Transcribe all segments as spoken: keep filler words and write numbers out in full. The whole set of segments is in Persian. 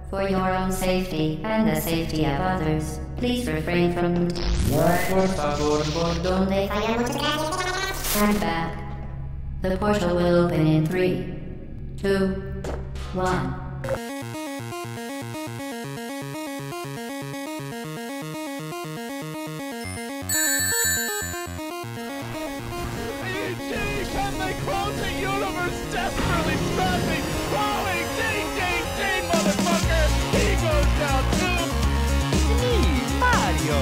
For your own safety and the safety of others, please refrain from... Por favor, por donde... Stand back. The portal will open in three, two, one. Can they close the universe desperately struggling, crawling, ding, ding, ding, motherfucker! He goes down too! Me, Mario!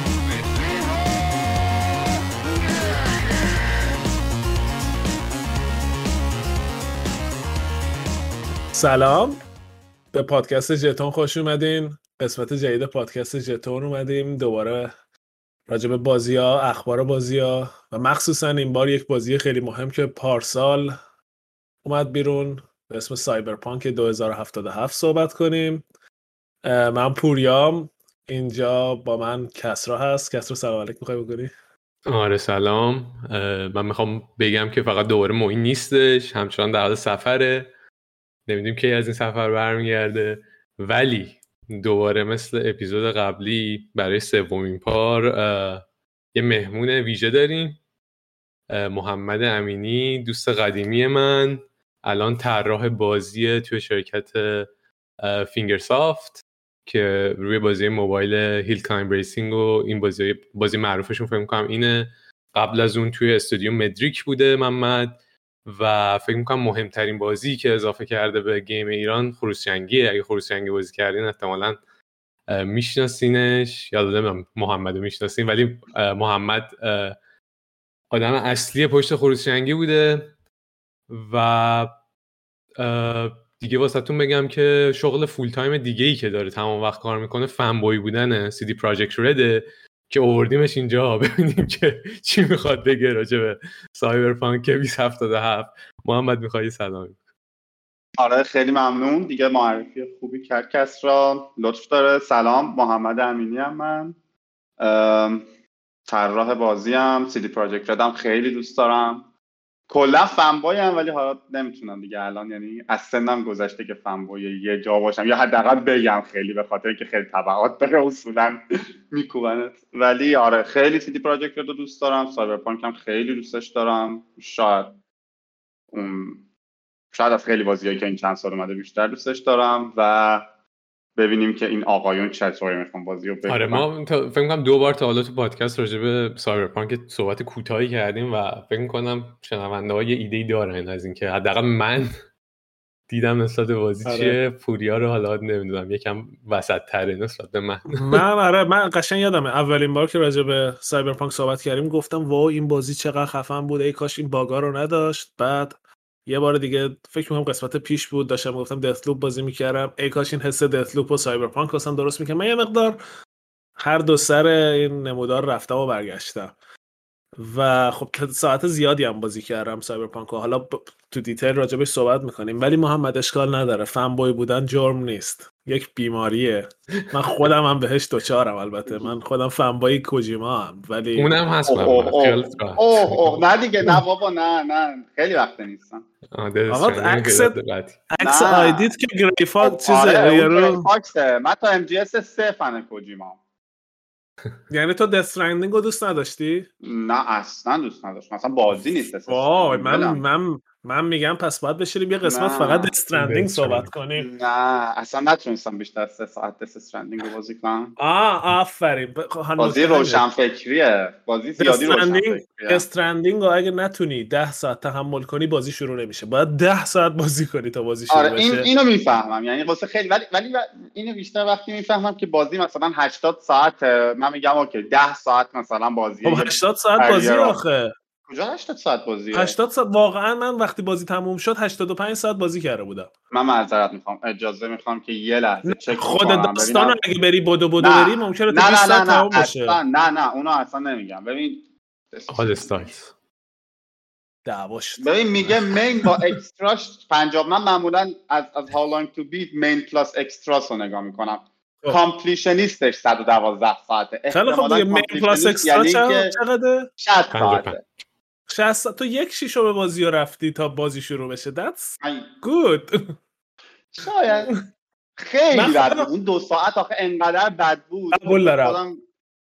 سلام، به پادکست ژتون خوش اومدین. قسمت جدید پادکست ژتون اومدیم دوباره راجع به بازی‌ها، اخبار بازی‌ها و مخصوصا این بار یک بازی خیلی مهم که پارسال اومد بیرون به اسم سایبرپانک دو هزار و هفتاد و هفت صحبت کنیم. من پوریام، اینجا با من کسرا هست. کسرا سلام علیکم، می‌خوای بگی؟ آره سلام. من میخوام بگم که فقط دوباره معین نیستش، همچنان در حال سفره، نمیدونیم کی از این سفر برمیگرده، ولی دوباره مثل اپیزود قبلی برای سومین پار یه مهمون ویژه داریم. محمد امینی، دوست قدیمی من، الان طراح بازی توی شرکت فینگرسافت که روی بازی موبایل هیل کلایم ریسینگ و این بازی بازی معروفشون فکر می‌کنم اینه. قبل از اون توی استودیو مدریک بوده محمد و فکر می‌کنم مهمترین بازی که اضافه کرده به گیم ایران خروس‌جنگیه. اگه خروس‌جنگی بازی کردین احتمالاً میشناسینش، یا نمیدونم محمد رو میشناسین، ولی محمد آدم اصلی پشت خروس‌جنگی بوده. و دیگه واسهتون بگم که شغل فول تایم دیگه‌ای که داره تمام وقت کار میکنه فن بوی بودن سی دی پراجکت رده که آوردیمش اینجا ببینیم که چی میخواد بگه راجع به سایبرپانک بیست هفتاد و هفت. محمد میخوای سلام؟ آره خیلی ممنون، دیگه معرفی خوبی کرد کسرا، لطف داره. سلام، محمد امینی ام من، طراح بازی ام، سی دی پراجکت ردم خیلی دوست دارم. کلا فنبوی ام، ولی حالا نمیتونم دیگه الان، یعنی از سنم گذشته که فنبوی یه جا باشم یا حداقل بگم خیلی، به خاطر که خیلی تبعات داره اصولا میکوبنت. ولی آره خیلی سی دی پراجکت رو دوست دارم، سایبرپانک هم خیلی دوستش دارم. شاید اون شاید از خیلی بازیایی که این چند سال اومده بیشتر دوستش دارم و ببینیم که این آقایون چطوری میخوان بازی رو بکنن. آره ما تا... فکر می‌کنم دو بار تا حالا تو پادکست راجع به سایبرپانک صحبت کوتاهی کردیم و فکر می‌کنم شنونده‌ها یه ایده‌ای دارن از اینکه حداقل من دیدم نسبت به بازی آره. چیه. پوریا رو حالا نمیدونم یکم وسط‌تره نسبت به من. من آره من قشنگ یادمه اولین بار که راجع به سایبرپانک صحبت کردیم گفتم واو این بازی چقدر خفن بود، ای کاش این باگا رو نداشت. بعد یه بار دیگه فکر می‌کنم قسمت پیش بود داشتم گفتم دثلوپ بازی می‌کردم، ای کاش این حس دثلوپ و سایبرپانک واسم درست می‌کنه. من یه مقدار هر دو سر این نمودار رفتم و برگشتم و خب ساعت زیادی هم بازی کردم سایبرپانک و حالا ب... تو دیتیل راجبش صحبت می‌کنیم. ولی محمد اشکال نداره، فن بوی بودن جرم نیست، یک بیماریه. من خودم هم بهش دوچارم، البته من خودم فن بوی کوجیما ام، ولی اونم هست. اوه اوه اوه, اوه, اوه. نه دیگه نه بابا نه نه خیلی وقت نیستم. آقا عکس عکس آیدیت که گریفاکس چیزه یارو فاکسه. من تا ام جی اس سه فن کوجیما. یعنی تو دث استرندینگ رو دوست نداشتی؟ نه اصلا دوست نداشتم، مثلا بازی نیست. وای من من من میگم پس باید بشینیم یه قسمت فقط دث استرندینگ صحبت کنیم. نه اصلا نتونستم بیشتر از سه ساعت دث استرندینگ رو بازی کنم. آه آفرین. بازی روشن فکریه، بازی زیادی روشن فکریه. استرندینگ رو اگه نتونی ده ساعت تحمل کنی بازی شروع نمیشه، باید ده ساعت بازی کنی تا بازی شروع آره بشه. این اینو میفهمم، یعنی واسه خیلی، ولی ولی اینو بیشتر وقتی میفهمم که بازی مثلا هشتاد ساعت، من میگم اوکی ده ساعت مثلا بازیه. خب هشتاد ساعت بازی آخه. کجا هشتاد ساعت بازیه؟ هشتاد ساعت واقعا. من وقتی بازی تموم شد هشتاد و پنج ساعت بازی کرده بودم. من معذرت میخوام، اجازه میخوام که یه لحظه چک کنم. خود داستان اگه بری بدو بدو بری ممکنه تا بیست ساعت تموم بشه. نه نه نه اونو اصلا نمیگم. ببین آل استایلز دعواش ببین میگه مین با اکستراش پنجاه. من معمولا از از how long to beat مین پلاس اکستراس رو نگاه میکنم. کامپلیشنیستش صد و دوازده ساعته. خیلی خوب دیگه. مین پلاس اکسترا چقدره؟ شصت ساعته. شصت. تو یک شیشو به بازی رو رفتی تا بازی شروع بشه. That's good. شاید خیلی بد بود اون دو ساعت آخه انقدر بد بود. قبول دارم. خودم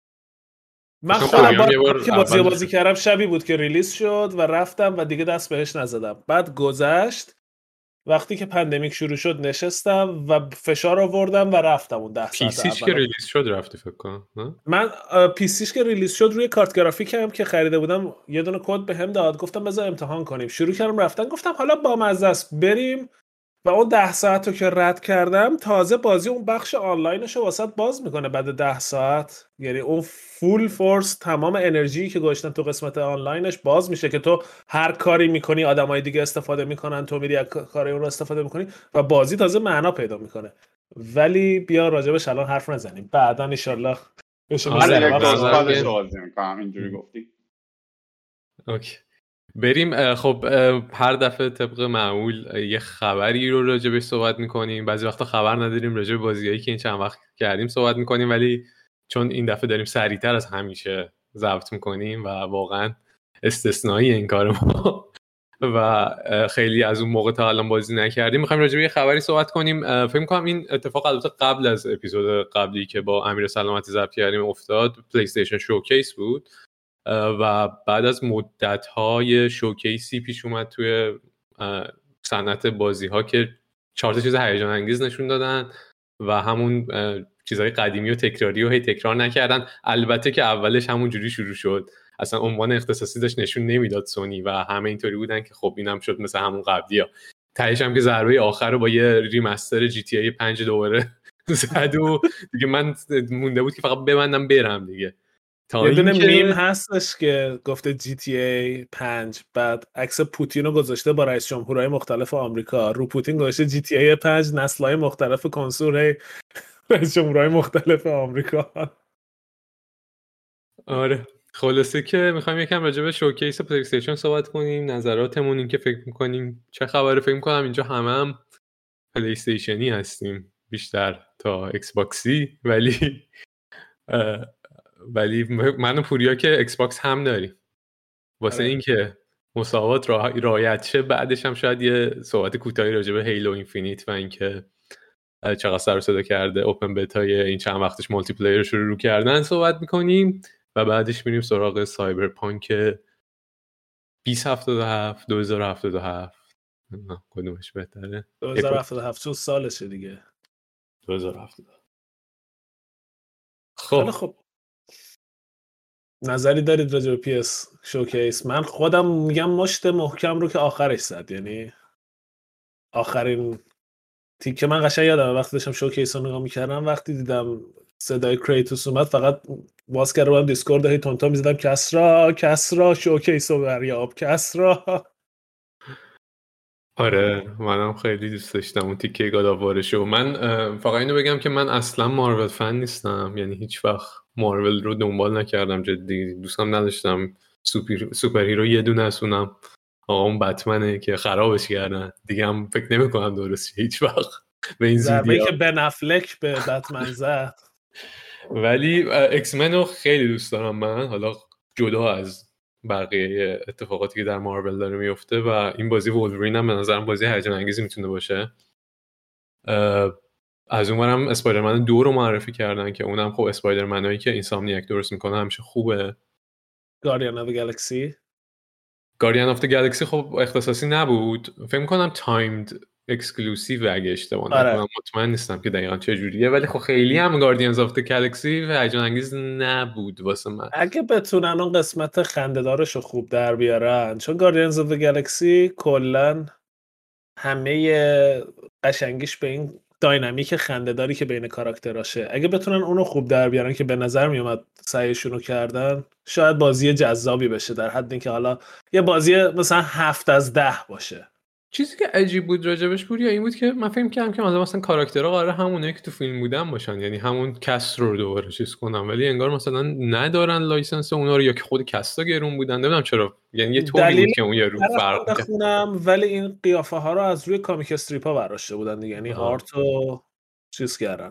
من خودم با که بازی بازی کردم شبی بود که ریلیز شد و رفتم و دیگه دست بهش نزدم. بعد گذشت وقتی که پندمیک شروع شد نشستم و فشار آوردم و رفتم اون ده ساعت اول. پیسیش که ریلیز شد رفتی فکر کنم. من پیسیش که ریلیز شد روی کارت گرافیک هم که خریده بودم یه دونه کد بهم داد، گفتم بذار امتحان کنیم. شروع کردم رفتن، گفتم حالا با مزه است بریم و اون ده ساعت رو که رد کردم تازه بازی اون بخش آنلاینش رو واسط باز میکنه بعد ده ساعت. یعنی اون فول فورس تمام انرژی که گذاشتن تو قسمت آنلاینش باز میشه که تو هر کاری میکنی آدمای دیگه استفاده میکنن، تو میری از کارای اون رو استفاده میکنی و بازی تازه معنا پیدا میکنه. ولی بیا راجبش الان حرف نزنیم، بعدا ان شاء الله بشه مثلا بازی بازی میکنم اینجوری گفتی. اوکی بریم. خب هر دفعه طبق معمول یه خبری رو راجبش صحبت میکنیم، بعضی وقتا خبر نداریم راجب بازیایی که این چند وقت کردیم صحبت میکنیم، ولی چون این دفعه داریم سریعتر از همیشه ضبط میکنیم و واقعا استثنایی این کار ما و خیلی از اون موقع تا الان بازی نکردیم، میخوایم راجب یه خبری صحبت کنیم. فکر میکنم این اتفاق البته قبل از اپیزود قبلی که با امیر سلامتی ضبط کردیم افتاد، پلی استیشن شوکیس بود و بعد از مدت‌های شوکیسی پیش اومد توی صنعت بازی‌ها که چهار تا چیز هیجان انگیز نشون دادن و همون چیزهای قدیمی و تکراری و هی تکرار نکردن. البته که اولش همون جوری شروع شد، اصلا عنوان اختصاصی داشت نشون نمیداد سونی و همه اینطوری بودن که خب اینم شد مثل همون قبلی‌ها. تهش هم که ضربه آخر رو با یه ریمستر جی تی ای پنج دوباره زد و دیگه من مونده بود که فقط ببندم برم دیگه. یه دونه میم هستش که گفته جی تی ای پنج، بعد عکس پوتین رو گذاشته با رئیس جمهورهای مختلف آمریکا، رو پوتین گذاشته جی تی ای پنج نسل‌های مختلف کنسول رئیس جمهورهای مختلف آمریکا. آره خلاصه که میخوایم یکم راجع به شوکیس پلی استیشن صحبت کنیم، نظراتمون، این که فکر میکنیم چه خبره. فکر میکنم اینجا همه هم پلی استیشنی هستیم بیشتر تا ایکس باکسی، ولی ولی من و پوریا که ایکس باکس هم داریم واسه این که مساوات رعایت شه. بعدش هم شاید یه صحبت کوتاهی راجع به هیلو اینفینیت و اینکه چقدر سر و صدا کرده اوپن بتای این چند وقتش مولتی پلیرش رو شروع کردن صحبت میکنیم و بعدش میریم سراغ سایبرپانک بیست هفتاد و هفت دو هزار و هفتاد و هفت. کدومش بهتره؟ دو هزار و هفتاد و هفت چون سالشه دیگه. دو هزار و هفتاد و هفت. خب خب نظری دارید راجع به پی اس شوکیس؟ من خودم میگم مشت محکم رو که آخرش زد، یعنی آخرین تیکه من قشنگ یادم وقتی داشتم شوکیس رو نگاه میکردم، وقتی دیدم صدای کریتوس اومد فقط باز کردم دیسکورد هی تونتا میزدم کسرا کسرا شوکیس رو بریاب کسرا. آره منم خیلی دوست داشتم اون تیکه گاداوارشو. من فقط اینو بگم که من اصلا مارول فن نیستم، یعنی هیچ وقت مارول رو دنبال نکردم، جدی دوستم نداشتم. سوپر سوپر هیرو یه دونه اسونم آقا اون بتمنه که خرابش کردن دیگه، هم فکر نمی‌کنم درست هیچ وقت به این زودی که بن افلک به بتمن زد. ولی ایکس من رو خیلی دوست دارم من، حالا جدا از بقیه اتفاقاتی که در مارول داره میفته، و این بازی وولورین هم به نظرم بازی هیجان انگیزی میتونه باشه. از اونورم اسپایدرمن دو رو معرفی کردن که اونم خب اسپایدرمنایی که اینسامنیاک درست میکنه همیشه خوبه. گاردین اف گالاکسی گاردین اف گالاکسی خب اختصاصی نبود، فکر میکنم تایمد اکسکلوسیو اگه اشتباه نکنم، مطمئن نیستم که دقیقاً چه جوریه، ولی خب خیلی هم گاردینز اف گالاکسی و هیجان انگیز نبود واسه من. اگه بتونن اون قسمت خنده‌دارش رو خوب در بیارن، چون گاردینز اف گالاکسی کلا همه قشنگیش به این داینامیک خنده‌داری که بین کاراکتراشه، اگه بتونن اونو خوب در بیارن که به نظر میومد سعیشون رو کردن، شاید بازی جذابی بشه، در حد اینکه حالا یه بازی مثلا هفت از ده باشه. چیزی که عجیب بود راجبش پوریا این بود که من فهم کردم که مثلا مثلا کاراکترها قراره همونه که تو فیلم بودن باشن، یعنی همون کست رو دوباره چیز کنم، ولی انگار مثلا ندارن لایسنس اونا رو، یا که خود کستا گرون بودن، نمیدونم چرا، یعنی یه طوری بود که اون یه رو فرق بخونم، ولی این قیافه ها رو از روی کامیک استریپ ها برداشته بودن دیگه، یعنی آرت رو چیز کردن.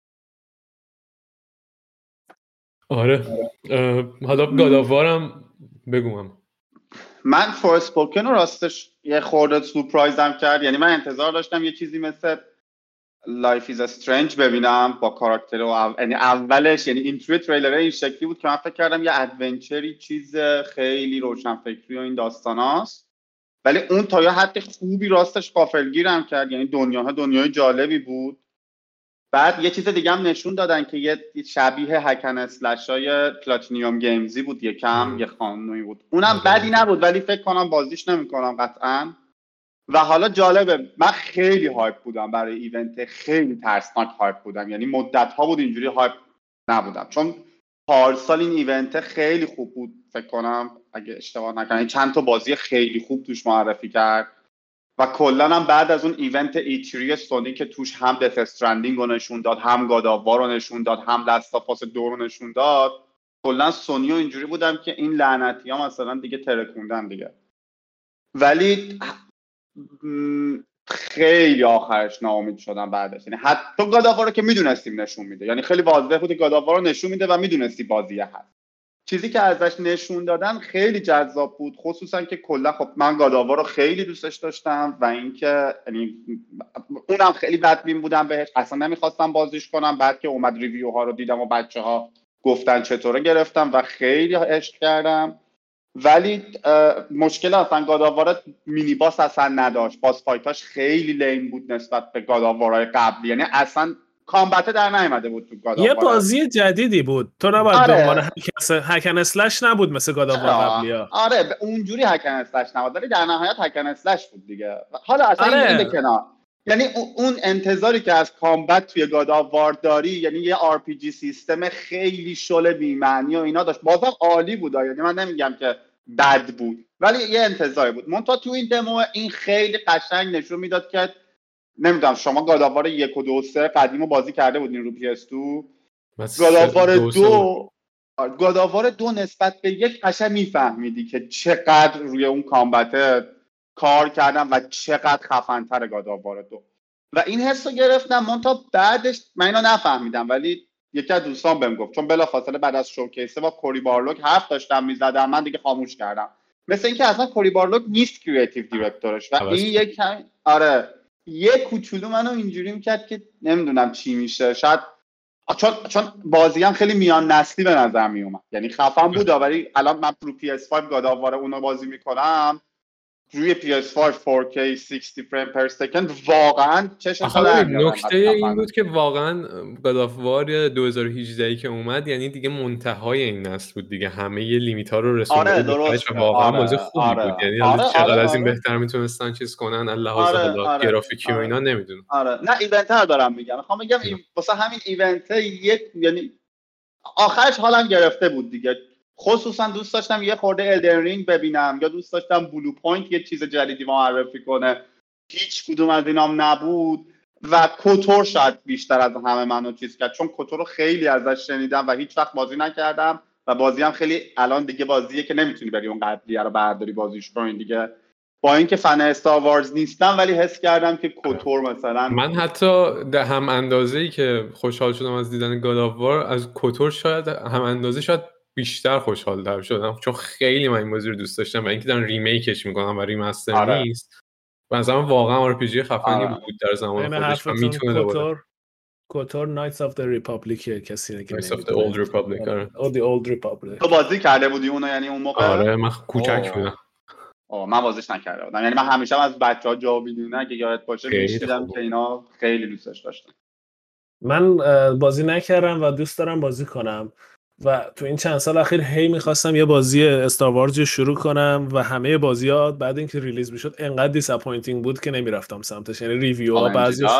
آره حالا گاداوارم بگوام. من فورسپوکن رو راستش یه خورده سورپرایزم کرد، یعنی من انتظار داشتم یه چیزی مثل لایف ایز استرنج ببینم با کاراکتر و یعنی اولش یعنی اینترو تریلر این شکلی بود که من فکر کردم یه ادونچری چیز خیلی روشنفکری و این داستاناست، ولی اون تا یه حد خوبی راستش غافلگیرم کرد، یعنی دنیاها دنیای جالبی بود. بعد یه چیز دیگه هم نشون دادن که یه شبیه هکن اسلش های پلاتینیوم گیمزی بود، یکم یه خانومی بود، اونم بدی نبود ولی فکر کنم بازیش نمی‌کنم قطعاً. و حالا جالبه من خیلی هایپ بودم برای ایونت، خیلی ترسناک هایپ بودم، یعنی مدت ها بود اینجوری هایپ نبودم، چون پارسال این ایونت خیلی خوب بود فکر کنم اگه اشتباه نکنم، چند تا بازی خیلی خوب توش معرفی کرد و کلا هم بعد از اون ایونت ای تری سونی که توش هم دث استرندینگ رو نشون داد، هم گاد آف وار رو نشون داد، هم لاست آف اس دو رو نشون داد، کلا سونی اینجوری بودم که این لعنتی ها مثلا دیگه ترکوندن دیگه. ولی خیلی آخرش ناامید شدم بعدش، یعنی حتی گاد آف وار رو که میدونستیم نشون میده، یعنی خیلی واضح بود گاد آف وار رو نشون میده و میدونستی بازیه هست. چیزی که ازش نشون دادن خیلی جذاب بود، خصوصا که کلا خب من گاد آف وار رو خیلی دوستش داشتم و اینکه یعنی اونم خیلی بدبین بودم بهش، اصلا نمیخواستم بازیش کنم، بعد که اومد ریویو ها رو دیدم و بچه‌ها گفتن چطوره گرفتم و خیلی عشق کردم. ولی مشکل اصلا گاد آف وار مینی باس اصلا نداشت، باس فایتاش خیلی لیم بود نسبت به گاد آف وارهای قبلی، یعنی اصلا کامبت در نیامده بود تو گاد آف وار. یه بازی جدیدی بود، تو نباید آره. دنبال هکن اسلش نبود مثل گاد آف وار قبلی‌ها. آره اونجوری هکن اسلش نبود، ولی در نهایت هکن اسلش بود دیگه. حالا اصلا آره. این به کنار، یعنی اون انتظاری که از کامبت توی گاد آف وار داری، یعنی یه آر پی جی سیستم خیلی شل بی‌معنی و اینا داشت، بازم عالی بود، یعنی من نمیگم که بد بود ولی یه انتظاری بود. منتها تو این دمو این خیلی قشنگ نشون میداد که نمیدونم شما گاد آف وار یک و دو و سه قدیمو بازی کرده بودین رو پی اس دو؟ گاد آف وار دو گاد آف وار دو نسبت به یک قشنگ میفهمیدی که چقدر روی اون کامبت کار کردن و چقدر خفن‌تر گاد آف وار دو و این حسو گرفتم. منتها بعدش من اینو نفهمیدم، ولی یکی از دوستان بهم گفت، چون بلافاصله بعد از شوکیسه با کوری بارلوک حرف داشتم میزدم، من دیگه خاموش کردم، مثل اینکه اصلا کوری بارلوک نیست کریتیو دیرکتورش و این یک آره یه کوچولو منو اینجوری میکرد که نمیدونم چی میشه، شاید چون چون بازی هم خیلی میان نسلی به نظر میومد، یعنی خفن بود، ولی الان من رو پی اس پنج گاد آف وار اونو بازی میکنم روی پی اس پنج فور کی شصت فریم پر سکند واقعا چشم خاله نکته این بود که واقعا گاد آف وار دو هزار و هجده که اومد یعنی دیگه منتهای این نسل بود دیگه، همه یه لیمیت ها رو رسونده. آره درست، واقعا آره، بازی خوبی آره، بود، یعنی آره، چقدر آره، از این آره. بهتر میتونستن چیز کنن اللحاظ آره، حالا آره، گرافیکی و آره. اینا نمیدونم. آره نه ایونت ها دارم میگم، میخوام بگم این واسه همین ایونت یک یعنی آخرش حالم گرفته بود دیگه، خصوصا دوست داشتم یه خورده الدن رینگ ببینم یا دوست داشتم بلو پوینت یه چیز جدیدی معرفی کنه، هیچ کدوم از اینام نبود و کوتور شاید بیشتر از همه منو چیز کرد، چون کوتور رو خیلی ازش شنیدم و هیچ وقت بازی نکردم و بازی هم خیلی الان دیگه بازیه که نمیتونی بری اون قبلیه رو برداری بازیش کنی دیگه، با اینکه فن استار وارز نیستم ولی حس کردم که کوتور مثلا من حتی ده هم اندازه‌ای که خوشحال شدم از دیدن گاد آف وار از کوتور شاید هم اندازه شاید بیشتر خوشحال در شدم، چون خیلی من این بازی رو دوست داشتم و اینکه دارن ریمیکش میکنم و ریمستر آره. نیست و مثلا واقعا آر پی جی خفنی آره. بود در زمان این خودش و میتونه دوباره کوتور کوتور نایتس اف دی ریپابلیک کسی نگه Knights of the Old Republic آره او دی اولد ریپابلیک. تو بازی کرده بودی اونو یعنی اون موقع؟ آره من کوچک بودم. آه من بازیش نکرده بودم، یعنی من همیشه از بچه‌ها جا میدونن که یادت باشه میشیدم که اینا خیلی دوستش داشتن. من بازی نکردم و دوست دارم بازی کنم و تو این چند سال اخیر هی میخواستم یه بازی استار وارز رو شروع کنم و همه بازی‌ها بعد اینکه ریلیز میشد انقدر دیساپوینتینگ بود که نمیرفتم سمتش، یعنی ریویوها بعضیش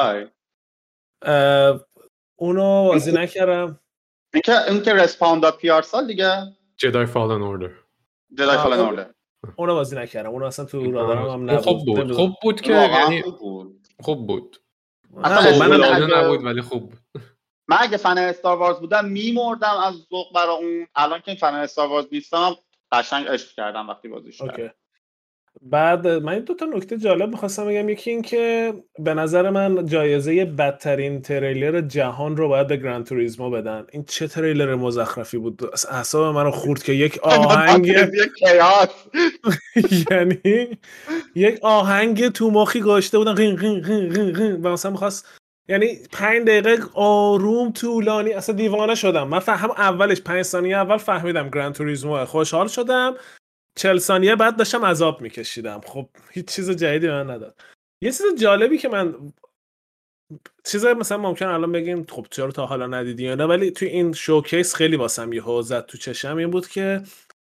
اونو بازی نکردم. اینکه اینکه رسپاند پی آر سال دیگه جدای فالن اوردر جدای فالن اوردر اونو بازی نکردم، اونو اصلا تو رادارم هم نبود. خوب بود خوب بود که یعنی خوب بود اصلا من نبود ولی خوب بود. من اگه فن استار وارز بودم میمردم از ذوق برای اون، الان که فن استار وارز نیستم قشنگ عشق کردم وقتی بازیش کردم. بعد من دو تا نکته جالب می‌خواستم بگم، یکی این که به نظر من جایزه بدترین تریلر جهان رو باید به گران توریسمو بدن. این چه تریلر مزخرفی بود، اعصاب منو خورد که یک آهنگ یعنی یک آهنگ تو مخی گذاشته بودن قین قین قین قین قین و مثلا می‌خواست یعنی پنج دقیقه آروم طولانی اصلا دیوانه شدم. من فهم اولش پنج ثانیه اول فهمیدم گران توریسمو، خوشحال شدم. چهل ثانیه بعد داشتم عذاب میکشیدم. خب هیچ چیز جدیدی من نداد. یه چیز جالبی که من چیز مثلا ممکن الان بگین خب چرا تا حالا ندیدی یا نه، ولی توی این شوکیس خیلی واسم یهو زد تو چشم این بود که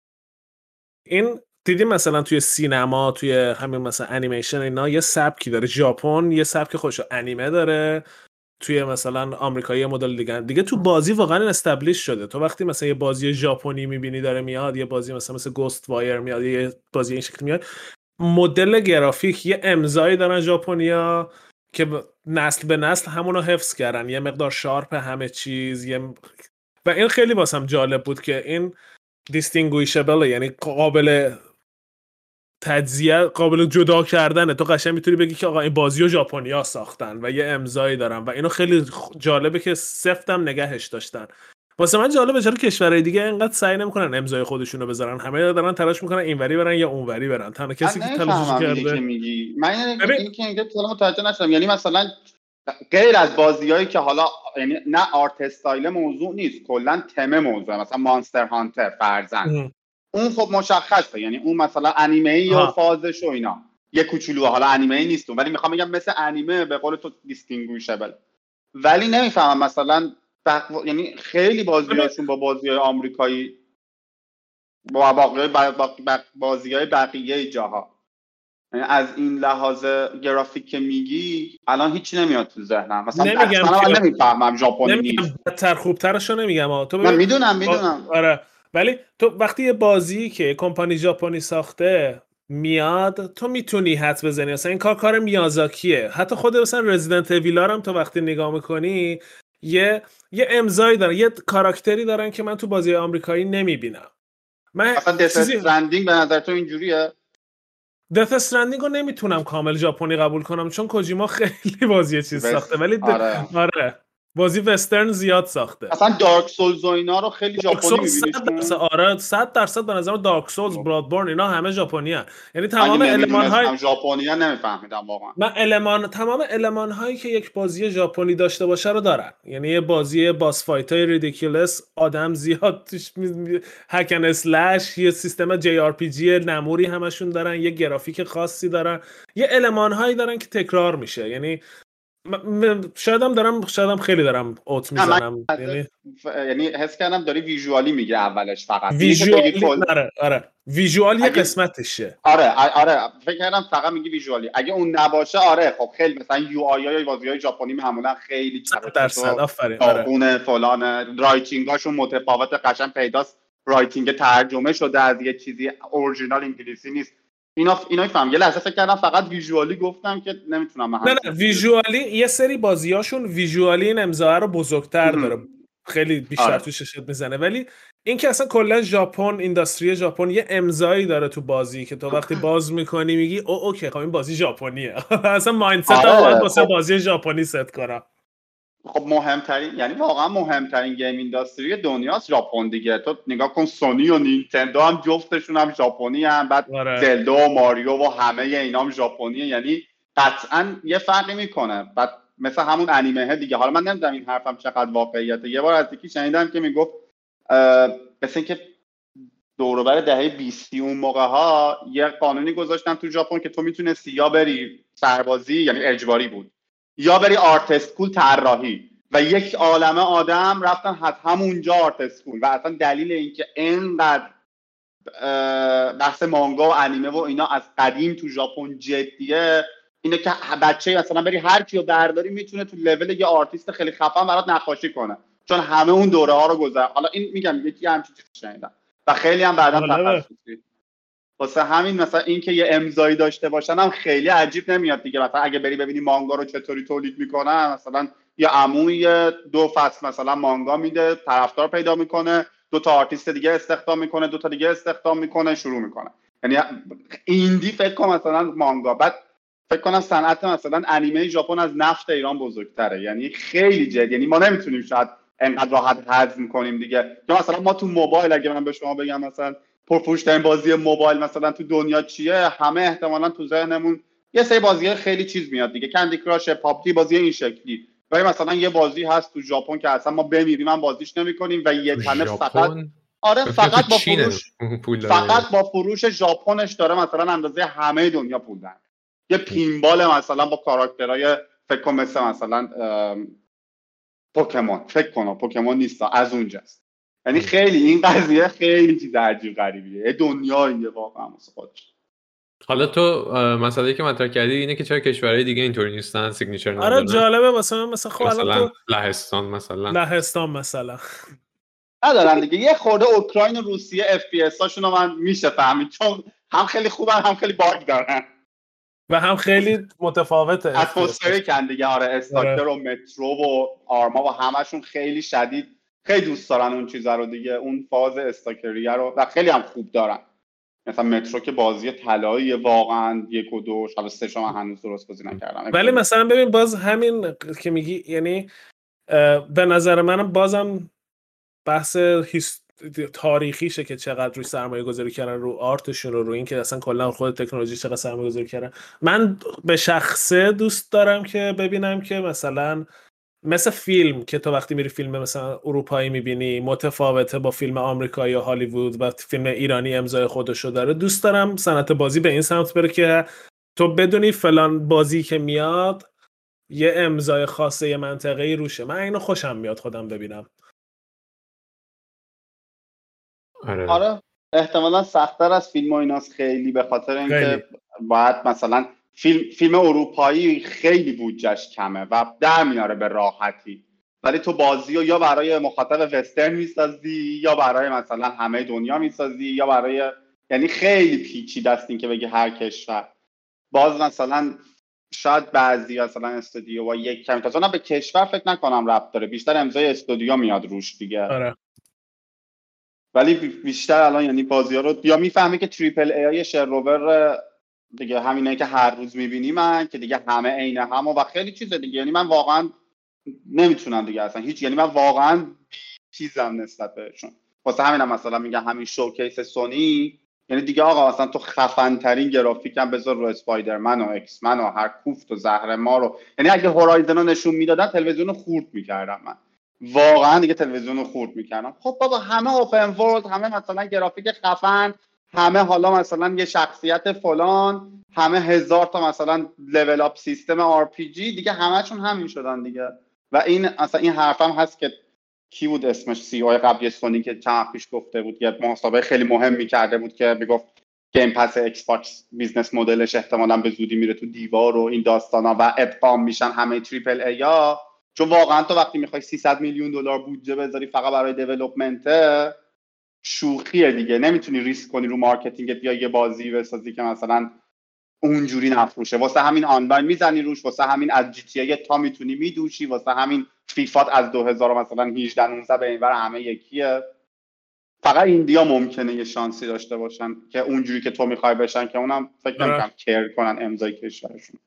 این دیدیم مثلا توی سینما توی همین مثلا انیمیشن اینا یه سبکی داره، ژاپن یه سبک خوش انیمه داره، توی مثلا آمریکایی مدل دیگه دیگه تو بازی واقعا استابلیش شده. تو وقتی مثلا یه بازی ژاپنی میبینی داره میاد، یه بازی مثلا مثل گوست وایر میاد، یه بازی این شکلی میاد، مدل گرافیک یه امضایی دارن ژاپنیا که نسل به نسل همونو حفظ کردن، یه مقدار شارپ همه چیز یه... و این خیلی واسم جالب بود که این دیستینگویشبل، یعنی قابل تجزیه، قابل جدا کردنه. تو قشنگ میتونی بگی که آقا این بازیو ژاپنیا ساختن و یه امضایی دارن و اینو خیلی جالبه که سفتم نگهش داشتن. واسه من جالبه چرا کشورهای دیگه اینقدر سعی نمیکنن امضای خودشونو بذارن، همه دارن تلاش میکنن اینوری برن یا اونوری برن. تنها کسی که تلاش کرده که میگی من این که اینجا مثلا متوجه نشدم، یعنی مثلا غیر از بازیایی که حالا یعنی نه آرت استایل موضوع نیست، کلا تم موضوع، مثلا مانستر هانتر فرزند اون خب مشخصه، یعنی اون مثلا انیمه ای و فازش و اینا یه کوچولو، حالا انیمه ای نیست ولی میخوام بگم مثل انیمه به قول تو دیستینگویشبل. ولی نمیفهمم مثلا بق... یعنی خیلی بازیاشون با بازیای آمریکایی با باقی با بازیای بقیه جاها، یعنی از این لحاظ گرافیک که میگی الان هیچی نمیاد تو ذهنم. مثلا نمیگم من نمیفهمم ژاپنی نیست، بدتر خوبترشو نمیگم ها. تو من میدونم میدونم آره، ولی تو وقتی یه بازی که کمپانی ژاپنی ساخته میاد تو میتونی حد بزنی. مثلا این کار کار میازاکیه. حتی خود مثلا رزیدنت اویلا هم تو وقتی نگاه میکنی یه یه امضایی دارن، یه کاراکتری دارن که من تو بازی آمریکایی نمیبینم. من اصلا دث استرندینگ به نظر تو اینجوریه؟ دث استرندینگ رو نمیتونم کامل ژاپنی قبول کنم چون کوجیما خیلی بازی چیز بس... ساخته، ولی آره. د... آره بازی وسترن زیاد ساخته. اصلا دارک سولز و اینا رو خیلی ژاپنی می‌بینیش. آره صد درصد به نظر دارک سولز، برادبورن اینا همه ژاپنی ان. یعنی تمام المان های ژاپنی ها نمیفهمیدم واقعا. من المان تمام المان هایی که یک بازی ژاپنی داشته باشه رو دارن. یعنی یه بازی باس فایت های ریدیکولس، آدم زیاد توش هک ان اسلش، یه سیستم جی آر پی جی نموری همشون دارن، یه گرافیک خاصی دارن، یه المان هایی دارن که تکرار میشه. یعنی شایدم دارم شایدم خیلی دارم اوت میزنم، یعنی یعنی حس کردم داری ویژوالی میگه اولش، فقط ویژوالی. آره آره ویژوال یه قسمتشه. آره آره فکر کردم فقط میگی ویژوالی. اگه اون نباشه آره خب خیلی مثلا یو آی ای بازی‌های ژاپنی معمولا خیلی صد درصد آفرین. آره اون فلان رایتینگاشون متفاوت، قشنگ پیداست رایتینگ ترجمه شده از یه چیزی اورجینال انگلیسی نیست. اینا اینا فهم. یه لحظه فکر کردم فقط ویژوالی گفتم که نمیتونم. نه نه ویژوالی یه سری بازیاشون ویژوالی این امضا رو بزرگتر داره، خیلی بیشتر آره. تو ششت میزنه. ولی این که اصلا کلا ژاپن، اینداستری ژاپن یه امضایی داره تو بازی که تو وقتی باز میکنی میگی او اوکی خب این بازی ژاپنیه. اصلا مایندست آره. رو باید واسه بازی ژاپنی ست کنم. خب مهمترین، یعنی واقعا مهمترین گیم اینداستری دنیاست ژاپن دیگه. تو نگاه کن سونی و نینتندو هم جفتشون هم ژاپنی ان، بعد آره. زلدا و ماریو و همه اینا هم ژاپنیه، یعنی قطعا یه فرقی میکنه. بعد مثلا همون انیمه ها دیگه، حالا من نمیدونم این حرفم چقدر واقعیته. یه بار از یکی شنیدم که میگفت مثلا اینکه دور و بر دهه بیست اون موقع ها یه قانونی گذاشتن تو ژاپن که تو میتونستی یا بری سربازی، یعنی اجباری بود، یا بری آرت اسکول طراحی، و یک عالمه آدم رفتن حد همونجا آرت اسکول. و اصلا دلیل اینکه اینقدر بحث مانگا و انیمه و اینا از قدیم تو ژاپن جدیه اینه که بچه مثلا بری هر کیو برداری میتونه تو لول یه آرتیست خیلی خفن برات نقاشی کنه، چون همه اون دوره ها رو گذر. حالا این میگم یکی همچین چیزی شنیدم و خیلی هم بعداً تخصصی. واسه همین مثلا این که یه امضایی داشته باشن هم خیلی عجیب نمیاد دیگه. مثلا اگه بری ببینی مانگا رو چطوری تولید میکنن، مثلا یه عموی دو فصل مثلا مانگا میده، طرفدار پیدا میکنه، دو تا آرتیست دیگه استخدام میکنه، دو تا دیگه استخدام میکنه، شروع میکنه. یعنی ایندی فکر کنم مثلا مانگا، بعد فکر کنم صنعت مثلا انیمه ژاپن از نفت ایران بزرگتره. یعنی خیلی جدی، یعنی ما نمیتونیم شاید انقدر راحت هضم کنیم دیگه. یا مثلا ما تو موبایل اگه من به شما بگم مثلا پرفروش‌ترین بازی موبایل مثلا تو دنیا چیه، همه احتمالاً تو ذهنمون یه سری بازی‌های خیلی چیز میاد دیگه، کندی کراش، پابجی، بازی این شکلی. ولی مثلا یه بازی هست تو ژاپن که اصلا ما بمیریم من بازیش نمی‌کنیم و یه تنه فقط آره فقط با فروش فقط با فروش ژاپنش داره مثلا اندازه همه دنیا پول در یه پینبال مثلا با کاراکترهای فکر کنم مثل مثلا پوکمون فکر کنم پوکمون نیست از اونجاست. یعنی خیلی این قضیه خیلی چیز عجیب غریبیه، یه دنیاییه واقعا واسه خودش. حالا تو مسئله که مطرح کردی اینه که چرا کشورهای دیگه اینطوری نیستن سیگنیچر ندارن. آره جالبه واسه من مثلا خب مثلا تو لهستان مثلا لهستان مثلا ندارن دیگه. یه خورده اوکراین و روسیه اف پی اس هاشون رو من میشه فهمید چون هم خیلی خوبن هم خیلی باگ دارن و هم خیلی متفاوته اتمسفری کن دیگه. آره استاکر و مترو و آرما و همشون خیلی شدید خیلی دوست دارن اون چیزا رو دیگه، اون فاز استاکریه رو و خیلی هم خوب دارن. مثلا مترو که بازی طلایی واقعا یک و دو شب سه شما هنوز درست بازی نکردم. ولی مثلا ببین باز همین که میگی یعنی به نظر من بازم بحث هیست... تاریخیشه که چقدر روی سرمایه گذاری کردن رو آرتشون رو، رو این که اصلا کلا خود تکنولوژی چقدر سرمایه گذاری کردن. من به شخصه دوست دارم که ببینم که مثلا مثل فیلم که تو وقتی میری فیلم مثلا اروپایی میبینی متفاوته با فیلم آمریکایی یا هالیوود و فیلم ایرانی امضای خودشو داره. دوست دارم صنعت بازی به این سمت بره که تو بدونی فلان بازی که میاد یه امضای خاصه یه منطقه‌ای روشه. من اینو خوشم میاد خودم ببینم. آره, آره. احتمالاً سخت‌تر از فیلم و ایناست خیلی، به خاطر اینکه باید مثلا فیلم فیلم اروپایی خیلی بودجهش کمه و در میاره به راحتی، ولی تو بازی رو یا برای مخاطب وسترن میسازی یا برای مثلا همه دنیا میسازی یا برای، یعنی خیلی پیچیده است این که بگی هر کشور. باز مثلا شاید بعضی مثلا استودیو و یک کمی تا به کشور فکر نکنم ربط داره، بیشتر امضای استودیو میاد روش دیگه. آره. ولی بیشتر الان یعنی بازی‌ها رو یا میفهمی که تریپل ای شروور دیگه همینه که هر روز می‌بینی من که دیگه همه عین هم و خیلی چیز دیگه. یعنی من واقعا نمیتونم دیگه اصلا هیچ، یعنی من واقعا چیزم نسبت بهشون. واسه همینم هم مثلا میگم همین شوکیس سونی، یعنی دیگه آقا مثلا تو خفن ترین گرافیکم بذار رو اسپایدرمن و ایکس من و هر کوفت و زهرمار رو، یعنی اگه هورایزن رو نشون میدادن تلویزیون رو خورد می‌کردم من. واقعا دیگه تلویزیون رو خورد میکردم. خب بابا همه اوپن ورلد، همه مثلا گرافیک خفن، همه حالا مثلا یه شخصیت فلان، همه هزار تا مثلا لول اپ سیستم آر پی جی دیگه، همه‌شون همین شدن دیگه. و این اصلا این حرفم هست که کی بود اسمش سی او قبلی سونی که چند پیش گفته بود یه مسابقه خیلی مهم میکرده بود که میگفت گیم پس ایکس باکس بیزنس مدلش احتمالاً به زودی میره تو دیوار و این داستانا و ادغام میشن همه تریپل ای ها. چون واقعا تو وقتی میخوای سیصد میلیون دلار بودجه بذاری فقط برای دیولپمنت، شوخیه دیگه. نمیتونی ریسک کنی رو مارکتینگت یا یه بازی بسازی که مثلا اونجوری نفروشه. واسه همین آنلاین میزنی روش، واسه همین از جی تی ای تا میتونی میدوشی، واسه همین فیفات از دو هزار مثلا هجده نوزده به اینور همه یکیه. فقط ایندیا ممکنه یه شانسی داشته باشن که اونجوری که تو میخوای بشن، که اونم فکر نمی‌کنم کیر کنن امضای کشورشون.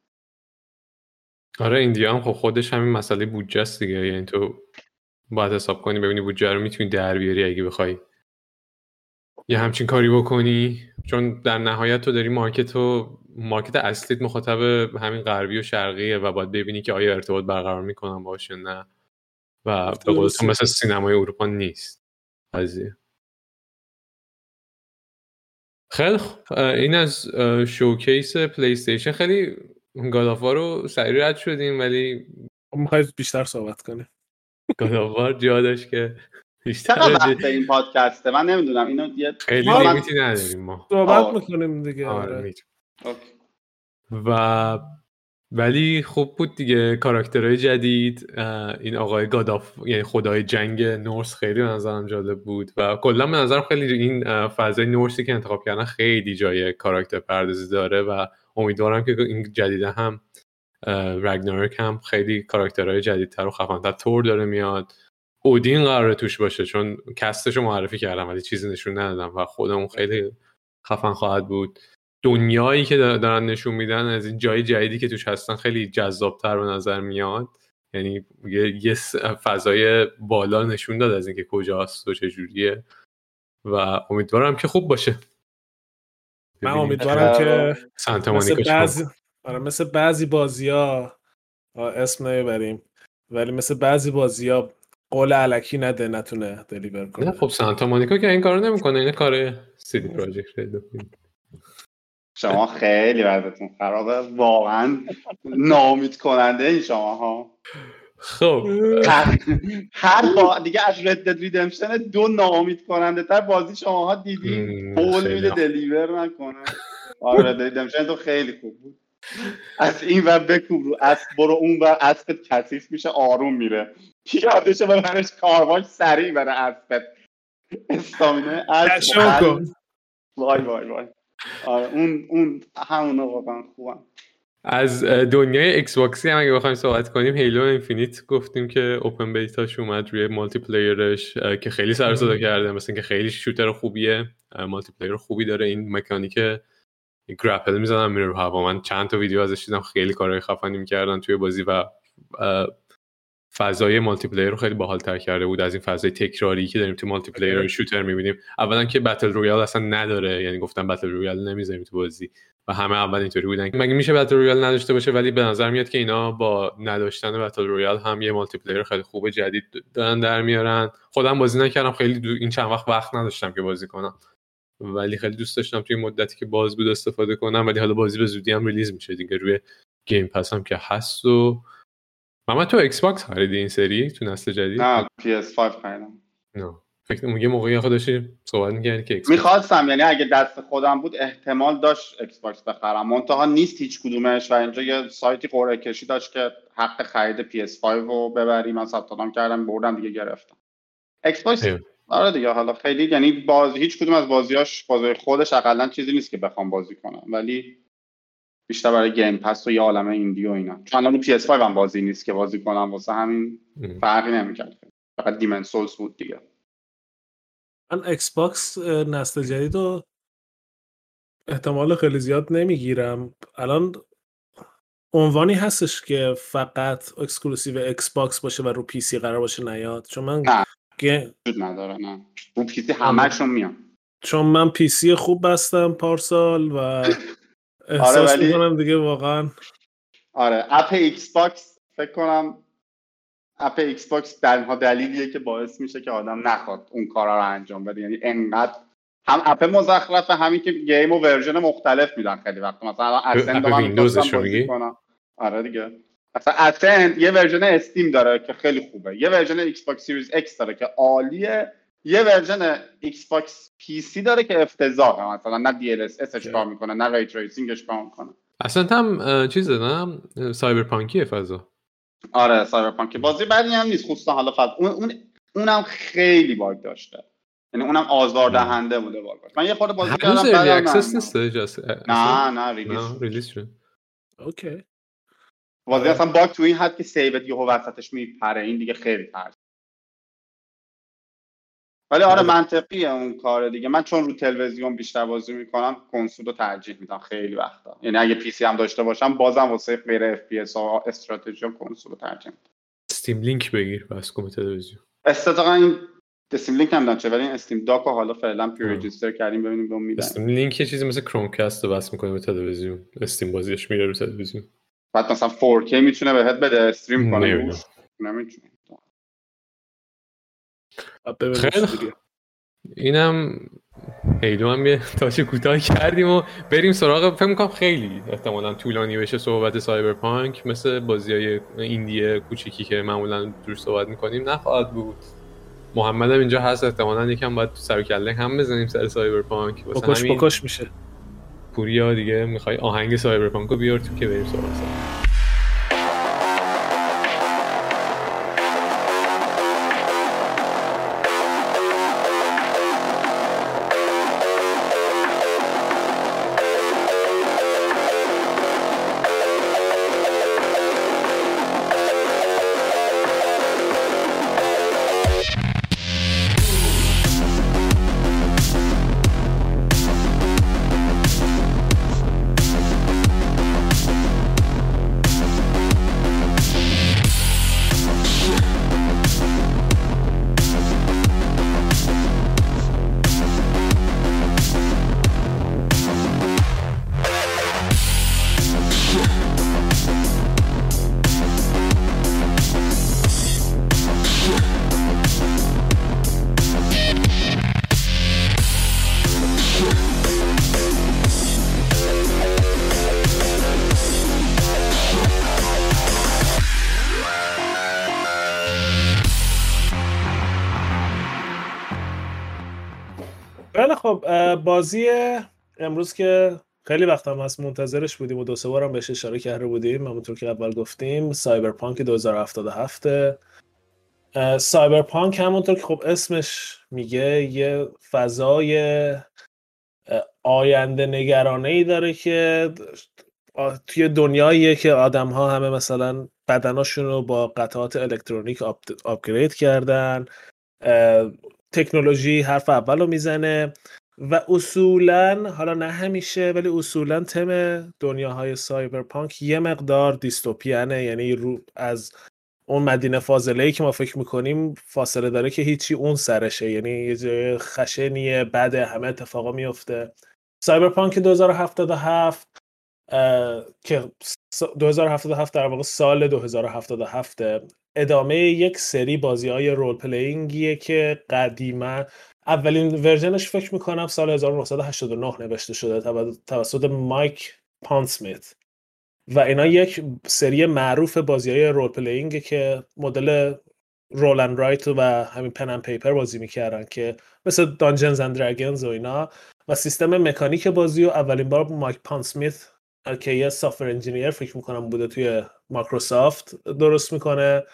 آره ایندیا هم خب خودش همین مسئله بودجه است دیگه. یعنی تو باید حساب کنی ببینی بودجه رو میتونی در بیاری اگه بخوای یه همچین کاری بکنی، چون در نهایت تو داری مارکت و مارکت اصلیت مخاطب همین غربی و شرقیه و باید ببینی که آیا ارتباط برقرار میکنن باشه نه، و به قول تو مثل سینمای اروپا نیست قضیه. خیلی خوب، این از شوکیس پلی استیشن. خیلی گاد آف وار رو سریع رد شدیم ولی میخواید بیشتر صحبت کنیم. گاد آف وار جا داشت که بیشتر چقدر وقت این پادکسته من نمیدونم اینو یه خیلی لیمیتی نداریم ما صحبت میکنیم دیگه. آره و ولی خوب بود دیگه، کاراکترهای جدید، این آقای گاد آف یعنی خدای جنگ نورس خیلی به نظرم جالب بود و کلا به نظرم خیلی این فضای نورسی که انتخاب کردن خیلی جای کاراکتر پردازی داره و امیدوارم که این جدیده هم رگناروک هم خیلی کاراکترهای جدیدتر و خفن‌تر. تور داره میاد، اودین قراره توش باشه چون کستشو معرفی کردم ولی چیزی نشون ندادم و خودمون خیلی خفن خواهد بود. دنیایی که دارن نشون میدن از این جای جدیدی که توش هستن خیلی جذابتر به نظر میاد. یعنی یه فضای بالا نشون داد از اینکه کجاست و چجوریه و امیدوارم که خوب باشه. من امیدوارم که سانتا مونیکا مثل بعضی آره مثل بعضی بازی‌ها اسم نمیبریم ولی مثل بعضی بازی‌ها قول الکی نده نتونه دلیور کنه. نه خب سانتا مونیکا که این کارو نمیکنه، این کار سیدی پراجکت رد. شما خیلی وضعیتون خرابه واقعا، ناامید کننده این شماها. خب هر, هر با دیگه از رد دد ریدمشن دو ناامید کننده تر بازی شماها دیدی، قول میده دلیور نکنه. آره رد دد ریدمشن تو خیلی خوب بود، از این ور بکوب رو اسب برو اون ور، اسبت کثیف میشه آروم میره، پیادهشو ببرش کارواش سریع بره اسبت، استامینه اسب کن. وای وای وای آره اون اون همونا واقعا خوبه. از دنیای ایکس باکسی هم اگه بخوایم صحبت کنیم، هیلو اینفینیت گفتیم که اوپن بیتاش اومد روی مالتی پلیرش که خیلی سر و صدا کرده، مثلا که خیلی شوتر خوبیه، مالتی پلیر خوبی داره، این مکانیک گرپل میزنن میره رو هوا. من چند تا ویدیو ازش دیدم، خیلی کارهای خفنی میکردن توی بازی و فضای مالتی پلییر رو خیلی باحال‌تر کرده بود از این فضای تکراری که داریم تو مالتی پلییر شوتر می‌بینیم. اولا که بتل رویال اصلا نداره، یعنی گفتن بتل رویال نمیذاریم تو بازی و همه اول اینطوری بودن مگه میشه بتل رویال نداشته باشه، ولی به نظر میاد که اینا با نداشتن بتل رویال هم یه مالتی پلییر خیلی خوب جدید دارن در میارن. خودم بازی نکردم، خیلی دو این چند وقت وقت نداشتم که بازی کنم، ولی خیلی دوست داشتم توی مدتی که باز بود استفاده کنم. ولی حالا بازی به زودی هم ریلیز میشه دیگه، روی گیم پس هم که هست. و ماما تو ایکس باکس خریدی این سری تو نسل جدید؟ نه پی اس پنج خریدم. نه فکر کنم یه موقعی خودشی صحبت می‌کردی که ایکس می‌خواستم، یعنی اگه دست خودم بود احتمال داشت ایکس باکس بخرم، منتها نیست هیچ کدومش و اینجا یه سایتی قرعه کشی داشت که حق خرید پی اس پنج رو ببری، من ثبت نام کردم بردم دیگه گرفتم. ایکس باکس آره دیگه، حالا خیلی یعنی باز هیچ کدوم از بازیاش بازی خودش حداقل چیزی نیست که بخوام بازی کنم، ولی بیشتر برای گیم پس و یه عالمه ایندی و اینا، چون الان پی اس پنج هم بازی نیست که بازی کنم، واسه همین فرقی نمی‌کرد، فقط دیمن سولز بود دیگه. من ایکس باکس نسل جدید رو احتمال خیلی زیاد نمیگیرم. الان عنوانی هستش که فقط اکسکلوسیو ایکس باکس باشه و رو پی سی قرار باشه نیاد؟ چون من نه گ... نداره، نه رو پی سی همه‌شون میان، چون من پی سی خوب بستم پارسال و احساس آره ولی... میکنم دیگه واقعا آره اپ ایکس باکس فکر کنم اپ ایکس باکس تنها دلیلیه که باعث میشه که آدم نخواد اون کارا رو انجام بده، یعنی انقدر هم اپ مزخرفه، همین که گیم و ورژن مختلف میدن خیلی وقت، مثلا اسند من می‌خواستم بازی کنم. آره دیگه مثلا اسند یه ورژن استیم داره که خیلی خوبه، یه ورژن ایکس باکس سیریز ایکس داره که عالیه، یه ورژن ایکس باکس پی سی داره که افتضاحه، مثلا نه دی ال اس اسش کار میکنه نه ری تریسینگش کار میکنه. اصلا هم چیزه نه سایبرپانکیه فضا. آره سایبرپانک بازی بدی هم نیست، خصوصا حالا فقط اون اون اونم خیلی باگ داشته، یعنی اونم آزاردهنده بوده باگاش. من یه خورده بازی کردم بعد اکسس نیست جاست نه نه ریلیز ریلیز شد. اوکی بازی اصلا باگ تو این حد که سیوت یهو وسطش میپره، این دیگه خیلی ترس. ولی آره منطقیه اون کار دیگه. من چون رو تلویزیون بیشتر بازی میکنم کنسول رو ترجیح میدم خیلی وقتا، یعنی اگه پی سی هم داشته باشم بازم واسه غیر اف پی اس و استراتژی کنسول رو ترجیح میدم. استیم لینک بگیر بس کم تلویزیون. استفاقا این استیم لینک نمیدونم چه، ولی استیم داک رو حالا فعلا پی رجیستر کردیم ببینیم به اون میدن. استیم لینک یه چیزی مثل کرومکست رو بس میکنه به تلویزیون، استیم بازیش میره رو تلویزیون. بعد مثلا فور کی میتونه بهت بده استریم کنه. نمیتونه. خیلی اینم هیلو هم یه تاچ کوتاه کردیم و بریم سراغ. فکر می‌کنم خیلی احتمالاً طولانی بشه صحبت سایبرپانک، مثل بازی‌های ایندی کوچیکی که معمولاً روش صحبت می‌کنیم نخواهد بود. محمد هم اینجا هست، احتمالاً یکم باید سر و کله هم بزنیم سر سایبرپانک. واسه بکش همین بکش میشه. پوریا دیگه می‌خوای آهنگ سایبرپانک رو بیار تو که بریم سراغ. خب بازی امروز که خیلی وقت هم هست منتظرش بودیم و دو سه بار هم بهش اشاره کرده بودیم، همونطور که اول گفتیم سایبرپانک دو هزار و هفتاد و هفت. سایبرپانک همونطور که خب اسمش میگه یه فضای آینده نگرانه ای داره که توی دنیاییه که آدم ها همه مثلا بدناشون رو با قطعات الکترونیک آپگرید کردن، تکنولوژی حرف اول رو میزنه و اصولاً، حالا نه همیشه ولی اصولاً تم دنیاهای سایبرپانک یه مقدار دیستوپیانه، یعنی رو از اون مدینه فاضله‌ای که ما فکر میکنیم فاصله داره که هیچی اون سرشه، یعنی یه جای خشنیه، بعد همه اتفاقا میفته. سایبرپانک دو هزار و هفتاد و هفت که دو هزار و هفتاد و هفت در واقع سال دو هزار و هفتاد و هفت ادامه یک سری بازی‌های رول پلیینگیه که قدیما اولین ورژنش فکر میکنم سال هزار و نهصد و هشتاد و نه نوشته شده توسط مایک پانسمیت و اینا یک سری معروف بازی‌های رول پلیینگ که مدل رول اند رایت و همین پن اند پیپر بازی میکردن که مثل دانجنز اند دراگونز و اینا، و سیستم مکانیک بازی رو اولین بار مایک پانسمیت که یه سافتور انجینیر فکر میکنم بوده توی مایکروسافت درست میکنه.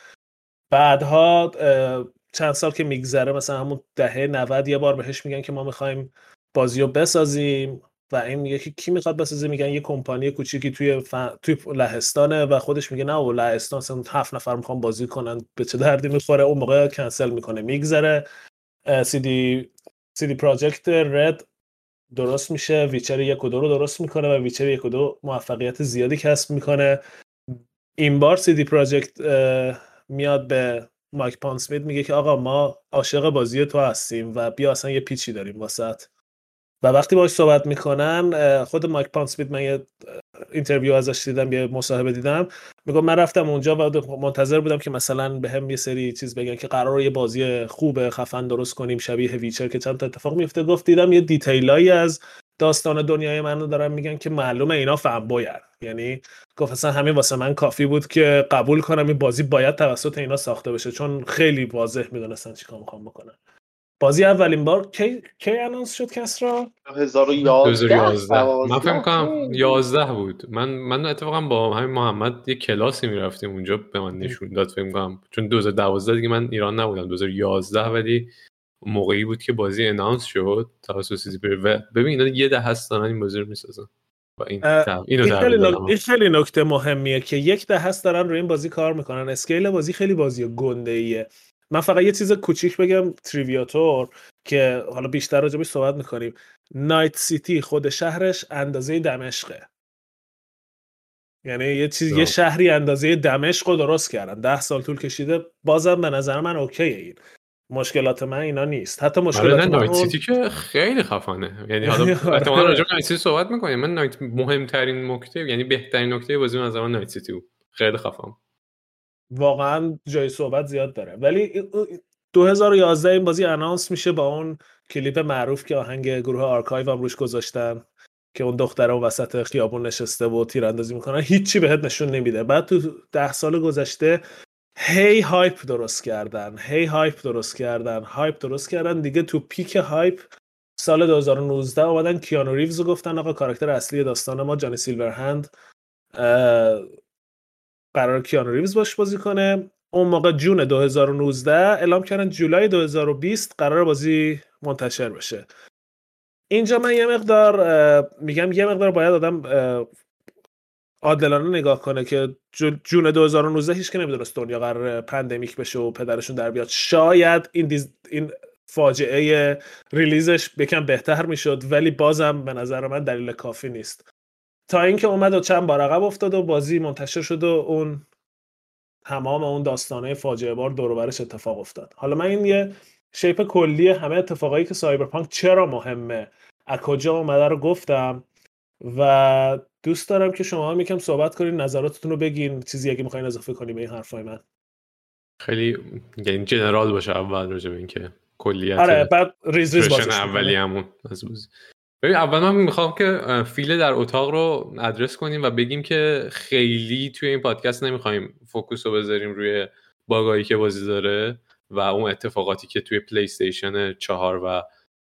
بعدها چند سال که میگذره، مثلا همون دهه نود، یه بار بهش میگن که ما میخوایم بازی رو بسازیم و این میگه که کی میخواد بسازه، میگن یه کمپانی کوچیکی توی ف... توی لهستانه و خودش میگه نه و لهستان اصلا هفت نفر میخوان بازی کنن به چه دردی میخوره. اون موقع کنسل میکنه، میگذره سی دی سی دی پراجکت رد درست میشه، ویچر یک و دو رو درست میکنه و ویچر یک و دو موفقیت زیادی کسب میکنه. این بار سی دی پراجکت میاد به مایک پانسمیت میگه که آقا ما عاشق بازی تو هستیم و بیا اصلا یه پیچی داریم واسط. و وقتی باهاش صحبت میکنن، خود مایک پانسمیت، من یه اینترویو ازش دیدم، یه مصاحبه دیدم، میگم من رفتم اونجا و منتظر بودم که مثلا به هم یه سری چیز بگن که قراره یه بازی خوب خفن درست کنیم شبیه ویچر که چند تا اتفاق میفته. گفت دیدم یه دیتیلایی از داستان دنیای منو دارن میگن که معلومه اینا فنبوین، یعنی گفت اصلا همین واسه من کافی بود که قبول کنم این بازی باید توسط اینا ساخته بشه، چون خیلی واضح میدونستن چیکار میخوان بکنن. بازی اولین بار کی کی انانس شد کسرا؟ دو هزار و یازده من فکر می‌کنم یازده بود. من من اتفاقا با همین محمد یه کلاسی میرفتیم اونجا به من نشون داد، فکر می‌کنم چون دو هزار و دوازده دیگه من ایران نبودم، دو هزار و یازده ولی موقعی بود که بازی انانس شد توسط سیزی و ببین اینا یه ده هست دارن این بازی رو میسازن و این اینو این خیلی, نک... این خیلی نکته مهمیه که یک ده هست دارن روی این بازی کار میکنن. اسکیل بازی خیلی بازی گنده‌ایه. من فقط یه چیز کوچیک بگم تریویاتور که حالا بیشتر راجع بهش صحبت میکنیم. نایت سیتی خود شهرش اندازه دمشقه، یعنی یه چیز یه شهری اندازه دمشق رو درست کردن، ده سال طول کشیده. بازم به نظر من اوکیه، این مشکلات من اینا نیست. حتی مشکلات من نایت سیتی که خیلی خفنه، یعنی حالا احتمالاً راجع به نایت سیتی صحبت می‌کنیم. من نایت مهمترین نکته، یعنی بهترین نکته بازی من از من نایت سیتی بود، خیلی خفن، واقعا جای صحبت زیاد داره. ولی دو هزار و یازده این بازی اناونس میشه با اون کلیپ معروف که آهنگ گروه آرکایو هم روش گذاشتن که اون دختره اون وسط خیابون نشسته و تیراندازی میکنن، هیچی بهت نشون نمیده. بعد تو ده سال گذشته هی هایپ درست کردن هی هایپ درست کردن هایپ درست کردن دیگه. تو پیک هایپ سال دو هزار و نوزده اومدن کیانو ریوز رو گفتن آقا کاراکتر اصلی داستان ما جانی سیلورهند قرار کیانو ریوز باش بازی کنه. اون موقع جون دو هزار و نوزده اعلام کردن جولای دو هزار و بیست قرار بازی منتشر بشه. اینجا من یه مقدار میگم یه مقدار باید آدم عادلانه نگاه کنه که جون دو هزار و نوزده هیچ که نمیدونست دنیا قرار پندمیک بشه و پدرشون در بیاد. شاید این دیز... این فاجعه ریلیزش بکن بهتر میشد، ولی بازم به نظر من دلیل کافی نیست. تا اینکه اومد و چند بار عقب افتاد و بازی منتشر شد و اون تمام اون داستانه فاجعه بار دور و برش اتفاق افتاد. حالا من این یه شیپ کلی همه اتفاقایی که سایبرپانک چرا مهمه، از کجا اومده رو گفتم و دوست دارم که شما هم یکم صحبت کنین، نظراتتون رو بگین، چیزی اگه میخواین اضافه کنین به این حرفای من. خیلی یعنی جنرال باشه اول راجع به این که کلیت آره بعد ریز ریز باشه اولیه‌مون از بازی. ببین اول من میخوام که فیل در اتاق رو ادرس کنیم و بگیم که خیلی توی این پادکست نمیخوایم فوکوس رو بذاریم روی باگایی که بازی داره و اون اتفاقاتی که توی پلی استیشن چهار و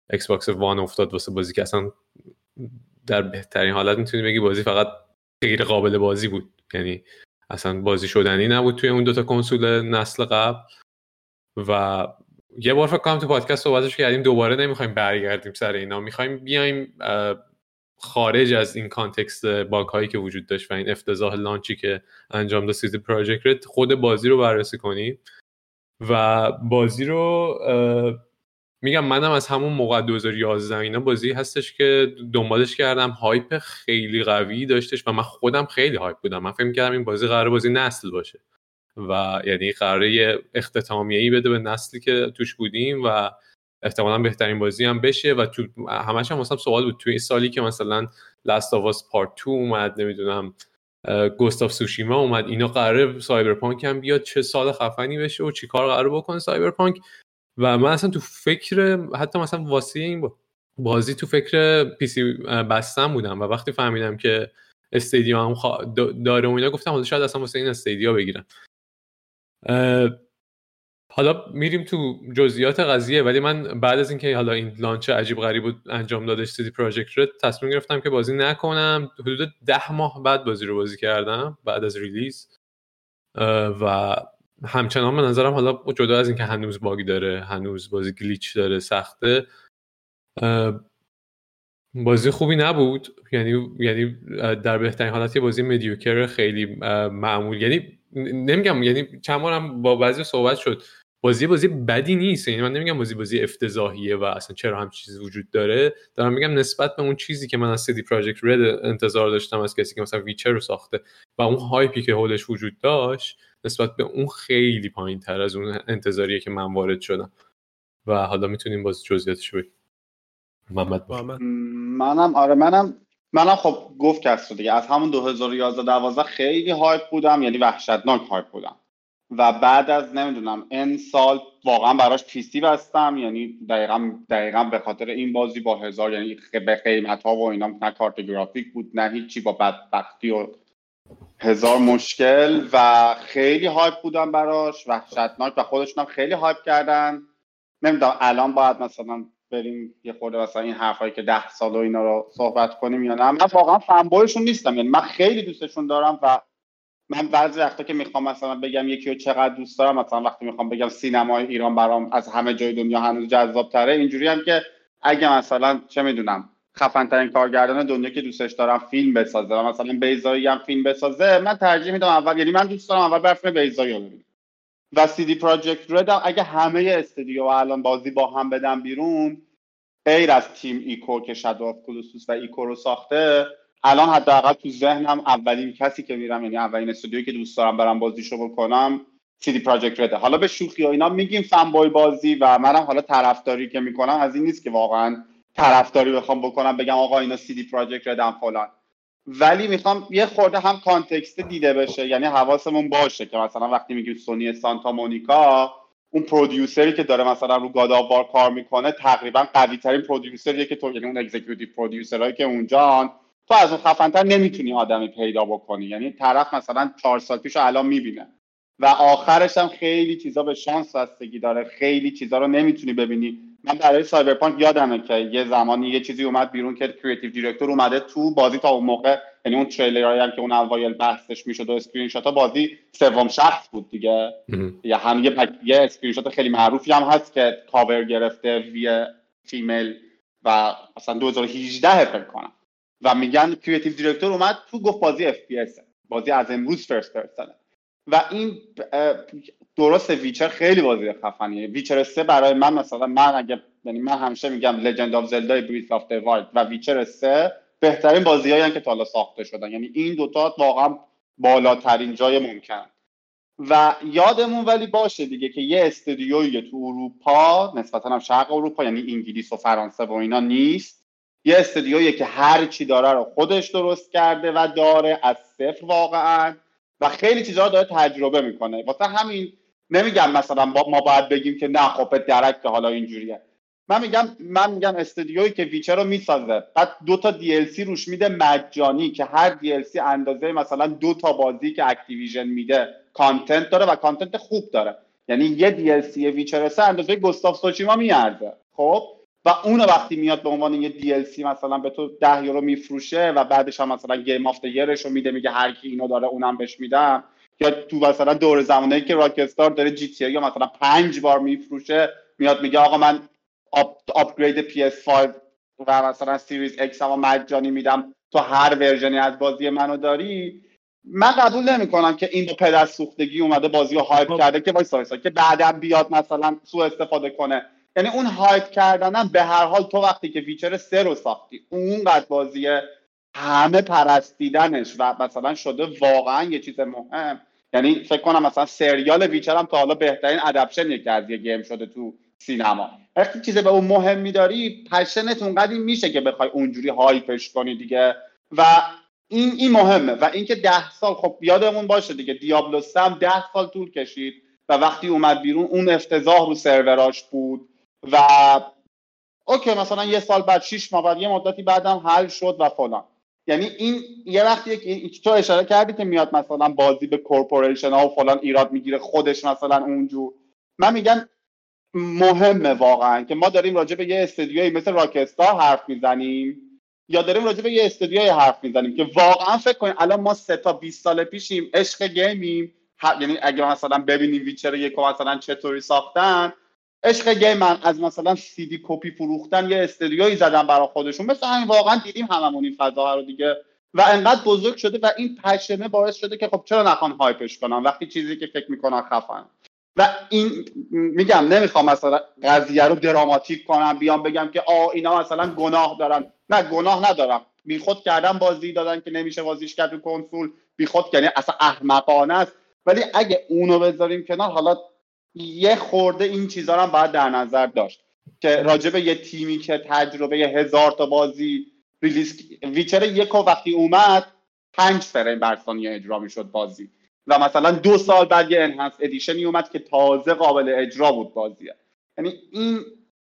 ایکس باکس وان افتاد واسه بازی که اصلا در بهترین حالت میتونی بگی بازی فقط غیر قابل بازی بود، یعنی اصلا بازی شدنی نبود توی اون دوتا کنسول نسل قبل. و یه بار فکر کنم تو پادکست صحبتش کردیم، دوباره نمیخوایم برگردیم سر اینا، میخوایم بیایم خارج از این کانتکست باگ هایی که وجود داشت و این افتضاح لانچی که انجام داد سیتی پراجکت رد، خود بازی رو بررسی کنیم. و بازی رو میگم منم از همون موقع دو هزار و یازده اینا بازی هستش که دنبالش کردم، هایپ خیلی قوی داشتش و من خودم خیلی هایپ بودم. من فکر می‌کردم این بازی قراره بازی نسل باشه و یعنی قراره اختتامیه‌ای بده به نسلی که توش بودیم و احتمالاً بهترین بازی هم بشه. و تو همش هم واسم سوال بود توی سالی که مثلا لاست آف اس پارت دو اومد، نمیدونم گوست آف سوشیما اومد، اینا قراره سایبرپانک هم بیاد، چه سال خفنی بشه و چیکار قراره بکنه سایبرپانک. و من اصلا تو فکر حتی مثلا واسه این بازی تو فکر پی سی بستم بودم و وقتی فهمیدم که استیدیا هم خوا... داره و اینا گفتم حالا شاید اصلا واسه این استیدیا بگیرم. حالا میریم تو جزئیات قضیه، ولی من بعد از اینکه حالا این لانچ عجیب غریب بود انجام دادش سیتی پراجکت رد، تصمیم گرفتم که بازی نکنم. حدود ده ماه بعد بازی رو بازی کردم بعد از ریلیز و همچنان به نظرم حالا جدا از اینکه هنوز باگ داره، هنوز بازی گلیچ داره، سخته، بازی خوبی نبود. یعنی یعنی در بهترین حالت بازی مدیوکر خیلی معمول، یعنی نمیگم، یعنی چند بارم با بعضی صحبت شد بازی بازی بدی نیست، یعنی من نمیگم بازی بازی افتضاحیه و اصلا چرا هم چیزی وجود داره، دارم میگم نسبت به اون چیزی که من از سیتی پراجکت رد انتظار داشتم از کسی که مثلا ویچر رو ساخته و اون هایپی که حولش وجود داشت، نسبت به اون خیلی پایین‌تر از اون انتظاریه که من وارد شدم. و حالا میتونیم باز جزئیاتش بگیم. محمد محمد منم آره منم منم خب گفت کسو دیگه از همون دو هزار و یازده دوازده خیلی هایپ بودم، یعنی وحشتناک هایپ بودم و بعد از نمیدونم ان سال واقعا براش پی سی بستم، یعنی دقیقاً دقیقاً به خاطر این بازی با هزار، یعنی به قیمت ها و اینا، نه کارت گرافیک بود نه هیچی، با بدبختی و هزار مشکل و خیلی هایپ بودم براش، وحشتناک، و خودشون هم خیلی هایپ کردن. نمیدونم الان باید مثلا بریم یه خورده مثلا این حرفایی که ده سال و اینا رو صحبت کنیم یا نه. من واقعا فنبویشون نیستم، یعنی من خیلی دوستشون دارم و من بعضی وقتا که میخوام مثلا بگم یکی رو چقدر دوست دارم، مثلا وقتی میخوام بگم سینمای ایران برام از همه جای دنیا هنوز جذاب تره، اینجوری هم که اگه مثلا چه میدونم خفن ترین کارگردان دنیا که دوستش دارم فیلم بسازه و مثلا بیضایی هم فیلم بسازه، من ترجیح میدم اول، یعنی من دوست دارم اول برفم بیضایی رو ببینم. و سیدی پراجکت رد اگه همه استودیو الان بازی با هم بدن بیرون، غیر از تیم ایکو که شادو آف کلوسوس و ایکو رو ساخته، الان حداقل تو ذهنم اولین کسی که میرم، یعنی اولین استودیویی که دوست دارم برام بازیشو بکنم سیدی پراجکت رد. حالا به شوخی و اینا میگیم فنبوی بازی و منم حالا طرفداری که میکنم از این نیست که واقعا طرفداری بخوام بکنم بگم آقا اینا سیدی پراجکت ردن فلان، ولی میخوام یه خورده هم کانتکست دیده بشه، یعنی حواسمون باشه که مثلا وقتی میگیم سونی سانتا مونیکا، اون پرودیوسری که داره مثلا رو گاد آف وار کار میکنه تقریبا قوی ترین پرودیوسریه که تو، یعنی اون اکزیکیوتیو پرودیوسرایی که اونجان، تو از اون خفن‌تر نمیتونی آدمی پیدا بکنی، یعنی طرف مثلا چهار سال پیشو الان میبینه و آخرش هم خیلی چیزا به شانس بستگی داره، خیلی چیزا رو نمیتونی ببینی. من برای سایبرپانک یادمه که یه زمانی یه چیزی اومد بیرون که کریتیو دیرکتور اومده تو بازی، تا اون موقع یعنی اون تریلرایی هم که اون اوایل بحثش میشد و اسکرین شات ها، بازی سوم شخص بود دیگه. یا هم یه پک... یه اسکرین شات خیلی معروفی هم هست که کاور گرفته وی فیمیل و مثلا دو هزار و هجده فکر کنم، و میگن کریتیو دیرکتور اومد تو گفت بازی اف پی اس، بازی از امروز فرست پرسنه. و این درست ویچر خیلی بازی خفنیه. ویچر سه برای من مثلا، من اگه یعنی من همیشه میگم لژند آف زلدا بریث آف دی وایلد و ویچر سه بهترین بازیایی که تا حالا ساخته شدن، یعنی این دوتا واقعا بالاترین جای ممکن. و یادمون ولی باشه دیگه که یه استودیویی تو اروپا، نسبتا هم شرق اروپا یعنی انگلیس و فرانسه و اینا نیست، یه استودیویی که هر چی داره رو خودش درست کرده و داره از صفر واقعا، و خیلی چیزا رو داره تجربه میکنه. واسه همین نمیگم مثلا ما باید بگیم که نه خب به درک که حالا اینجوریه. من میگم من میگم استودیویی که ویچر رو میسازه، بعد دو تا دی ال سی روش میده مجانی، که هر دی ال سی اندازه مثلا دو تا بازی که اکتیویژن میده کانتنت داره و کانتنت خوب داره، یعنی یه دی ال سی ویچر سه اندازه گوستاف سوشیما میارزه. خب و اون وقتی میاد به عنوان یه دی ال سی مثلا به تو ده یورو میفروشه و بعدش هم مثلا گیم آف دی ایرش رو میده، میگه هر کی اینو داره اونم بهش میدم، یا تو مثلا دور زمانی که راکستار داره جی تی ای یا مثلا پنج بار میفروشه میاد میگه آقا من آپ آپگرید پی اس پنج و مثلا سیریز ایکس هم مجانی میدم تو هر ورژنی از بازی منو داری. من قبول نمیکنم که این دو پدر سوختگی اومده بازی رو هایپ کرده که وایسا وایسا که بعداً بیاد مثلا سوء استفاده کنه. یعنی اون هایپ کردنم به هر حال تو وقتی که ویچر سه رو ساختی اونقدر بازی همه پرستیدنش و مثلا شده واقعا یه چیز مهم، یعنی فکر کنم مثلا سریال ویچر هم تا حالا بهترین ادپشن یکی از یه گیم شده تو سینما. وقتی چیز به اون مهم میداری پشنت اونقدر میشه که بخوای اونجوری هایپش کنی دیگه. و این این مهمه. و اینکه ده سال خب یادمون باشه دیگه دیابلو سه هم ده سال طول کشید و وقتی اومد بیرون اون افتضاح رو سروراش بود و اوکی مثلا یه سال بعد شش ماه بعد یه مدتی بعدم حل شد و فلان. یعنی این یه وقتی که تو اشاره کردی که میاد مثلا بازی به کورپوریشن ها و فلان ایراد میگیره خودش مثلا اونجور، من میگم مهمه واقعا که ما داریم راجع به یه استودیویی مثل راکستار حرف میزنیم یا داریم راجع به یه استودیویی حرف میزنیم که واقعا فکر کنیم الان ما سه تا بیست سال پیشیم عشق گیمیم. یعنی اگه مثلا ببینیم ویچر یک مثلا چطوری ساختن، عشق گیم از مثلا سی دی کپی فروختن یه استودیویی زدن برای خودشون، مثلا همین واقعا دیدیم هممون این فضاها رو دیگه و انقدر بزرگ شده و این پشنه باعث شده که خب چرا نخوان هایپش کنن وقتی چیزی که فکر میکنن خفن. و این میگم نمیخوام مثلا قضیه رو دراماتیک کنم بیام بگم که آ اینا مثلا گناه دارن، نه گناه ندارم، بیخود کردن بازی دادن که نمیشه بازیش کرد تو کنسول، بیخود یعنی اصلا احمقانه است. ولی اگه اونو بذاریم کنار، حالا یه خورده این چیزا رو هم باید در نظر داشت که راجع به یه تیمی که تجربه هزار تا بازی ریلیز، ویچر یک وقتی اومد پنج فریم بر ثانیه اجرا میشد بازی و مثلا دو سال بعد یه انهانس ادیشنی اومد که تازه قابل اجرا بود بازیه. یعنی این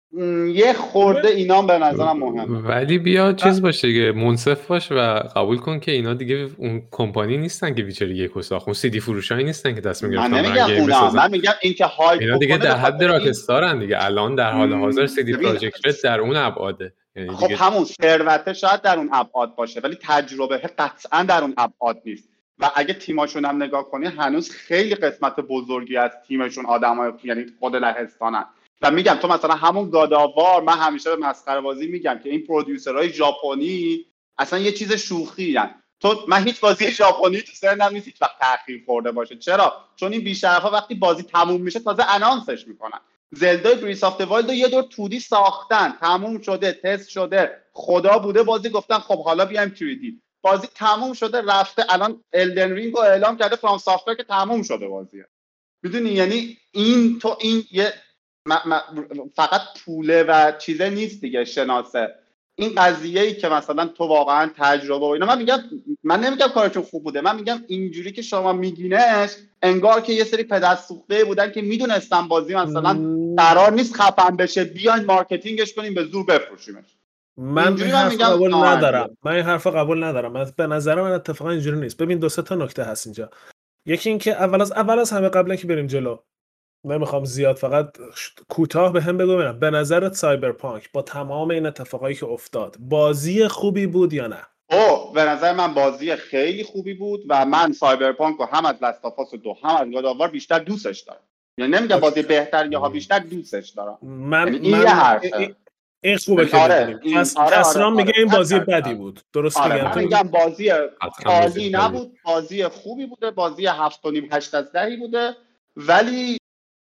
یه خورده اینا به نظرم مهمه. ولی بیا چیز باشه که منصف باش و قبول کن که اینا دیگه اون کمپانی نیستن که ویچر یکو ساخت، اون سی دی فروشایی نیستن که تصمیم گرفتن من نمیگم اونا، من میگم این که هایپ اینا دیگه در حد راکستارن دیگه. الان در حال حاضر سی دی پروژکت رد در اون ابعاده. یعنی خب همون ثروت شاید در اون ابعاد باشه ولی تجربه قطعا در اون ابعاد نیست. و اگه تیماشون هم نگاه کنی هنوز خیلی قسمت بزرگی از تیمشون آدمای یعنی خود لهستانن. و میگم تو مثلا همون گاداوار، من همیشه به مسخره بازی میگم که این پرودیوسرهای ژاپنی اصلا یه چیز شوخی ان. تو من هیچ بازی ژاپنی تو سرم نیست هیچ وقت تأخیر خورده باشه. چرا؟ چون این بی‌شرفا وقتی بازی تموم میشه تازه انانسش میکنن. زلدا بریس آف دی وایلد یه دور تو دی ساختن، تموم شده، تست شده، خدا بوده بازی، گفتن خب حالا بیایم تری دی. بازی تموم شده رفته، الان الدن رینگ رو اعلام کرده فرام سافتور که تموم شده بازیه. میدونی یعنی این تو این یه م- م- فقط پوله و چیزه نیست دیگه، شناسه این قضیه‌ای که مثلا تو واقعا تجربه و اینا. من میگم من نمیگم کارشون خوب بوده، من میگم اینجوری که شما میگینش انگار که یه سری پدر سوخته بودن که میدونستن بازی مثلا قرار نیست خفن بشه، بیاین مارکتینگش کنیم به زور بفروشیمش. من این حرف قبول ندارم. من این حرف قبول ندارم. من به نظر من اتفاقا اینجوری نیست. ببین دو سه تا نکته هست اینجا. یکی این که اول از اول از همه قبل اینکه بریم جلو، نمیخوام زیاد، فقط کوتاه به هم بگو ببینم به نظرت سایبرپانک با تمام این اتفاقایی که افتاد بازی خوبی بود یا نه؟ او به نظر من بازی خیلی خوبی بود و من سایبرپانک رو هم از لاست آف اس دو هم از گادآوار بیشتر دوستش دارم. یعنی نمیگم بازی بهتر یا ها، بیشتر دوستش دارم. من یعنی این من یه حرفه. این خوبه که آره بدونیم. کس آره کسران آره میگه آره این بازی آره بدی بود. درست آره میگم؟ من میگم بازی عالی نبود، بازی خوبی بوده، بازی هفت و نیم هشت از دهی بوده، ولی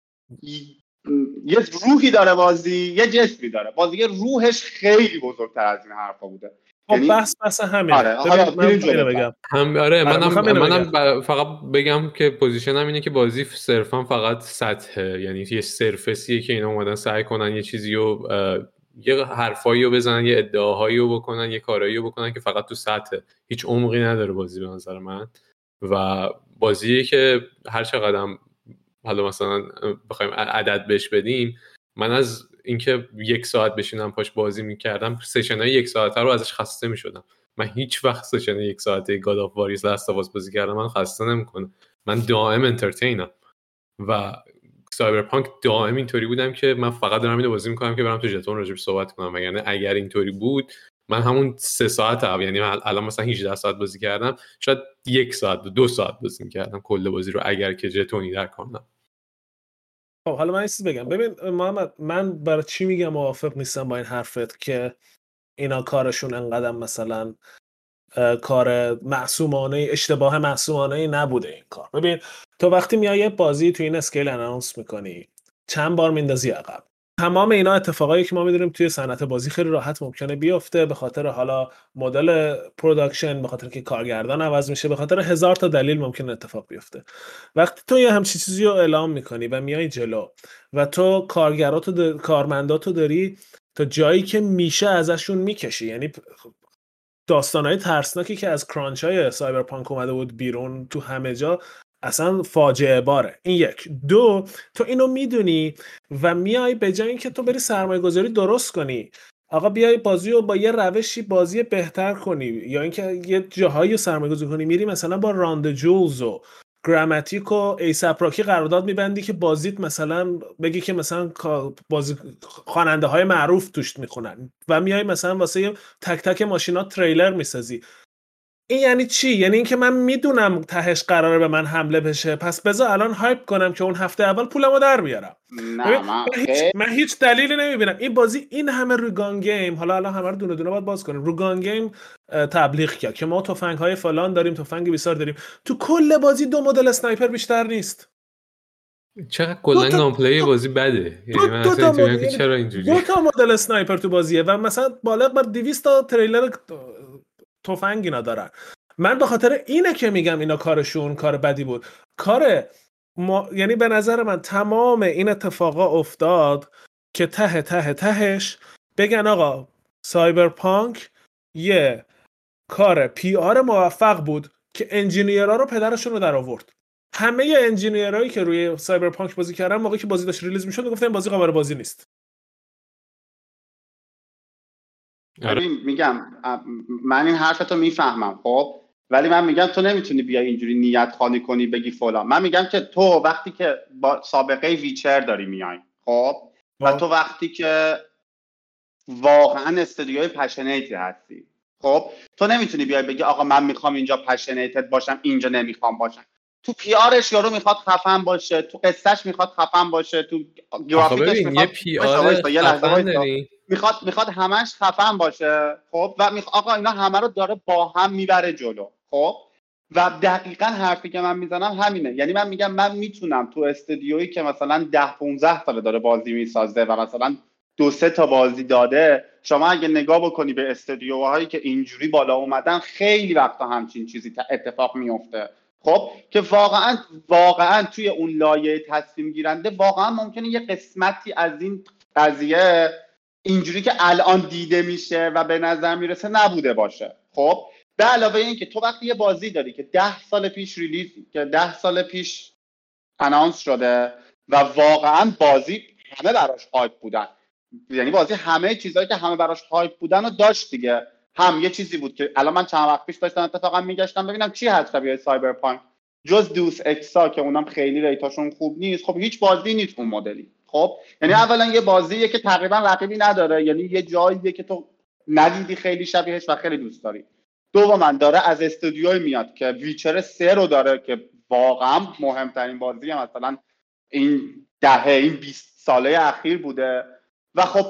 یه روحی داره بازی، یه جسمی داره بازی، یه روحش خیلی بزرگتر از این حرفا بوده. خب یعنی بس بس همینه. آره حالا من بگم هم آره منم منم بگم. فقط بگم که پوزیشنم اینه که بازی صرفا فقط سطحه، یعنی یه سرفسیه که اینا اومدن سعی کنن یه چیزی رو یه حرفایی رو بزنن، یه ادعاهایی رو بکنن، یه کارایی رو بکنن که فقط تو سطحه، هیچ عمقی نداره بازی به نظر من. و بازیه که هر چقدرم حالا مثلا بخوایم عدد بهش بدیم، من از اینکه یک ساعت بشینم پاش بازی میکردم سشنای یک ساعته رو ازش خسته میشدم. من هیچ وقت سشن یک ساعته گاد آف واریز لاست آف اس بازی کردم من خسته نمیکنه، من دائم انترتینم. و سایبرپانک دائم اینطوری بودم که من فقط دارم اینو بازی میکنم که برم تو ژتون راجعش صحبت کنم، وگرنه اگر اینطوری بود من همون سه ساعت هم، یعنی من الان مثلا هجده ساعت بازی کردم، شاید یک ساعت دو ساعت بازی میکردم کل بازی رو اگر که ژتونی در کنم. خب حالا من یه چیز بگم. ببین محمد، من برای چی میگم موافق نیستم با این حرفت که اینا کارشون انقدر مثلا کار معصومانه، اشتباه معصومانه نبوده این کار. ببین تو وقتی میای بازی تو این اسکیل اناونس میکنی، چند بار میندازی عقب. تمام اینا اتفاقایی که ما میدونیم توی صنعت بازی خیلی راحت ممکنه بیفته، به خاطر حالا مدل پروداکشن، به خاطر که کارگردان عوض میشه، به خاطر هزار تا دلیل ممکنه اتفاق بیفته. وقتی تو یه همچین چیزی رو اعلام میکنی و میای جلو و تو کارگراتو د... کارمنداتو داری تا جایی که میشه ازشون میکشی، یعنی داستانهای ترسناکی که از کرانچای سایبرپانک اومده بود بیرون تو همه جا اصلا فاجعه باره. این یک. دو، تو اینو میدونی و میای به جای اینکه تو بری سرمایه گذاری درست کنی، آقا بیای بازی رو با یه روشی بازی بهتر کنی، یا اینکه یه جاهایی سرمایه گذاری کنی، میری مثلا با راند جولز و گراماتیک و ایساپ راکی قرارداد میبندی که بازیت مثلا بگی که مثلا بازی خواننده های معروف توش میخونن و میای مثلا واسه تک تک ماشینات تریلر میسازی. این یعنی چی؟ یعنی اینکه من میدونم تهش قراره به من حمله بشه، پس بذار الان هایپ کنم که اون هفته اول پولمو در بیارم. نه من, من, هیچ، من هیچ دلیلی نمیبینم این بازی این همه رو گان گیم، حالا الان همه رو دونه دونه باید باز کنیم، رو گان گیم تبلیغ کرد که ما تفنگ های فلان داریم، تفنگ بیسار داریم، تو کل بازی دو مدل اسنایپر بیشتر نیست. چقدر کلا گام پلی بازی بده، یعنی من اصلا نمی‌دونم که چرا اینجوری دو تا مدل اسنایپر تو بازیه و مثلا بالغ بر دویست تا تریلر تفنگ اینا دارن. من به خاطر اینه که میگم اینا کارشون کار بدی بود. کار ما... یعنی به نظر من تمام این اتفاقا افتاد که ته ته تهش بگن آقا سایبرپانک یه کار پی آر موفق بود که انجینیرها رو پدرشون رو در آورد. همه انجینیرایی که روی سایبرپانک بازی کردن موقعی که بازی داشت ریلیز میشد گفتن بازی قابل بازی نیست. ببین میگم من این حرفتو میفهمم خب، ولی من میگم تو نمیتونی بیای اینجوری نیت خالی کنی بگی فلان. من میگم که تو وقتی که با سابقه ویچر داری میای خب و تو وقتی که واقعا استودیوی پشنیتی هستی خب، تو نمیتونی بیای بگی آقا من میخوام اینجا پشنیتد باشم اینجا نمیخوام باشم. تو پی آرش یارو میخواد خفن باشه، تو قصهش میخواد خفن باشه، تو گرافیکش میخواد یه پی آر خفن داری، میخواد میخواد همش خفن باشه خب، و میخ... آقا اینا همه رو داره با هم میبره جلو خب. و دقیقاً حرفی که من میزنم همینه. یعنی من میگم من میتونم تو استودیویی که مثلا ده پانزده ساله داره بازی میسازه و مثلا دو سه تا بازی داده، شما اگه نگاه بکنی به استودیوهایی که اینجوری بالا اومدن خیلی وقتا همچین چیزی اتفاق میفته خب، که واقعا واقعا توی اون لایه تصمیم گیرنده واقعا ممکنه یه قسمتی از این قضیه اینجوری که الان دیده میشه و به نظر میرسه نبوده باشه خب. به علاوه این که تو وقتی یه بازی داری که ده سال پیش ریلیز که ده سال پیش اناونس شده و واقعا بازی همه براش هایپ بودن، یعنی بازی همه چیزایی که همه براش هایپ بودن رو داشت دیگه. هم یه چیزی بود که الان من چند وقت پیش داشتم اتفاقا میگشتم ببینم چی هست شبیه سایبرپانک، جز دوس اکسا که اونم خیلی ریتاشون خوب نیست خب، هیچ بازی نیست اون مدلی خب. یعنی اولا یه بازیه که تقریبا رقیبی نداره، یعنی یه جاییه که تو ندیدی خیلی شبیهش و خیلی دوست داری. دوما داره از استودیوی میاد که ویچر سه رو داره که واقعا مهمترین بازی مثلا این دهه این بیست ساله اخیر بوده و خب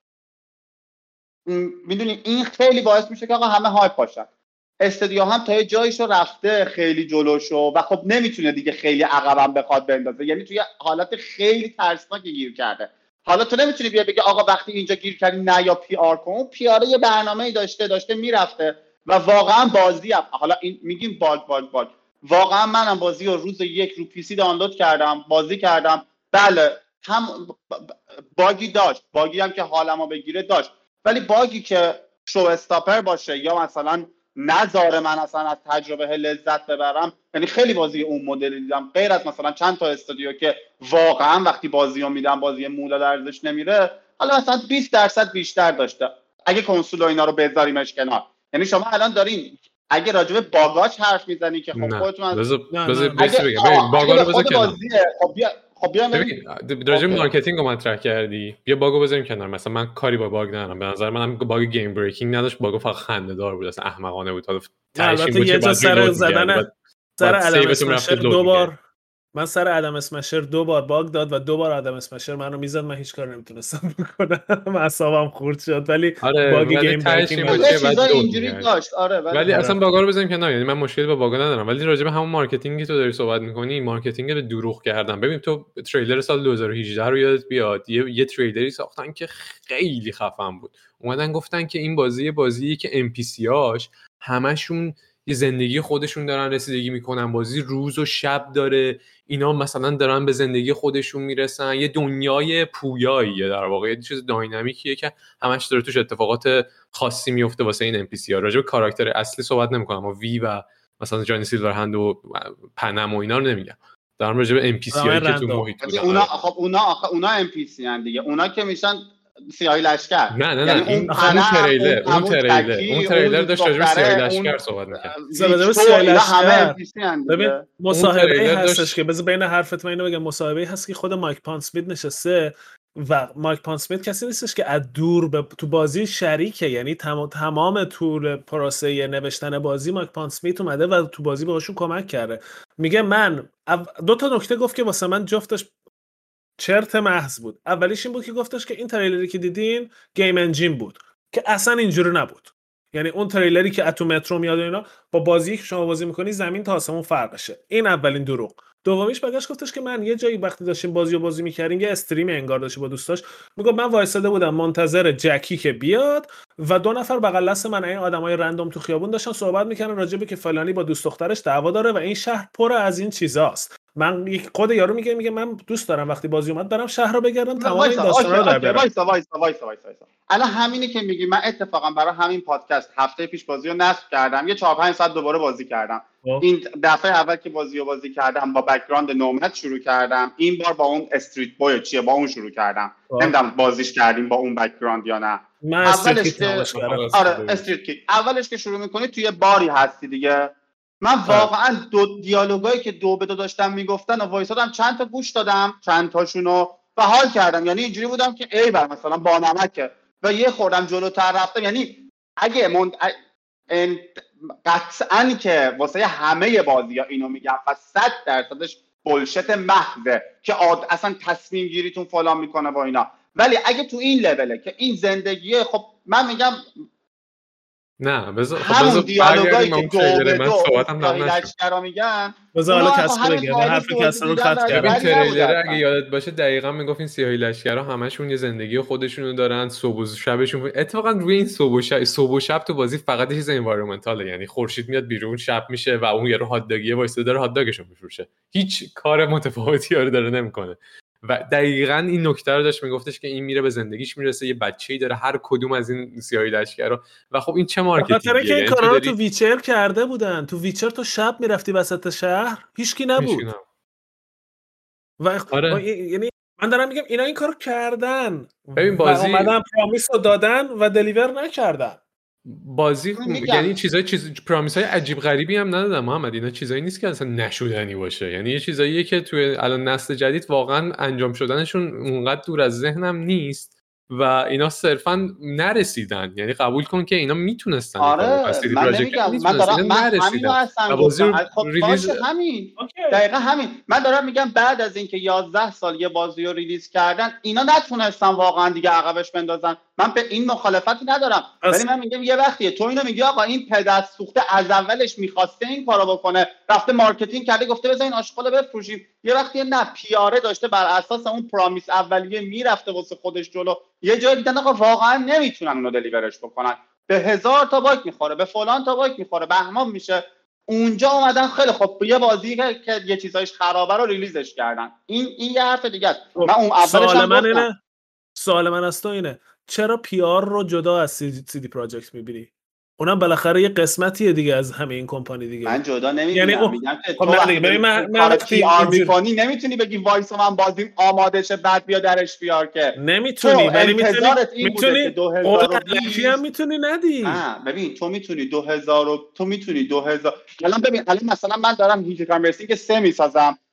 میدونی این خیلی باعث میشه که آقا همه هایپ باشن. استودیو هم تا یه جایشو رفته خیلی جلوشو و خب نمیتونه دیگه خیلی عقبم بخواد بندازه، یعنی توی حالت خیلی ترسناکی گیر کرده. حالا تو نمیتونی بیا بگی آقا وقتی اینجا گیر کردی نه یا پی آر کن، پی آر یه برنامه‌ای داشته داشته میرفته و واقعا بازی هم حالا این میگیم باگ باگ باگ، واقعا منم بازی رو روز یک رو پی سی دانلود کردم بازی کردم، بله هم باگی داشت، باگی هم که حالمو بگیره داشت، ولی باگی که شو استاپر باشه یا مثلا نذاره من اصلا از تجربه لذت ببرم، یعنی خیلی بازی اون مدلی دیدم غیر از مثلا چند تا استودیو که واقعا وقتی بازیو میدم بازی مولا ارزش نمیره، حالا مثلا بیست درصد بیشتر داشته اگه کنسول و اینا رو بذاریمش کنار. یعنی شما الان دارین اگه راجع به باگاش حرف میزنی که خب خودتون از بذار بذار بگم باگا رو بذار کنار. خب بیا خب بیایم ببین راجع به مارکتینگ رو مطرح کردی، بیا باگو بذاریم کنار. مثلا من کاری با باگ ندارم، به نظر منم باگ گیم بریکینگ نداشت، باگو فقط خنده‌دار بود، اصلا احمقانه بود. حالا البته یه جا سر زدن سر ادم اسمشر دو بار من سر ادم اسمشر دو بار باگ داد و دو بار ادم اسمشر منو میزد، من هیچ کار نمیتونستم بکنم، اعصابم خورد شد. ولی آره باگ گیم بریکینگ اینجوری داشت. آره ولی, ولی اصلا باگا رو بزنیم کنار، یعنی من مشکلی با باگا ندارم. ولی راجع به همون مارکتینگی تو داری صحبت می‌کنی، مارکتینگ به دروغ کردن. ببین تو تریلر سال دو هزار و هجده رو یادت بیاد، یه, یه تریلری ساختن که خیلی خفن بود، اومدن گفتن که این بازی بازیه که ام پی سی هاش همشون یه زندگی خودشون دارن رسیدگی میکنن، بازی روز و شب داره، اینا مثلا دارن به زندگی خودشون میرسن، یه دنیای پویاییه در واقع، یه چیز داینامیکیه که همش داره توش اتفاقات خاصی میفته واسه این ام پی سی ها. راجع به کاراکتر اصلی صحبت نمیکنم، اما وی و مثلا جانی سیلورهند و پنم و اینا رو نمیگم، دارم راجع به ام پی سی هایی که تو محیط بودن. اونا خب اونا اونا ام پی سی ان دیگه، اونا که میشن سیاهی لشکر. نه نه نه این اون تریلر اون تریلر اون تریلر داشت راجع به سیاهی لشکر صحبت می‌کرد. راجع به سیاهی لشکر ببین مصاحبه هستش که بذار بین حرفت من اینو بگم، مصاحبه هست که خود مایک پانسمیت نشسته و مایک پانسمیت کسی نیستش که از دور به تو بازی شریکه، یعنی تمام تمام طول پروسه نوشتن بازی مایک پانسمیت اومده و تو بازی بهشون کمک کرده. میگه من دو تا نکته گفت که واسه من جفتش چرت محض بود. اولیش این بود که گفتش که این تریلری که دیدین گیم انجین بود، که اصلا اینجوری نبود. یعنی اون تریلری که اتو مترو میاد و اینا با بازی که شما بازی میکنی زمین تا آسمون فرقشه. این اولین دروغ. دومیش برگشت گفتش که من یه جایی وقتی داشتیم بازی رو بازی میکردیم، یه استریم انگار داشت با دوستاش، میگم من وایساده بودم منتظر جکی که بیاد و دو نفر بغل دست من این آدمای رندوم تو خیابون داشتن صحبت میکردن راجع به که فلانی با دوست دخترش دعوا داره و این شهر پر از این چیزاست. من یک خود یارو میگه میگه من دوست دارم وقتی بازی اومد برام شهر رو بگردم تمام این داستانا رو در بیارم. وایسا وایسا وایسا وایسا الان همینی که میگی من اتفاقا برای همین پادکست هفته پیش بازی رو نصب کردم، یه چهار پنج ساعت دوباره بازی کردم. أوه. این دفعه اول که بازی رو بازی کردم با بک‌گراند نومد شروع کردم، این بار با اون استریت بوی چیه با اون شروع کردم. نمیدونم بازیش کردیم با اون بک‌گراند یا نه. اولش که آره استریت کی اولش که شروع میکنی توی باری هستی دیگه. من واقعا دو دیالوگایی که دو به دو داشتم میگفتن و وایسادم چند تا گوش دادم، چند تاشونو و حال کردم. یعنی اینجوری بودم که ای بر مثلا با نمکه و یه خوردم جلوتر رفتم. یعنی اگه من قطعاً که واسه همه بازی‌ها اینو میگم و صد درصدش بولشت محضه که آد... اصلا تصمیم گیریتون فلان میکنه با اینا، ولی اگه تو این لوله که این زندگیه، خب من میگم نه بذار خب بذار دیالوگایی که دو به دو صحبتم لشکرا میگن بذار حالا کسب بگه من حرف کسب رو قطع کردم. این تریلر اگه یادت باشه دقیقاً میگفت این سیاهی لشکرا همشون یه زندگی خودشونو دارن، صبح و شبشون. اتفاقا روی این صبح و شب صبح و شب تو بازی فقط چیز انوایرمنتاله، یعنی خورشید میاد بیرون شب میشه و اون یارو هات داگیه وایساده داره هات داگشو میفروشه، هیچ کار متفاوتی رو داره نمیکنه. و دقیقاً این نکته رو داشت میگفتش که این میره به زندگیش میرسه، یه بچه‌ای داره هر کدوم از این سیاهی لشکرا. و خب این چه مارکتینگیه؟ خاطر که این کارا رو تو ویچر کرده بودن. تو ویچر تو شب میرفتی وسط شهر هیچکی نبود. و آره. یعنی من دارم میگم اینا این کارو کردن. ببین بازی اومدن پرامیس رو دادن و دلیور نکردن. بازی یعنی چیزای چیز پرامیسای عجیب غریبی هم ندادن محمد. اینا چیزایی نیست که اصلا نشودنی باشه، یعنی یه چیزاییه که توی الان نسل جدید واقعا انجام شدنشون اونقدر دور از ذهنم نیست و اینا صرفا نرسیدن. یعنی قبول کن که اینا میتونستن. آره من نمیگم من دارم من همین هستم خب ریلیز همین دقیقاً همین من دارم میگم بعد از اینکه یازده سال یه بازی رو ریلیز کردن اینا نتونستن واقعا دیگه عقبش بندازن. من به این مخالفتی ندارم، ولی من میگم یه وقتیه تو اینو میگی آقا این پدر سوخته از اولش میخواسته این کارو بکنه، رفته مارکتینگ کرده گفته بذار این آشغالو بفروشیم. یه وقتی نه پیاره داشته بر اساس اون پرامیس اولیه میرفته واسه خودش جلو، یه جای دیدن آقا واقعا نمیتونن اونو دلیورش بکنن، به هزار تا باگ میخوره، به فلان تا باگ میخوره، بهمان میشه. اونجا اومدن خیلی خب یه بازی که, که یه چیزایش خرابه رو ریلیزش کردن. این این یه حرف دیگه است. من اون اولش هم من اینه سوال من از تو اینه چرا پی آر رو جدا از سی دی پراجکت میبینی؟ اونم بالاخره یه قسمتیه دیگه از همه این کمپانی دیگه. من جدا نمیبینم. یعنی او... میگم که خب من دیگه ببین من من پی آر میکنی نمیتونی بگی وایس من بازیم آماده شه بعد بیا درش بیار که نمیتونی، ولی میتونی میتونی دو هزار و بیست هم میتونی ندی. نه ببین تو میتونی دو هزار تو میتونی دو هزار الان ببین الان مثلا من دارم هیچ کام رسینگ سه میسازم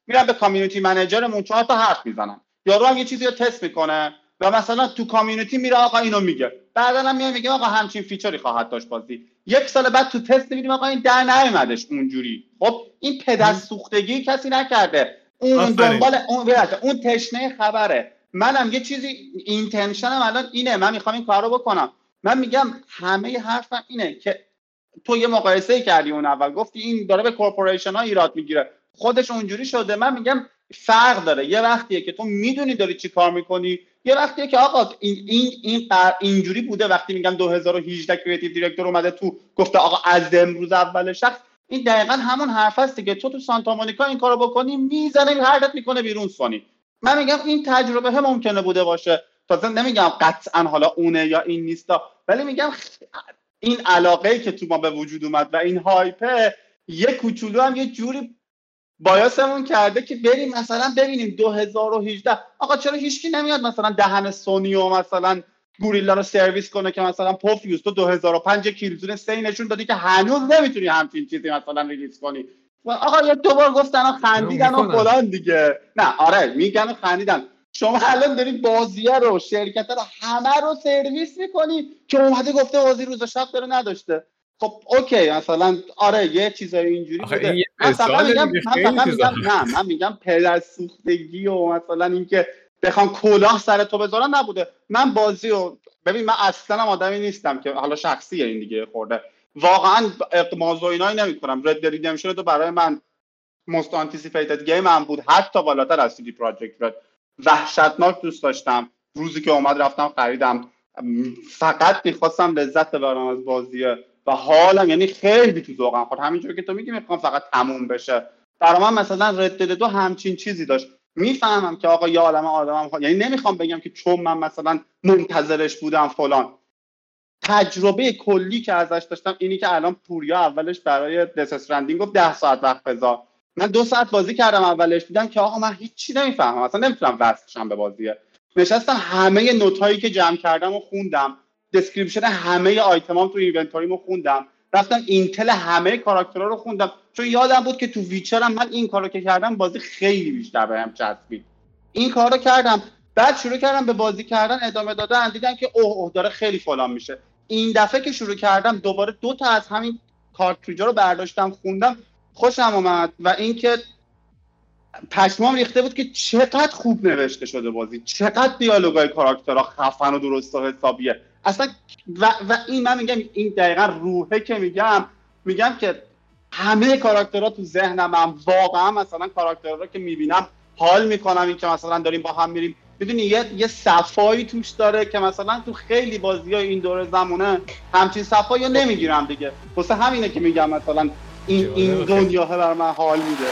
میرم به کامیونیتی منیجرمون چهار تا حرف میزنم، یارو هم یه چیزی رو تست میکنه و مثلا تو کامیونیتی میره آقا اینو میگه، بعدا هم میاد میگه آقا همچین فیچری خواهد داشت بازی. یک سال بعد تو تست میبینیم آقا این در نیومدش اونجوری. خب این پدر سوختگی کسی نکرده، اون دنبال اون وقت اون تشنه خبره. منم یه چیزی اینتنشنم الان اینه، من میخوام این کارو بکنم. من میگم همه حرفم اینه که تو یه مقایسه کردی اون اول گفتی این داره به کورپوریشن ها ایراد میگیره، خودش اونجوری شده. من میگم فرق داره، یه وقتیه که تو میدونی داری چی کار میکنی، یه وقتیه که آقا این این این اینجوری بوده. وقتی میگم دو هزار و هجده کریتیو دیرکتور اومده تو گفته آقا از امروز اول شخص، این دقیقاً همون حرف است دیگه. تو تو سانتا مونیکا این کارو بکنی میزنه هردت میکنه بیرون سونی. من میگم این تجربه هم ممکنه بوده باشه، تازه نمیگم قطعا حالا اونه یا این نیستا، ولی میگم این علاقه‌ای که تو ما به وجود اومد و این هایپه یه کوچولو هم یه جوری بایاسمون کرده که بریم مثلا ببینیم دو هزار و هجده آقا چرا هیچکی نمیاد مثلا دهن سونی و مثلا گوریلا رو سرویس کنه که مثلا پوفیوس تو دو هزار و پنج کیلزون سه نشون دادی که هنوز نمیتونی همچین چیزی مثلا ریلیز کنی. آقا یه دوبار گفتن و خندیدن و فلان دیگه. نه آره میگن و خندیدن. شما الان داری بازیه رو شرکت رو همه رو سرویس میکنی که اومده گفته بازی روز و شب داره نداشته. خب اوکی مثلا آره یه چیزای اینجوری بوده. مثلا میگم من میگم نه من میگم پدر سوختگی و مثلا اینکه بخوام کلاه سر تو بذارن نبوده. من بازی رو ببین من اصلا آدمی نیستم که حالا شخصیه این دیگه خورده واقعا اقماز و اینایی نمیکنم. رد ریدمشن تو برای من most anticipated game هم بود، حتی بالاتر از سی دی پراجکت رد. وحشتناک دوست داشتم، روزی که اومد رفتم خریدم، فقط میخواستم لذت ببرم از بازیه و حالم یعنی خیلی تو ذوقم خورد. همینجوری که تو میگی میخوام فقط تموم بشه. برای من مثلا رد دد دو همچین چیزی داشت. میفهمم که آقا یا عالمه آدمم ها... یعنی نمیخوام بگم که چون من مثلا منتظرش بودم فلان. تجربه کلی که ازش داشتم اینی که الان پوریا اولش برای دس استرندینگ گفت ده ساعت وقت بذار. من دو ساعت بازی کردم اولش، دیدم که آقا من هیچی نمیفهمم، اصلا نمیتونم وصلشم به بازیه. نشستم همه نوتایی که جمع کردم و خوندم، دسکریپشن همه آیتمام تو اینونتوریمو خوندم، رفتم اینتل همه کاراکترها رو خوندم، چون یادم بود که تو ویچرم من این کارو که کردم بازی خیلی بیشتر بهم چسبید. این کارو کردم، بعد شروع کردم به بازی کردن ادامه دادن، دیدم که اوه اوه داره خیلی فلان میشه. این دفعه که شروع کردم دوباره دو تا از همین کارتریجا رو برداشتم خوندم، خوشم اومد و اینکه پشمام ریخته بود که چقدر خوب نوشته شده بازی، چقدر دیالوگای کاراکترها خفن و درست و حسابیه اصلا. و, و این من میگم این دقیقا روحه که میگم میگم که همه کاراکترها تو ذهنم هم واقعا مثلا کاراکترها که میبینم حال میکنم این که مثلا داریم با هم میریم. میدونی یه یه صفایی توش داره که مثلا تو خیلی بازی‌های این دوره زمونه همچین صفایی رو نمیگیرم دیگه. واسه همینه که میگم مثلا این این دنیاه بر من حال میده.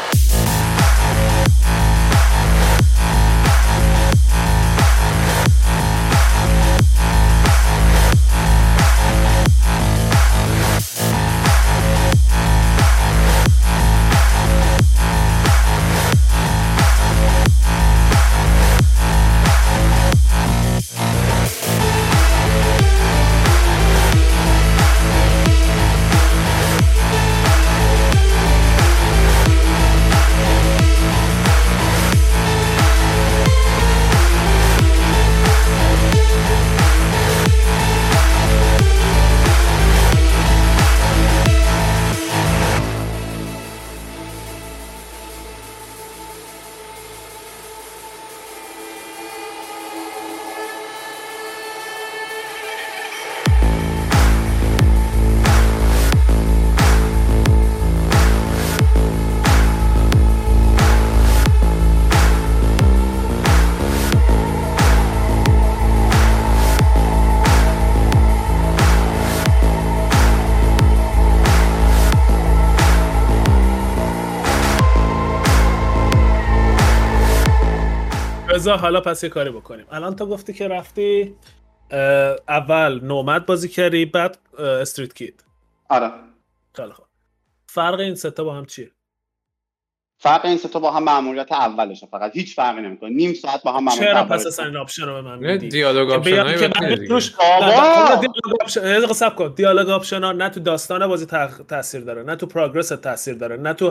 بذار حالا پس یه کاری بکنیم. الان تو گفتی که رفتی اول نومد بازی کردی بعد استریت کید. آره. خیلی خوب. فرق این سه تا با هم چیه؟ فرق این سه تا با هم مأموریت اولشه، فقط هیچ فرقی نمیکنه. نیم ساعت با هم مأموریت. چرا پس اصلا این آپشن رو به من میدی؟ دیالوگ آپشنای روش دیالوگ آپشن یه دقیقه صبر کن. دیالوگ آپشنا نه تو داستان بازی تاثیر داره، نه تو پروگرس تاثیر داره، نه تو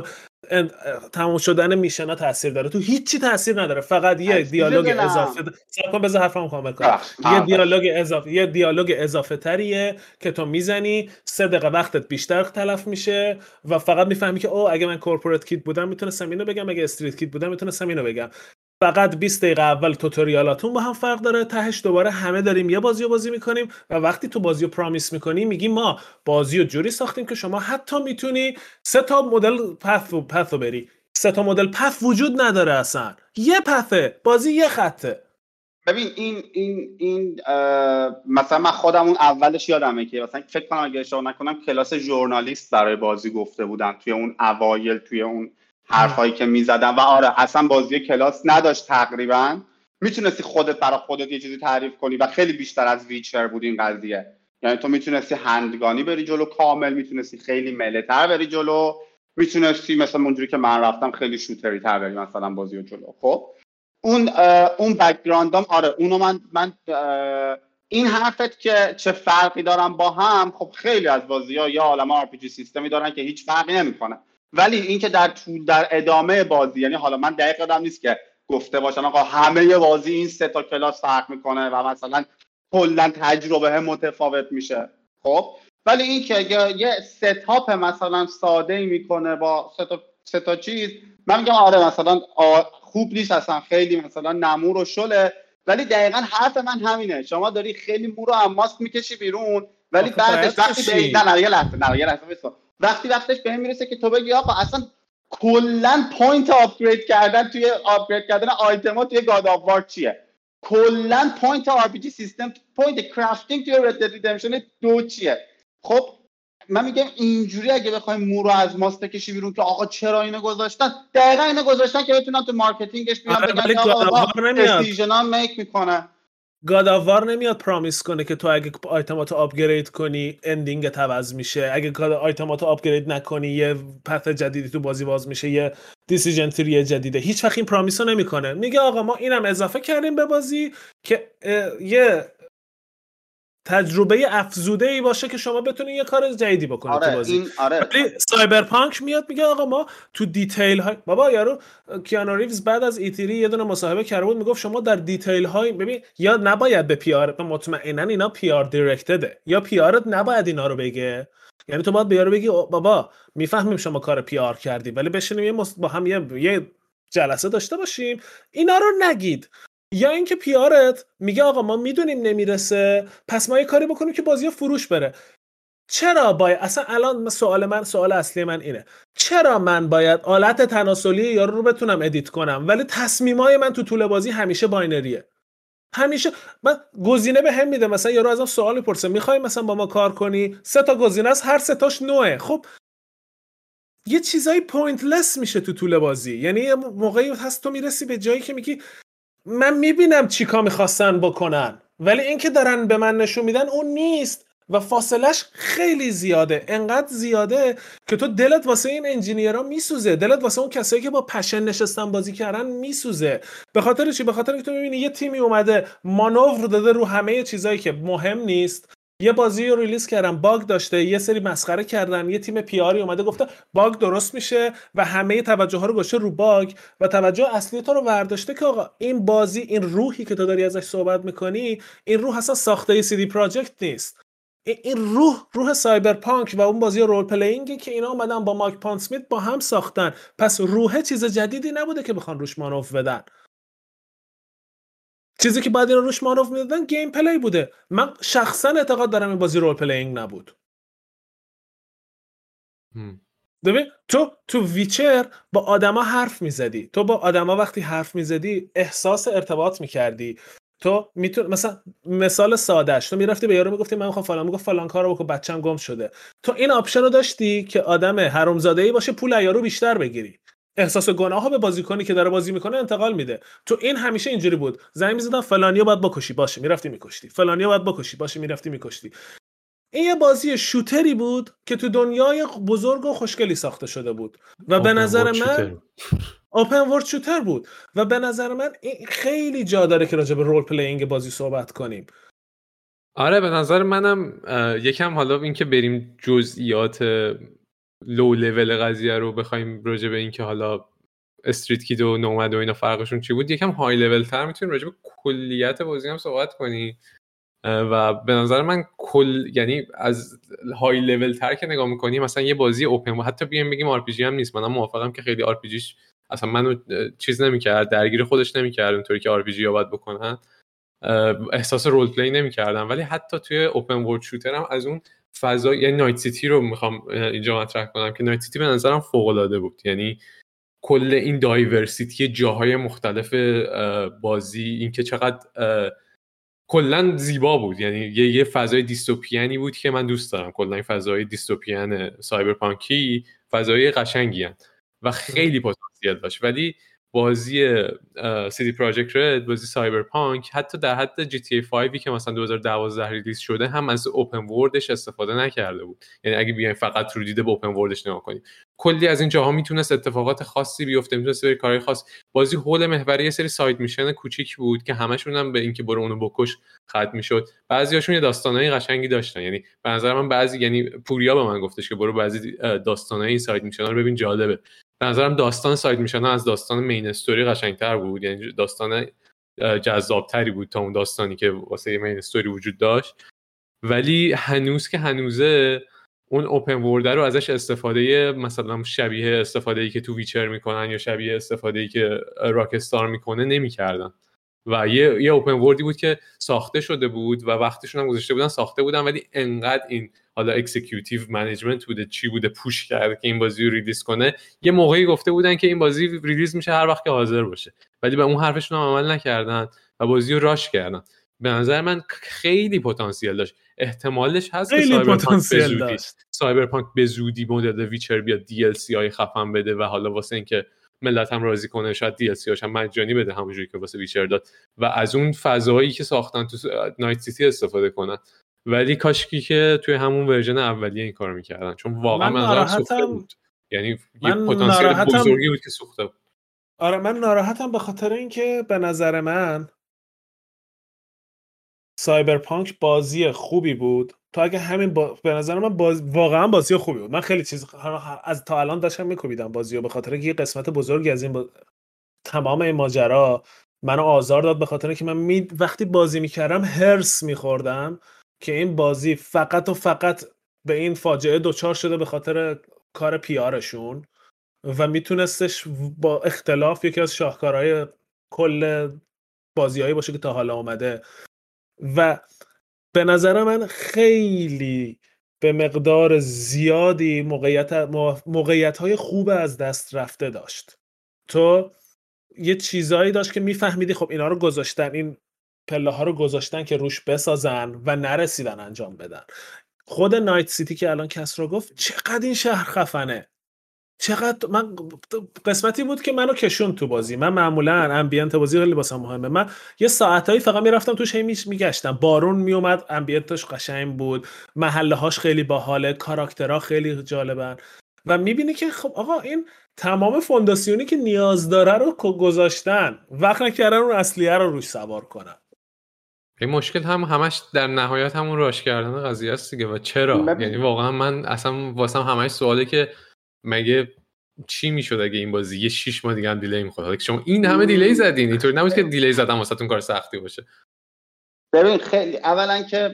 تموم شدن میشنا تاثیر داره، تو هیچی تاثیر نداره، فقط یه دیالوگ اضافه. صبر بذار حرفمو کامل کنم. یه دیالوگ اضافه یه دیالوگ اضافه تریه که تو میزنی، سه دقیقه وقتت بیشتر تلف میشه و فقط میفهمی که او اگه من کورپوریت کیت بودم میتونستم اینو بگم، اگه استریت کیت بودم میتونستم اینو بگم. فقط بیست دقیقه اول توتوریالاتون با هم فرق داره، تهش دوباره همه داریم یه بازی رو بازی میکنیم و وقتی تو بازی رو پرامیس میکنی میگی ما بازی رو جوری ساختیم که شما حتی میتونی سه تا مدل پث و پث رو بری. سه تا مدل پث وجود نداره اصلا، یه پثه، بازی یه خطه. ببین این این این مثلا من خودمون اولش یادمه که مثلا فکر کنم اگه اشتباه نکنم کلاس ژورنالیست برای بازی گفته بودن توی اون اوایل، توی اون حرفایی که میزدن و آره اصلا بازی کلاس نداشت تقریبا، میتونستی خودت برای خودت یه چیزی تعریف کنی و خیلی بیشتر از ویچر بود این قضیه. یعنی تو میتونستی هندگانی بری جلو کامل، میتونستی خیلی مله‌تر بری جلو، میتونستی مثلا اونجوری که من رفتم خیلی شوتری تر بری مثلا بازی رو جلو. خب اون اون بک‌گراندام آره اونو من من این حرفت که چه فرقی دارن با هم، خب خیلی از بازی‌ها یا عالمه آر پی جی سیستمی دارن که هیچ فرقی نمی‌کنه، ولی اینکه در طول در ادامه بازی، یعنی حالا من دقیق یادم نیست که گفته باشن آقا همه بازی این سه تا کلاس فرق میکنه و مثلا کلا تجربه هم متفاوت میشه. خب ولی این که یه ستاپ مثلا ساده میکنه با سه تا سه تا چیز، من میگم آره مثلا خوب نیست اصلا، خیلی مثلا نمور و شله، ولی دقیقاً حرف من همینه، شما داری خیلی مو رو اماست میکشی بیرون ولی بعدش وقتی به نه نه یه لحظه نه یه لحظه بس وقتی وقتش بهم میرسه که تو بگی آقا اصلا کلا پوینت آپگرید کردن توی آپگرید کردن آیتما توی گاد آف وار چیه، کلا پوینت آر پی جی سیستم، پوینت کرافتینگ توی رد دد ریدمپشن دو چیه. خب من میگم اینجوری اگه بخوایم مو رو از ماست بکشی بیرون که آقا چرا اینو گذاشتن، دقیقاً اینو گذاشتن که بتونن تو مارکتینگش بیان بگن آقا دیسیژن میک میکنه. گاد آف وار نمیاد پرامیس کنه که تو اگه آیتماتو آپگرید کنی اندینگت عوض میشه، اگه آیتماتو آپگرید نکنی یه پث جدیدی تو بازی باز میشه، یه دیسیژن تری جدیده. هیچ وقت این پرامیسو نمیکنه، میگه آقا ما اینم اضافه کردیم به بازی که یه تجربه افزوده‌ای باشه که شما بتونید یه کار جدیدی بکنید آره، تو بازی. این آره. ولی سایبرپانک میاد میگه آقا ما تو دیتیل های بابا یارو کیانو ریوز بعد از ایتری یه دونه مصاحبه کرده بود میگفت شما در دیتیل های ببین، یا نباید به پی آر، مطمئنا اینا پی آر دایرکتده، یا پی آرت نباید اینا رو بگه، یعنی تو باید به یارو بگی بابا میفهمیم شما کار پی آر کردی ولی بشینیم یه مست... با هم یه... یه جلسه داشته باشیم، اینا رو نگید. یا اینکه پیارت میگه آقا ما میدونیم نمیرسه پس ما یه کاری بکنیم که بازی فروش بره. چرا باید اصلا الان سوال من سوال اصلی من اینه، چرا من باید آلت تناسلی یارو رو بتونم ادیت کنم ولی تصمیمای من تو طول بازی همیشه باینریه؟ همیشه من گزینه به هم میده، مثلا یارو ازم سوال میپرسه میخوای مثلا با ما کار کنی، سه تا گزینه است هر سه تاش نوعه. خب یه چیزای پوینتلس میشه تو طول بازی، یعنی یه موقعی هست تو میرسی به جایی که میگی من میبینم چیکار میخواستن بکنن ولی این که دارن به من نشون میدن اون نیست و فاصلش خیلی زیاده، انقدر زیاده که تو دلت واسه این انجینیرها میسوزه، دلت واسه اون کسایی که با پشن نشستن بازی کردن میسوزه. به خاطر چی؟ به خاطر اینکه تو میبینی یه تیمی اومده مانور داده رو همه چیزایی که مهم نیست، یه بازی رو ریلیز کردن باگ داشته، یه سری مسخره کردن، یه تیم پی آری اومده گفته باگ درست میشه و همه توجه ها رو گذاشته رو باگ و توجه اصلی تو رو برداشته که آقا این بازی، این روحی که تو داری ازش صحبت میکنی، این روح اصلا ساخته سی دی پراجکت نیست، این روح روح سایبرپانک و اون بازی رول پلیینگی که اینا اومدن با مایک پانسمیت با هم ساختن، پس روح چیز جدیدی نبوده که بخوان روش مانور بدن. چیزی که بعد اینا روش مانور میدادن گیم پلی بوده. من شخصا اعتقاد دارم این بازی رول پلیینگ نبود. ببین تو تو ویچر با آدما حرف میزدی، تو با آدما وقتی حرف میزدی احساس ارتباط میکردی. تو میتون مثلا مثال سادهش، تو میرفتی به یارو میگفتی من میخوام فلان، میگفت فلان کارو بکن بچه‌م گم شده، تو این آپشن رو داشتی که آدم حرومزاده‌ای باشه پول یارو بیشتر بگیری، احساس گناهو به بازیکنی که داره بازی میکنه انتقال میده. تو این همیشه اینجوری بود، زنگ میزدن فلانیو باید بکشی، باشه میرفتی میکشتی، فلانیو باید بکشی، باشه میرفتی میکشتی. این یه بازی شوتری بود که تو دنیای بزرگ و خوشگلی ساخته شده بود و به نظر من اوپن ورلد شوتر بود و به نظر من این خیلی جا داره که راجع به رول پلیینگ بازی صحبت کنیم. آره به نظر منم یکم حالا این که بریم جزئیات لو لول قضیه رو بخوایم راجع به این که حالا استریت کید و نومد و اینا فرقشون چی بود یکم های لول تر میتونیم راجع به کلیت بازی هم صحبت کنیم و به نظر من کل یعنی از های لول تر که نگاه میکنیم مثلا یه بازی اوپن و حتی بیایم بگیم آر پی جی هم نیست، منم موافقم که خیلی آر پی جیش اصلا منو چیز نمیکرد، درگیر خودش نمیکرد اونطوری که آر پی جی ها باید بکنن، احساس رول پلی نمیکردم. ولی حتی توی اوپن ورلد شوتر هم از اون فضا، یعنی نایت سیتی رو میخوام اینجا مطرح کنم که نایت سیتی به نظرم فوق العاده بود. یعنی کل این دایورسیتی جاهای مختلف بازی، این که چقدر کلا زیبا بود، یعنی یه, یه فضای دیستوپیانی بود که من دوست دارم. کلا این فضای دیستوپیان سایبرپانکی فضای قشنگی هست و خیلی پتانسیل داشت. ولی بازی سیتی پراجکت رد، بازی سایبرپانک، حتی در حد جی تی ای پنج که مثلا دو هزار و دوازده ریلیز شده هم از اوپن وردش استفاده نکرده بود. یعنی اگه بیایم فقط رو دیده به اوپن وردش نگاه کنیم، کلی از این جاها میتونست اتفاقات خاصی بیفته، میتونست بری کارهای خاص. بازی حول محوری یه سری ساید میشن کوچیک بود که همشون هم به اینکه برو اونو بکش ختم میشد. بعضیاشون یه داستانای قشنگی داشتن، یعنی به نظر من بعضی، یعنی پوریا به من گفتش که برو بعضی داستانای این ساید میشن رو ببین، جالبه. به نظرم داستان ساید میشن از داستان مین استوری قشنگتر بود، یعنی داستان جذابتری بود تا اون داستانی که واسه مین استوری وجود داشت. ولی هنوز که هنوزه اون اوپن ورلد رو ازش استفاده مثلا شبیه استفاده‌ای که تو ویچر میکنن یا شبیه استفاده‌ای که راکستار میکنه نمیکردن و یه یه اوپن وردی بود که ساخته شده بود و وقتشون هم گذاشته بودن ساخته بودن، ولی انقدر این حالا اکزیکیوتیو منیجمنت بوده چی بوده پوش کرده که این بازی رو ریلیز کنه. یه موقعی گفته بودن که این بازی ریلیز میشه هر وقت که حاضر باشه، ولی به اون حرفشون هم عمل نکردن و بازی رو راش کردن. به نظر من خیلی پتانسیل داشت، احتمالش هست که سایبرپانک به زودی سایبرپانک به زودی مدل ویچر بیاد دی ال سی های خفن بده و حالا واسه اینکه ملت هم راضی کنه شاید دی ال سی هاش هم مجانی بده همونجوری که واسه ویچر داد و از اون فضایی که ساختن تو نایت سیتی استفاده کنن. ولی کاشکی که توی همون ورژن اولیه این کارو میکردن، چون واقعا من ناراحتم سوخته بود، یعنی یه پتانسیل بزرگی بود که سوخته بود. آره من ناراحتم به خاطر اینکه به نظر من سایبرپانک بازی خوبی بود. تا اگه همین با... به نظر من باز... واقعا بازی خوبی بود. من خیلی چیز از تا الان داشتم میکوبیدم بازیو به خاطر اینکه یه قسمت بزرگی از این با... تمام این ماجرا منو آزار داد، به خاطر اینکه من می... وقتی بازی میکردم هرس میخوردم که این بازی فقط و فقط به این فاجعه دوچار شده به خاطر کار پیارشون و میتونستش با اختلاف یکی از شاهکارهای کل بازیایی باشه که تا حالا اومده. و به نظر من خیلی به مقدار زیادی موقعیت موقعیت‌های خوب از دست رفته داشت. تو یه چیزایی داشت که میفهمیدی خب اینا رو گذاشتن، این پله ها رو گذاشتن که روش بسازن و نرسیدن انجام بدن. خود نایت سیتی که الان کس رو گفت چقدر این شهر خفنه، چقدر من قسمتی بود که منو کشون تو بازی. من معمولا امبینت بازی خیلی واسم مهمه، من یه ساعتایی فقط میرفتم توش هی میگشتم، بارون میومد امبینتش قشنگ بود، محله هاش خیلی باحاله، کاراکترها خیلی جالبن و میبینی که خب آقا این تمام فونداسیونی که نیاز داره رو گذاشتن، وقت نکردن اون اصلیه رو روش سوار کنن. این مشکل هم همش در نهایت همون راش کردن قضیه است دیگه. و چرا؟ یعنی واقعا من اصلا واسم همش سواله که مگه چی میشد اگه این بازی یه شش ماه دیگه هم دیلی میخورد؟ حالا شما این همه دیلی زدین، اینطوری نبود که دیلی زدم واسهتون کار سختی باشه. ببین خیلی اولا که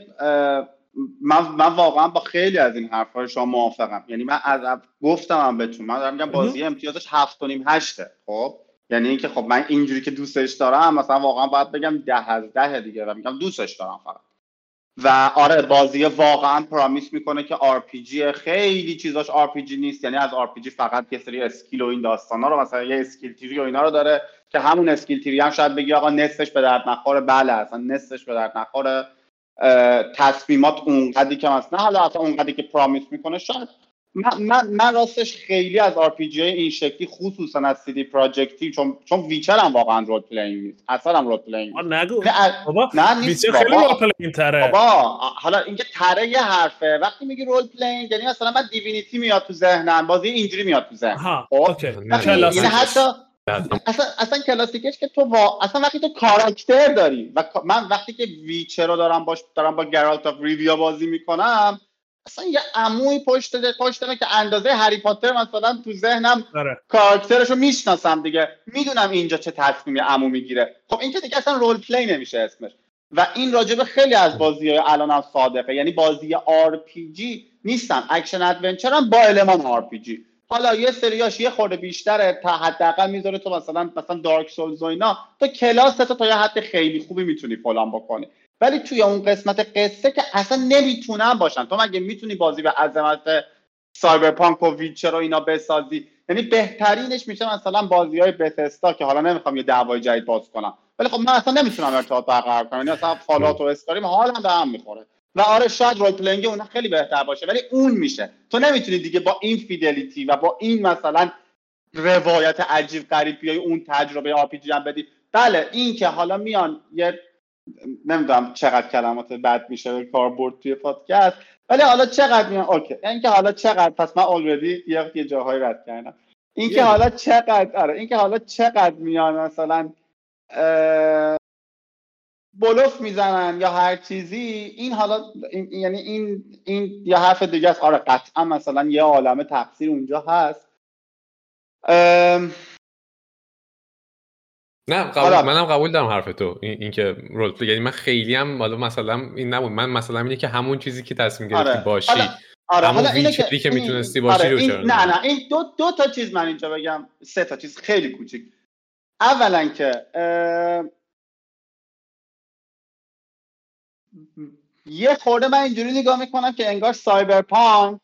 من من واقعا با خیلی از این حرفای شما موافقم. یعنی من از گفتم هم بهتون، من دارم میگم بازی امتیازش هفت و نیم هشته. خب یعنی اینکه خب من اینجوری که دوستش دارم مثلا واقعا باید بگم ده از ده دیگه و میگم دوستش دارم فقط. و آره بازی واقعا پرامیس میکنه که آر پی جی، خیلی چیزاش آر پی جی نیست، یعنی از آر پی جی فقط یه سری اسکیل و این داستانا رو، مثلا یه اسکیل تری و اینا رو داره که همون اسکیل تری هم شاید بگی آقا نصفش به درد نخوره. بله اصلا نصفش به درد نخوره. تصمیمات اونقدری که مثلا حالا اصلا اونقدری که پرامیس میکنه شاید من من, من راستش خیلی از آر پی جی این شکلی خصوصا از سی دی پراجکتی، چون چون ویچر هم واقعا رول پلیینگ نیست، اصلا هم رول پلیینگ نیست. نگو نه بابا نه ویچر خیلی رول پلیینگ تره بابا. حالا اینکه تره یه حرفه، وقتی میگی رول پلیینگ یعنی مثلا من دیوینیتی میاد تو ذهنم، بازی اینجوری میاد تو ذهنم. خب اوکی یعنی حتی اصلا اصلا کلاسیکش که تو وا... اصلا وقتی تو کاراکتر داری و من وقتی که ویچر رو دارم باش دارم با گرالت آف ریویا بازی میکنم اصلا یه عموی پشت پشتمه که اندازه هری پاتر مثلا تو ذهنم آره. کاراکترشو میشناسم دیگه، میدونم اینجا چه تصمیمی عمو میگیره. خب این که دیگه اصلا رول پلی نمیشه اسمش. و این راجبه خیلی از بازی‌های الان هم صادقه، یعنی بازی آر پی جی نیستن، اکشن ادونچر هم با المان آر پی جی. حالا یه سریاش یه خورده بیشتره، تا حداقل میذاره تو مثلا مثلا دارک سولز و اینا تو کلاس تو تا یه حد خیلی خوبی میتونی فلان بکنی، ولی توی اون قسمت قصه که اصلا نمیتونن باشن. تو مگه میتونی بازی به عظمت سایبرپانک و ویچر و اینا بسازی؟ یعنی بهترینش میشه مثلا بازی‌های بثستا که حالا نمیخوام یه دعوای جدید باز کنم، ولی خب من اصلا نمیتونم ارتباط برقرار کنم. یعنی مثلا فالات و اسکاریم حالم به هم میخوره و آره شاید رول پلینگ اون خیلی بهتر باشه، ولی اون میشه. تو نمیتونی دیگه با این فیدلیتی و با این مثلا روایت عجیب غریبی اون تجربه آر پی جی هم بدی. بله این که حالا میان یه نمیدونم چقدر کلمات بد میشه کاربرد توی پادکست، ولی حالا چقدر میان اوکی، این که حالا چقدر، پس من already یه یه جاهای رد کردم. این که حالا چقدر آره این که حالا چقدر میان مثلا بلوف میزنن یا هر چیزی، این حالا این یعنی این این یه حرف دیگه است. آره قطعا مثلا یه عالمه تقصیر اونجا هست. ام... نه قبول، منم قبول دارم حرف تو، این اینکه رول پلی، یعنی من خیلی هم حالا مثلا این نبود، من مثلا اینه که همون چیزی که تصمیم گرفتی آره. باشی حالا آره همون حالا ویچری که, که میتونستی باشی آره. رو چرا نه نه این دو دو تا چیز من اینجا بگم، سه تا چیز خیلی کوچیک. اولا که یه خورده من اینجوری نگاه میکنم که انگار سایبرپانک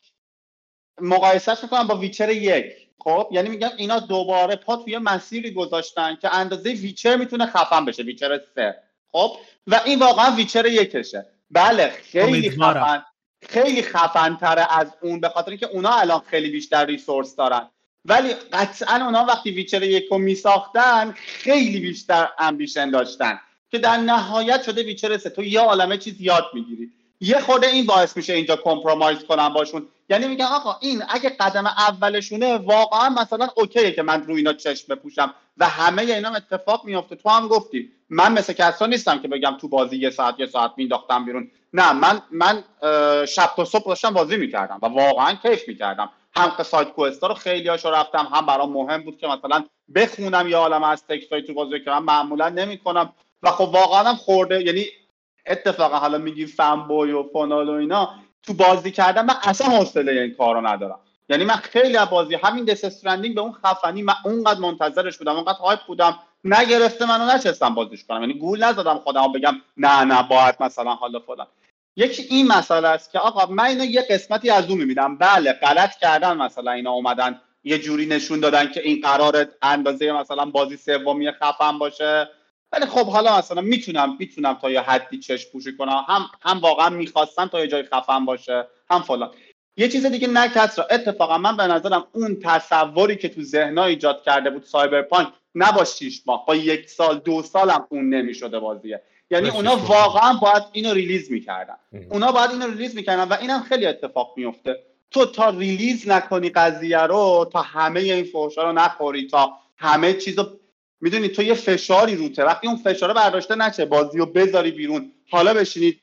مقایسهش میکنم با ویچر یک. خب یعنی میگم اینا دوباره پا توی مسیری گذاشتن که اندازه ویچر میتونه خفن بشه، ویچر سه. خب و این واقعا ویچر یکشه. بله خیلی خفن، خیلی خفن تره از اون، به خاطر اینکه اونا الان خیلی بیشتر ریسورس دارن، ولی قطعا اونا وقتی ویچر یک رو میساختن خیلی بیشتر امبیشن داشتن که در نهایت شده ویچر سه. تو یه عالمه چیز یاد میگیری. یه خورده این باعث میشه اینجا کامپرومایز کنم باشون، یعنی میگم آقا این اگه قدم اولشونه واقعا مثلا اوکیه که من روی اینا چشم بپوشم و همه اینا اتفاق میفته. تو هم گفتی من مثل کسا نیستم که بگم تو بازی یه ساعت یه ساعت مینداختم بیرون. نه من من شب تا صبح داشتم بازی میکردم و واقعا کیف میکردم. هم سایت کوئستا رو خیلی هاشو رفتم، هم برام مهم بود که مثلا بخونم یه عالمه از تکستای تو بازی که من معمولا نمیکنم و خب واقعا هم خورده. یعنی اتفاقا حالا میگی فن بوی و فانال و اینا، تو بازی کردن من اصلا حوصله این کارو ندارم. یعنی من خیلی از بازی همین دث استرندینگ به اون خفنی من اونقدر منتظرش بودم، اونقدر هایپ بودم، نگرفته منو نچستم بازیش کنم. یعنی گول نزدم خودمو بگم نه نه باید مثلا حالا فلان. یکی این مسئله است که آقا من اینو یه قسمتی از اون میبینم. بله غلط کردن، مثلا اینا اومدن یه جوری نشون دادن که این قراره اندازه مثلا بازی سومی خفن باشه، ولی خب حالا مثلا میتونم میتونم تا یه حدی چشم پوشی کنم، هم هم واقعا میخواستم تا یه جای خفن باشه، هم فلان. یه چیز دیگه نکس را اتفاقا من به نظرم اون تصوری که تو ذهن‌ها ایجاد کرده بود سایبرپانک نه با شش ماه، با یک سال دو سال هم اون نمیشده بازیه. یعنی اونا واقعا باید اینو ریلیز میکردن، اونا باید اینو ریلیز میکردن و اینم خیلی اتفاق میفته. تو تا ریلیز نکنی قضیه رو، تا همه این فحشا رو نخوری، تا همه چیزو میدونی تو یه فشاری روته، وقتی اون فشاره برداشته نشه بازی رو بذاری بیرون، حالا بشینید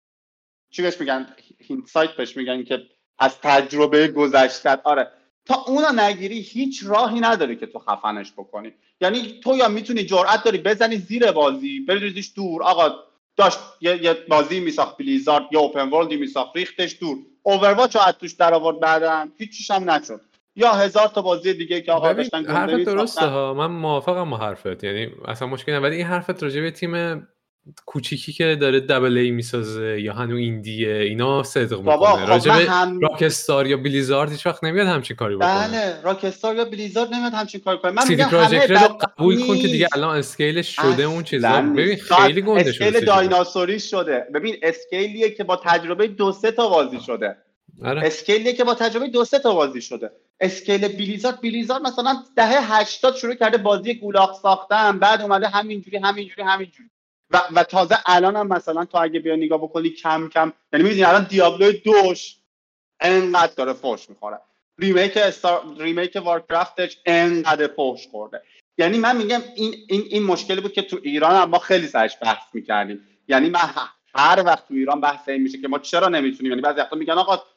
چی بهش میگن، اینسایت بهش میگن که از تجربه گذشته. آره تا اونو نگیری هیچ راهی نداری که تو خفنش بکنی. یعنی تو یا میتونی جرأت داری بزنی زیر بازی بریزیش دور، آقا داشت یه, یه بازی میساخت بلیزارد یا اوپن ورلدی میساخت ریختش دور، اوورواچ رو از توش در آورد بعدن هیچیش هم نشد، یا هزار تا بازی دیگه که آقا داشتن گنده حرفت درسته ها، من موافقم با حرفت، یعنی اصلا مشکلی نه، ولی این حرفت راجع به تیم کوچیکی که داره دبل ای میسازه یا هنو ایندیه اینا صدق میکنه. راجع به هم... راکستار یا بلیزارد هیچ وقت نمیاد همچین کاری بکنه. بله راکستار یا بلیزارد نمیاد همچین کاری کنه. من سیتی پروژکت رو قبول کن که دیگه الان اسکیلش شده اون چیزا، ببین خیلی گنده شده، اسکیل دایناسوری شده. ببین اسکیلیه که با تجربه دو سه تا بازی شده. آره. اسکیلیه که با تجربه دو سه تا بازی شده. اسکیل بلیزارد بلیزارد مثلا دهه هشتاد شروع کرده بازی گولاخ ساختن، بعد اومده همینجوری همینجوری همینجوری و, و تازه الان هم مثلا تو اگه بیا نگاه بکنی کم کم، یعنی می‌بینی الان دیابلو دوش انقدر داره فوش میخوره، ریمیک استار ریمیک وارکرافتش انقدر فوش خورده. یعنی من میگم این این این مشکلی بود که تو ایران هم ما خیلی سرش بحث میکردیم. یعنی من هر وقت تو ایران بحث این میشه که ما چرا نمیتونیم، یعنی بعضی وقتا میگن آقا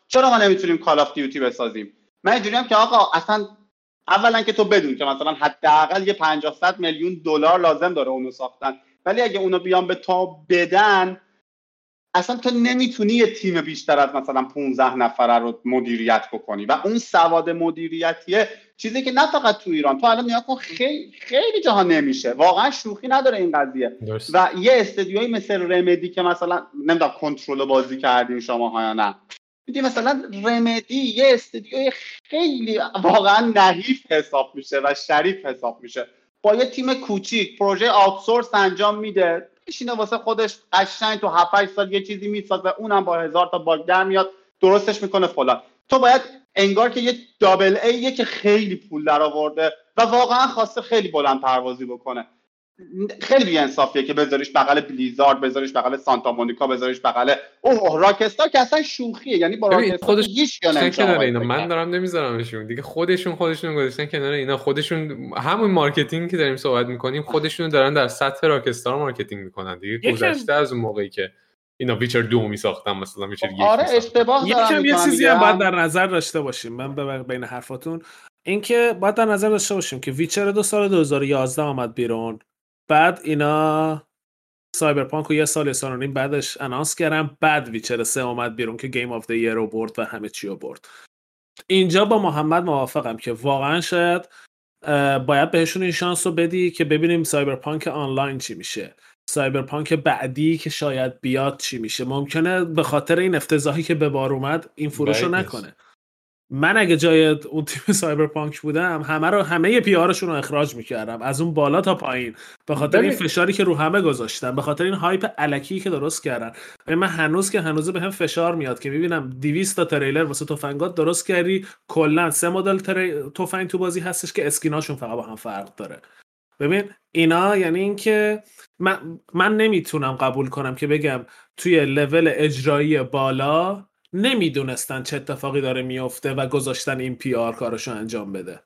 چرا ما نمیتونیم کال آف دیوتی بسازیم؟ من اینجوریم که آقا اصلا اولا که تو بدون که مثلا حداقل یه پنجاه صد میلیون دلار لازم داره اونو ساختن، ولی اگه اونو بیان به تو بدن اصلا تو نمیتونی یه تیم بیشتر از مثلا پانزده نفره رو مدیریت بکنی و اون سواد مدیریتیه چیزی که نه فقط تو ایران، تو الان نیا کن خیلی خیلی جاها نمیشه، واقعا شوخی نداره این قضیه. درست. و یه استدیوی مثل رمدی که مثلا نمیدونم کنترل بازی کردین شما یا نه، میدونی مثلا رمدی یه استدیوی خیلی واقعا نحیف حساب میشه و شریف حساب میشه، با یه تیم کوچیک پروژه آوتسورس انجام میده، میشینه واسه خودش قشنگ تو هفت هشت سال یه چیزی میسازه، اونم با هزار تا باگ در میاد درستش میکنه فلان. تو باید انگار که یه دابل ایه که خیلی پول در آورده و واقعا خواسته خیلی بلند پروازی بکنه، خیلی بی‌انصافیه که بذاریش بغل بلیزارد، بذاریش بغل سانتا مونیکا، بذاریش بغل اوه راکستار که اصلا شوخیه، یعنی با راکستار خودش هیچ یا نمیشه نمیشه. اینا من دارم نمیذارمشون دیگه، خودشون خودشون گذاشتن کنار اینا، خودشون همون مارکتینگ که داریم صحبت میکنیم خودشون دارن در سطح راکستار مارکتینگ میکنن دیگه، گذشته از اون موقعی که اینا ویچر دو میساختن مثلا ویچر یک. آره اشتباه دارن. یه چیزی هم باید در نظر داشته باشیم، من بین حرفاتون اینکه باید در نظر داشته باشیم که ویچر دو سال دو هزار و یازده اومد بیرون، بعد اینا سایبرپانک رو یه سال یه سال و نیم بعدش انانس کردن، بعد ویچر سه اومد بیرون که گیم آف دی ایر رو برد و همه چی رو برد. اینجا با محمد موافقم که واقعا شاید باید بهشون این شانس رو بدی که ببینیم سایبرپانک آنلاین چی میشه، سایبرپانک بعدی که شاید بیاد چی میشه. ممکنه به خاطر این افتضاحی که به بار اومد این فروش رو نکنه. من اگه جای اون تیم سایبرپانک بودم همه رو همه پی آرشون رو اخراج میکردم از اون بالا تا پایین، به خاطر این فشاری که رو همه گذاشتن، به خاطر این هایپ الکی که درست کردن. من هنوز که هنوز به هم فشار میاد که میبینم دویست تا تریلر واسه تفنگات درست کردی، کلا سه مدل تری... تفنگ تو بازی هستش که اسکیناشون فقط با هم فرق داره. ببین اینا یعنی این که من من نمیتونم قبول کنم که بگم توی لول اجرایی بالا نمیدونستن چه اتفاقی داره میفته و گذاشتن این پی آر کارشو انجام بده.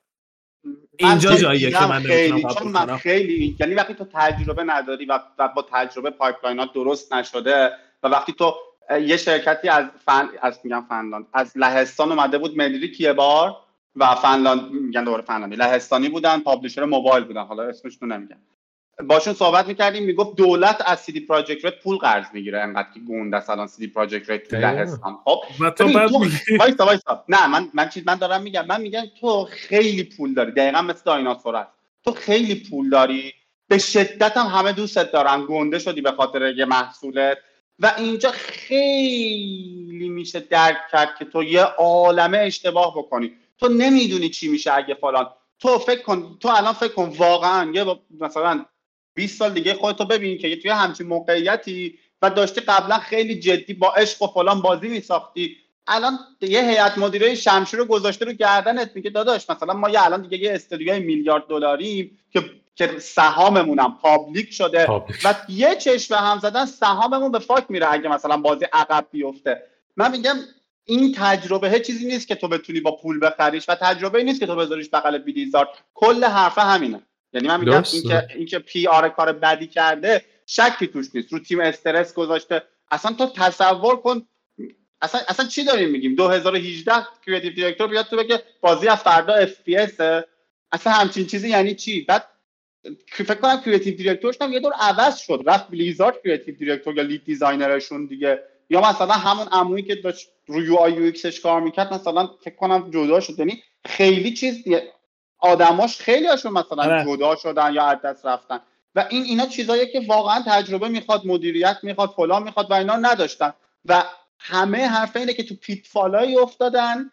اینجا جاییه که من نمیتونم قبول کنم. من خیلی یعنی وقتی تو تجربه نداری و, و با تجربه پایپلاینات درست نشده و وقتی تو یه شرکتی از فن از میگم فنلاند از لهستان اومده بود مدریک یه بار و فنلاند میگن دوباره فنلاندی لهستانی بودن، پابلشر موبایل بودن، حالا اسمش رو نمیگم، باشون صحبت میکردیم میگفت دولت از سی دی پروژکت رد پول قرض میگیره انقدر که گونده الان سی دی پروژکت رد تو لهستان. خب و تو بعد وایسا وایسا نه من من چیز من دارم میگم من میگم تو خیلی پول داری، دقیقاً مثل دایناسور است، تو خیلی پول داری به شدت هم همه دوستت دارن، گنده شدی به خاطر یه محصولت و اینجا خیلی میشه درک کرد که تو یه عالمه اشتباه بکنی، تو نمیدونی چی میشه اگه فلان. تو فکر کن تو الان فکر کن واقعا یه مثلا بیست سال دیگه خودتو ببین که توی همچین موقعیتی و داشتی قبلا خیلی جدی با عشق و فلان بازی میساختی، الان یه هیئت مدیره شمشیر رو گذاشته رو گردنت میگه داداش مثلا ما یه الان دیگه یه استودیوی میلیارد دلاریم که که سهاممون هم پابلیک شده پابلیک. و یه چشم هم زدن سهاممون به فاک میره اگه مثلا بازی عقب بیفته. من میگم این تجربه چیزی نیست که تو بتونی با پول بخریش و تجربه نیست که تو بذاریش بغل بلیزارد. کل حرفه همینه. یعنی من میگم اینکه اینکه پی آر کار بدی کرده شکی توش نیست، رو تیم استرس گذاشته. اصلا تو تصور کن اصلا اصلا چی داریم میگیم دو هزار و هجده کریتیو دایرکتور بیاد تو بگه بازی از فردا اف پی اس، اصلا همچین چیزی یعنی چی؟ بعد فکر کنم کریتیو دایرکتورش هم یه دور عوض شد، رفت بلیزارد کریتیو دایرکتور یا لید دیزاینرشون دیگه، یا مثلا همون عمویی که داشت رو یو آی یو ایکسش کار میکرد مثلا فکر کنم جدا شد. یعنی خیلی چیز آدماش خیلی هاشون مثلا جدا شدن یا از دست رفتن و این اینا چیزاییه که واقعا تجربه میخواد، مدیریت میخواد، فلان میخواد و اینا نداشتن و همه حرف اینه که تو پیتفالایی افتادن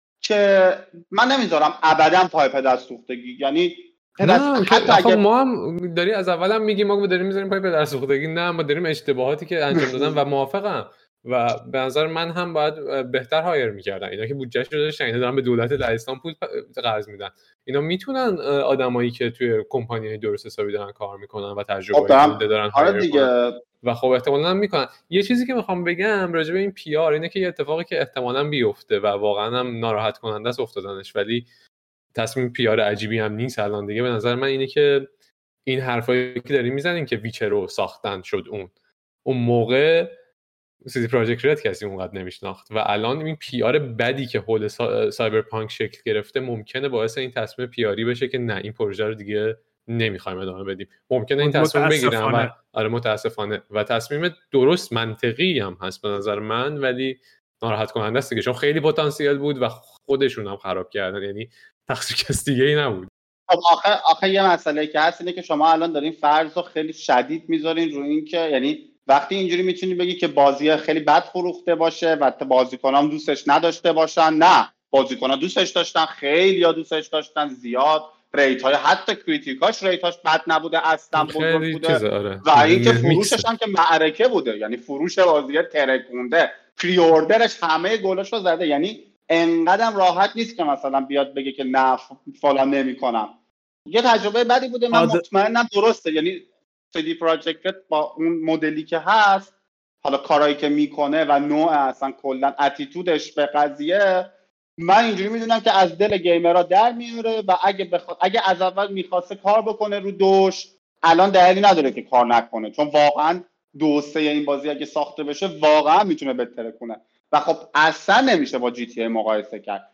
که من نمیذارم ابدا پای پدر سوختگی. یعنی نه حتی اگر ما هم داری از اول هم میگیم ما داریم میذاریم پای پدر سوختگی، نه ما داریم اشتباهاتی که انجام دادن و موافقم و به نظر من هم باید بهتر هایر میکردن. اینا که بودجهش رو داشتن، اینا دارن به دولت لهستان پول قرض میدن، اینا میتونن آدمایی که توی کمپانی درست حسابی دارن کار میکنن و تجربه دارن هایر دیگه و خب احتمالاً میکنن. یه چیزی که میخوام بگم راجع به این پی آر اینه که یه اتفاقی که احتمالاً بیفته و واقعا هم ناراحت کننده است افتادنش، ولی تصمیم پی آر عجیبی هم نیست الان دیگه. به نظر من اینه که این حرفایی که داریم میزنیم که ویچر رو ساختن شد اون اون موقع سیتی پراجکت رد کسی اونقدر نمیشناخت و الان این پی آر بدی که حول سا... سایبرپانک شکل گرفته ممکنه باعث این تصمیم پی آری بشه که نه این پروژه رو دیگه نمیخوایم ادامه بدیم. ممکنه این تصمیم بگیرن و آره متاسفانه و تصمیم درست منطقی هم هست به نظر من، ولی ناراحت کننده است دیگه چون خیلی پتانسیل بود و خودشون هم خراب کردن، یعنی تقصیر کس دیگه ای نبود. خب آخه آخه یه مسئله که هست اینه که شما الان دارین فرض رو خیلی شدید میذارین رو این که یعنی وقتی اینجوری میتونی بگی که بازی خیلی بد فروخته باشه و بازیکنام دوستش نداشته باشن، نه بازیکن‌ها دوستش داشتن، خیلی‌ها دوستش داشتن زیاد، ریت‌های حتی کریتیکاش ریتاش بد نبوده اصلا بزرگ بوده آره. و اینکه فروشش هم که معرکه بوده، یعنی فروش بازی ترکونده، پری اوردرش همه گلش رو زده، یعنی انقدرم راحت نیست که مثلا بیاد بگه که نه فلان نمی‌کنم. یه تجربه بدی بوده، من آد... مطمئنم درسته، یعنی سیدی پراجکت با اون مدلی که هست، حالا کارهایی که میکنه و نوع اصلا کلا اتیتودش به قضیه، من اینجوری میدونم که از دل گیمرها در میاره و اگه بخوا... اگه از اول میخواسته کار بکنه رو دوش، الان دلیلی نداره که کار نکنه، چون واقعا دو سه این بازی اگه ساخته بشه واقعا میتونه بهتره کنه و خب اصلا نمیشه با جی تی ای مقایسه کرد.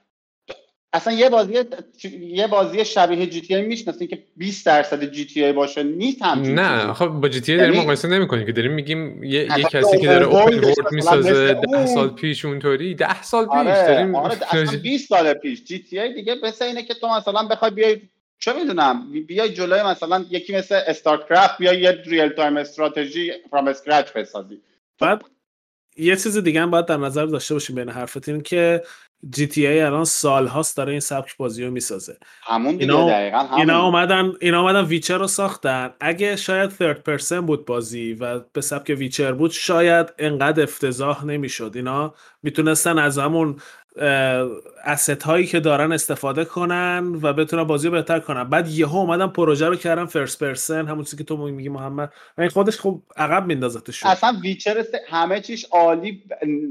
اصلا یه بازی یه بازی شبیه جی تی ای میشناسین که بیست درصد جی تی ای باشه؟ نیست همچین نه خب با جی تی ای داریم مقایسه نمی‌کنیم که داریم میگیم یه, یه کسی که داره اوپن ورلد میسازه ده سال پیش اونطوری ده سال پیش آره، داریم آره اصلا بیست سال پیش جی تی ای دیگه مثل اینه که تو مثلا بخوای بیای چه میدونم بیای جلوی مثلا یکی مثل استارکرافت بیای یه ریل تایم استراتژی فرام اسکرچ بسازی. بعد یه چیز دیگه هم باید در نظر داشته باشیم بین حرفت، این که جی تی ای الان سال هاست داره این سبک بازی رو میسازه. همون دیگه اینا دقیقاً همون. اینا اومدن اینا اومدن ویچر رو ساختن. اگه شاید ثرد پرسن بود بازی و به سبک ویچر بود شاید انقدر افتضاح نمیشد. اینا میتونستن از همون اسست هایی که دارن استفاده کنن و بتونن بازی رو بهتر کنن. بعد یهو اومدن پروژه رو کردن فرست پرسن، همون چیزی که تو میگی محمد، این خودش خب عقب میندازتش. اصلا ویچر همه چیش عالی،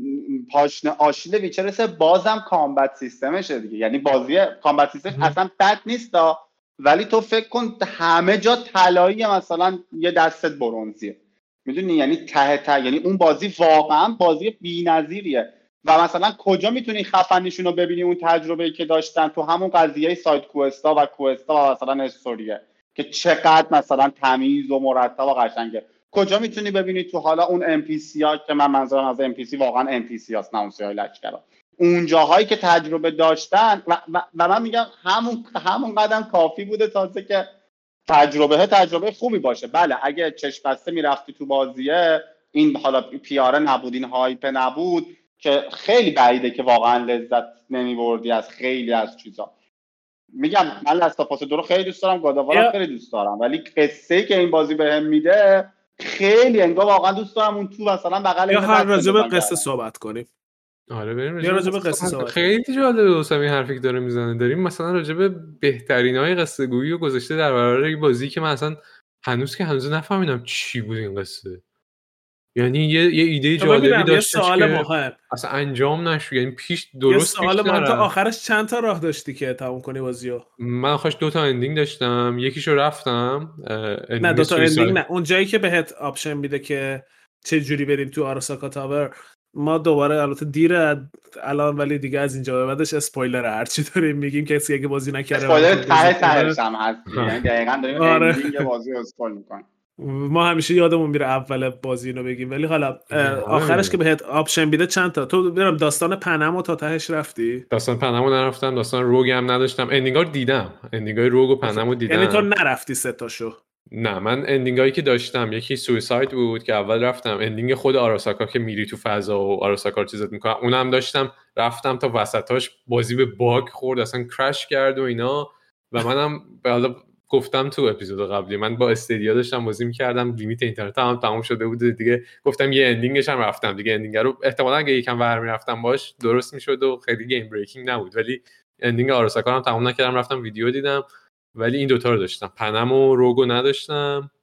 پاشنه آشیل ویچر بازم کامبت سیستمشه دیگه، یعنی بازی کامبت سیستم اصلا بد نیست دا. ولی تو فکر کن همه جا طلایی، مثلا یه دستت برنزیه، میدونی یعنی ته ته، یعنی اون بازی واقعا بازی بی‌نظیریه و مثلا کجا میتونی خفنیشون رو ببینی اون تجربه‌ای که داشتن تو همون قضیه سایت کوستا و کوستا و مثلا استوریه که چقدر مثلا تمیز و مرتب و قشنگه. کجا میتونی ببینی تو حالا اون ام پی سی ها که من منظورم از ام پی سی واقعا ام پی سی هاست نه اون سیاه لچکرا، اون جاهایی که تجربه داشتن و, و, و من میگم همون همون قدم کافی بوده تازه که تجربه تجربه خوبی باشه. بله اگه چشم بسته میرفتی تو بازیه، این حالا پیاره نبود، این هایپ نبود، که خیلی بعیده که واقعا لذت نمیبردی از خیلی از چیزا. میگم من لاستافاس دو رو خیلی دوست دارم، گاداوارم خیلی دوست دارم، ولی قصه‌ای که این بازی بهم میده خیلی انگار واقعا دوست دارم اون تو مثلا بغل این هر راجع به قصه صحبت کنیم. آره بریم راجع به قصه صحبت. خیلی جالبه واسه این حرفی که داره میزنه. داریم مثلا راجع به بهترینای قصه گویی و گذاشته در برابر این بازی که من اصلا هنوز که هنوز نفهمیدم چی بود این قصه. یعنی یه یه ایده جالبی داشت که مهم. اصلا انجام نشد، یعنی پیش درست پیش نرفت. من تا آخرش چند تا راه داشتی که تموم کنی بازیو؟ من آخرش دو تا اندینگ داشتم، یکیشو رفتم. نه دو تا اندینگ نه، اون جایی که بهت آپشن میده که چه جوری بریم تو آراساکا تاور. ما دوباره البته دیره الان، ولی دیگه از اینجا به بعدش اسپویلر هرچی داریم میگیم کسی اگه بازی نکرده اسپویلر ته تهش هم هست، یعنی دقیقاً داریم اندینگ بازی رو اسپویل می‌کنیم. ما همیشه یادمون میره اول بازی اینو بگیم، ولی حالا آخرش که بهت آپشن میده چند تا. تو برام داستان پنمو تا تهش رفتی؟ داستان پنمو نرفتم، داستان روگ هم نداشتم. اندینگا رو دیدم، اندینگای روگ و پنمو دیدم. یعنی تو نرفتی سه تاشو؟ نه من اندینگایی که داشتم یکی سویساید بود که اول رفتم، اندینگ خود آراساکا که میری تو فضا و آراساکا رو چیزات میکنه اونم داشتم، رفتم تا وسطاش بازی به باگ خورد، اصلا کرش کرد و اینا. و منم حالا گفتم تو اپیزود قبلی من با استدیا داشتم بازی می‌کردم، لیمیت اینترنت هم تموم شده بود دیگه، گفتم یه اندینگش هم رفتم دیگه. اندینگ رو احتمالاً اگه یکم ور می‌رفتم باش درست می‌شد و خیلی گیم بریکینگ نبود، ولی اندینگ آراساکا هم تموم نکردم، رفتم ویدیو دیدم. ولی این دوتا رو داشتم، پنم و روگو نداشتم.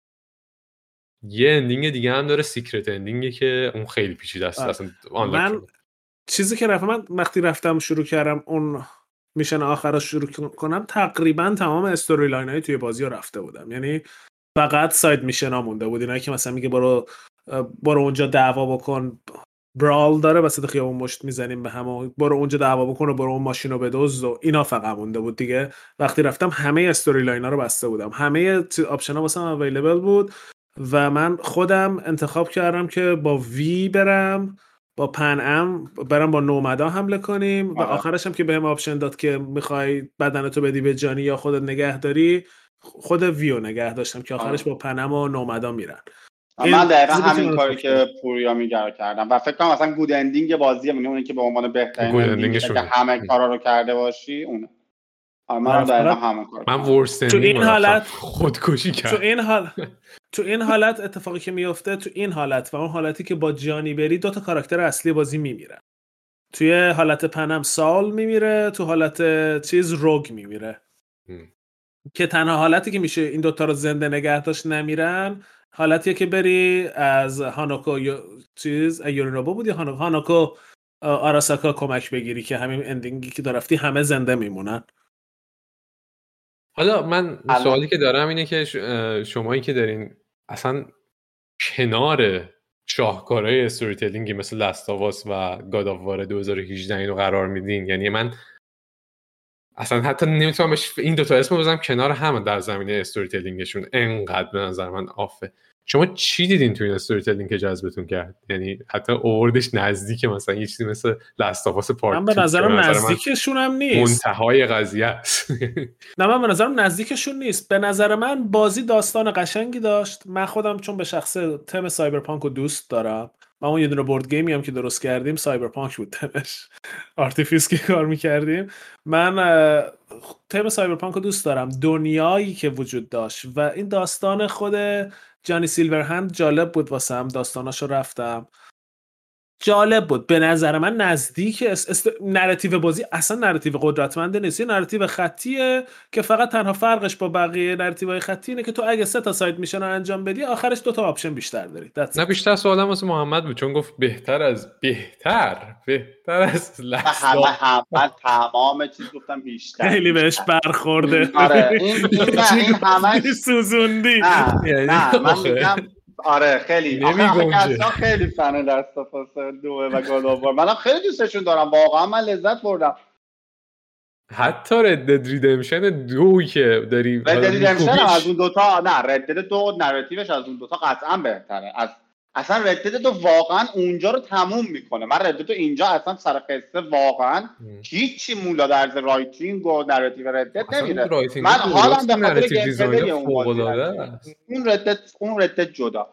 یه اندینگ دیگه هم داره، سیکرت اندینگی که اون خیلی پیچیده است اصلا. من چیزی که رفتم من وقتی رفتم شروع کردم اون میشن آخر رو شروع کنم، تقریبا تمام استوری لاین های توی بازی رو رفته بودم، یعنی فقط ساید میشن ها مونده بود. اینایی که مثلا میگه برو برو اونجا دعوا بکن، برال داره وسط خیابون مشت میزنیم به هم و برو اونجا دعوا بکن و برو اون ماشینو بدزد و اینا فقط مونده بود دیگه. وقتی رفتم همه استوری لاینا رو بسته بودم، همه آپشن‌ها واسم اویلیبل بود و من خودم انتخاب کردم که با وی برم، با پن ام برم، با نومدا حمله کنیم و آخرش هم که بهم آپشن داد که میخوای بدنتو بدی به جانی یا خودت نگه داری، خود ویو نگه داشتم که آخرش با پن ام و نومدا میرن. من دقیقا همین کاری که پوریا میگه کردم و فکر کنم اصلا گود اندینگ بازیه، میگم اون که به عنوان بهترین اندینگ که همه کارا رو کرده باشی اونه. من دقیقا همون کار من ورست تو این حالت خودکشی کردم. تو این حال تو این حالت اتفاقی که میفته، تو این حالت و اون حالتی که با جانی بری، دو تا کاراکتر اصلی بازی میمیرن. توی حالت پنم سال میمیره، تو حالت چیز روگ میمیره که تنها حالتی که میشه این دوتا رو زنده نگه داشت نمیرن حالتیه که بری از هانوکو یا چیز یورینوبو بود یا هانوکو هانوکو آراساکا کمک بگیری که همین اندینگی که دارفتی همه زنده میمونن. حالا من سوالی که دارم اینه که شمایی که دارین اصلا کنار شاهکارهای استوری تلینگی مثل لاست آف اس و گاد آف وار دو هزار و هجده اینو قرار میدین، یعنی من اصلا حتی نمیتونم این دوتا اسمو بزنم کنار هم در زمینه استوری تلینگشون، انقدر به نظر من آفه. شما چی دیدین تو این استوری تلینگ که جذبتون کرد؟ یعنی حتی اووردش نزدیک مثلا یه چیزی مثل لاست آف اس پارت من به نظرم نزدیکشون هم نیست، منتهای قضیه است. نه من به نظرم نزدیکشون نیست. به نظر من بازی داستان قشنگی داشت. من خودم چون به شخصه تم سایبرپانک رو دوست دارم، من اون یه دونه بورد گیمی هم که درست کردیم سایبرپانک بود تمش، آرتیفیس که کار میکردیم. من تم سایبرپانک رو دوست دارم، دنیایی که وجود داشت و این داستان خود جانی سیلورهند جالب بود واسم، داستاناشو رفتم، جالب بود. به نظر من نزدیک است. است... نراتیو بازی اصلا نراتیو قدرتمنده نیست، یه نراتیو خطیه که فقط تنها فرقش با بقیه نراتیوهای خطی اینه که تو اگه سه تا ساید میشن رو انجام بدی آخرش دو تا آپشن بیشتر داری. نه بیشتر سوالم واسه محمد بود چون گفت بهتر از بهتر بهتر از لاست همه همه تمام چیز گفتم بیشتر خیلی بهش برخورده. آره این این همه سوزوندی. نه من میگم آره خیلی آخه خیلی فن لاست آف اس دو و گاد آف وار، منم خیلی دوستشون دارم، واقعا من لذت بردم. حتی رد دد ریدمشن دو که داری رد دد ریدمشن از اون دوتا، نه رد دد دو نراتیوش از اون دوتا قطعا بهتره. از اصلا رد دد دو واقعا اونجا رو تموم میکنه. من رد دد اونجا اصلا سر قصه واقعا هیچی مولا درز رایتینگ و نراتیو رد دد نمیره. من حالا به خاطر گیم پلی اون اون رد اون رد جدا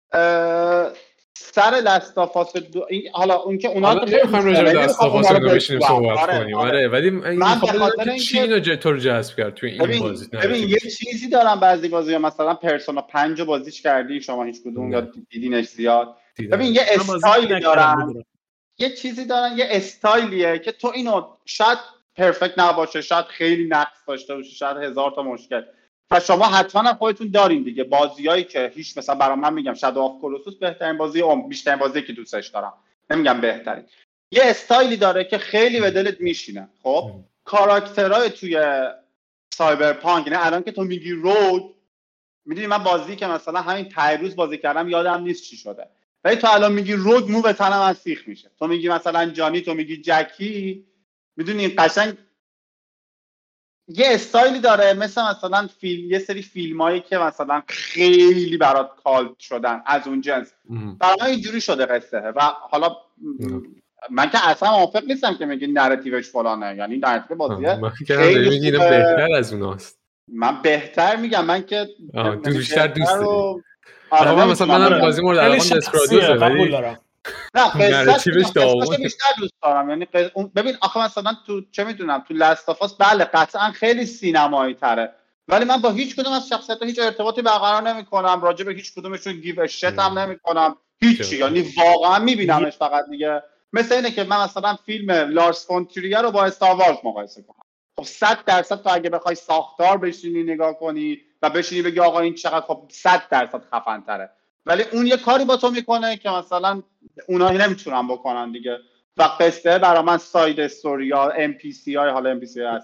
سر لاست آف اس دو حالا اون که اونا رو نمیخوام راجع به لاست آف اس رو بشینیم صحبت کنیم. آره ولی من به خاطر اینکه چی اینو تو رو جذب کرد تو این بازی. ببین یه چیزی دارم بعضی بازی‌ها مثلا پرسونا پنج رو بازیش کردی شما هیچ کدوم یا دیدینش زیاد. ببین یه استایلی دارن، یه چیزی دارن، یه استایلیه که تو اینو شاید پرفکت نباشه، شاید خیلی نقص داشته باشه، شاید هزار تا مشکل و شما حتما خودتون دارین دیگه. بازیایی که هیچ مثلا برای من میگم شادو آف کلوسوس بهترین بازی اون بیشترین بازی که دوستش دارم، نمیگم بهترین، یه استایلی داره که خیلی به دلت میشینه. خب کاراکترهای توی سایبرپانک، نه الان که تو میگی روگ، میدونی من بازی که مثلا همین پیروز بازی کردم یادم نیست چی شده، ولی تو الان میگی روگ مو به تنم از سیخ میشه. تو میگی مثلا جانی، تو میگی جکی، میدونی قشنگ یه استایلی داره مثل مثلا فیلم، یه سری فیلمایی که مثلا خیلی برات کالت شدن از اون جنس، برای من اینجوری شده قصه. و حالا من که اصلا موافق نیستم که میگی نراتیوش فلانه، یعنی نراتیو بازیه خیلی میگم بهتر از اوناست. من بهتر میگم، من که تو بیشتر دوست داری. آره من مثلا منم بازی مورد علاقه دسپرادوسه قبول دارم. نه قصهش داوود بیشتر دوست دارم. یعنی قص... ببین آخه مثلا تو چه میدونم تو لاست آف اس بله قطعا خیلی سینمایی تره، ولی من با هیچ کدوم از شخصیت‌ها هیچ ارتباطی برقرار نمی‌کنم، راجع به هیچ کدومشون گیو اشت هم نمی‌کنم، هیچی. یعنی واقعا می‌بینمش فقط دیگه. مثل اینه که من مثلا فیلم لارس فون تریگر رو با استار وارز مقایسه کنم. خب صد درصد تو اگه بخوای ساختار بشینی نگاه کنی و بشینی بگی آقا این چقدر، خب صد درصد خفن‌تره، ولی اون یه کاری با تو میکنه که مثلا اونا نمیتونن بکنن دیگه. و قصه برای من ساید استوری ها ام پی سی های، حالا ام پی سی های اصلی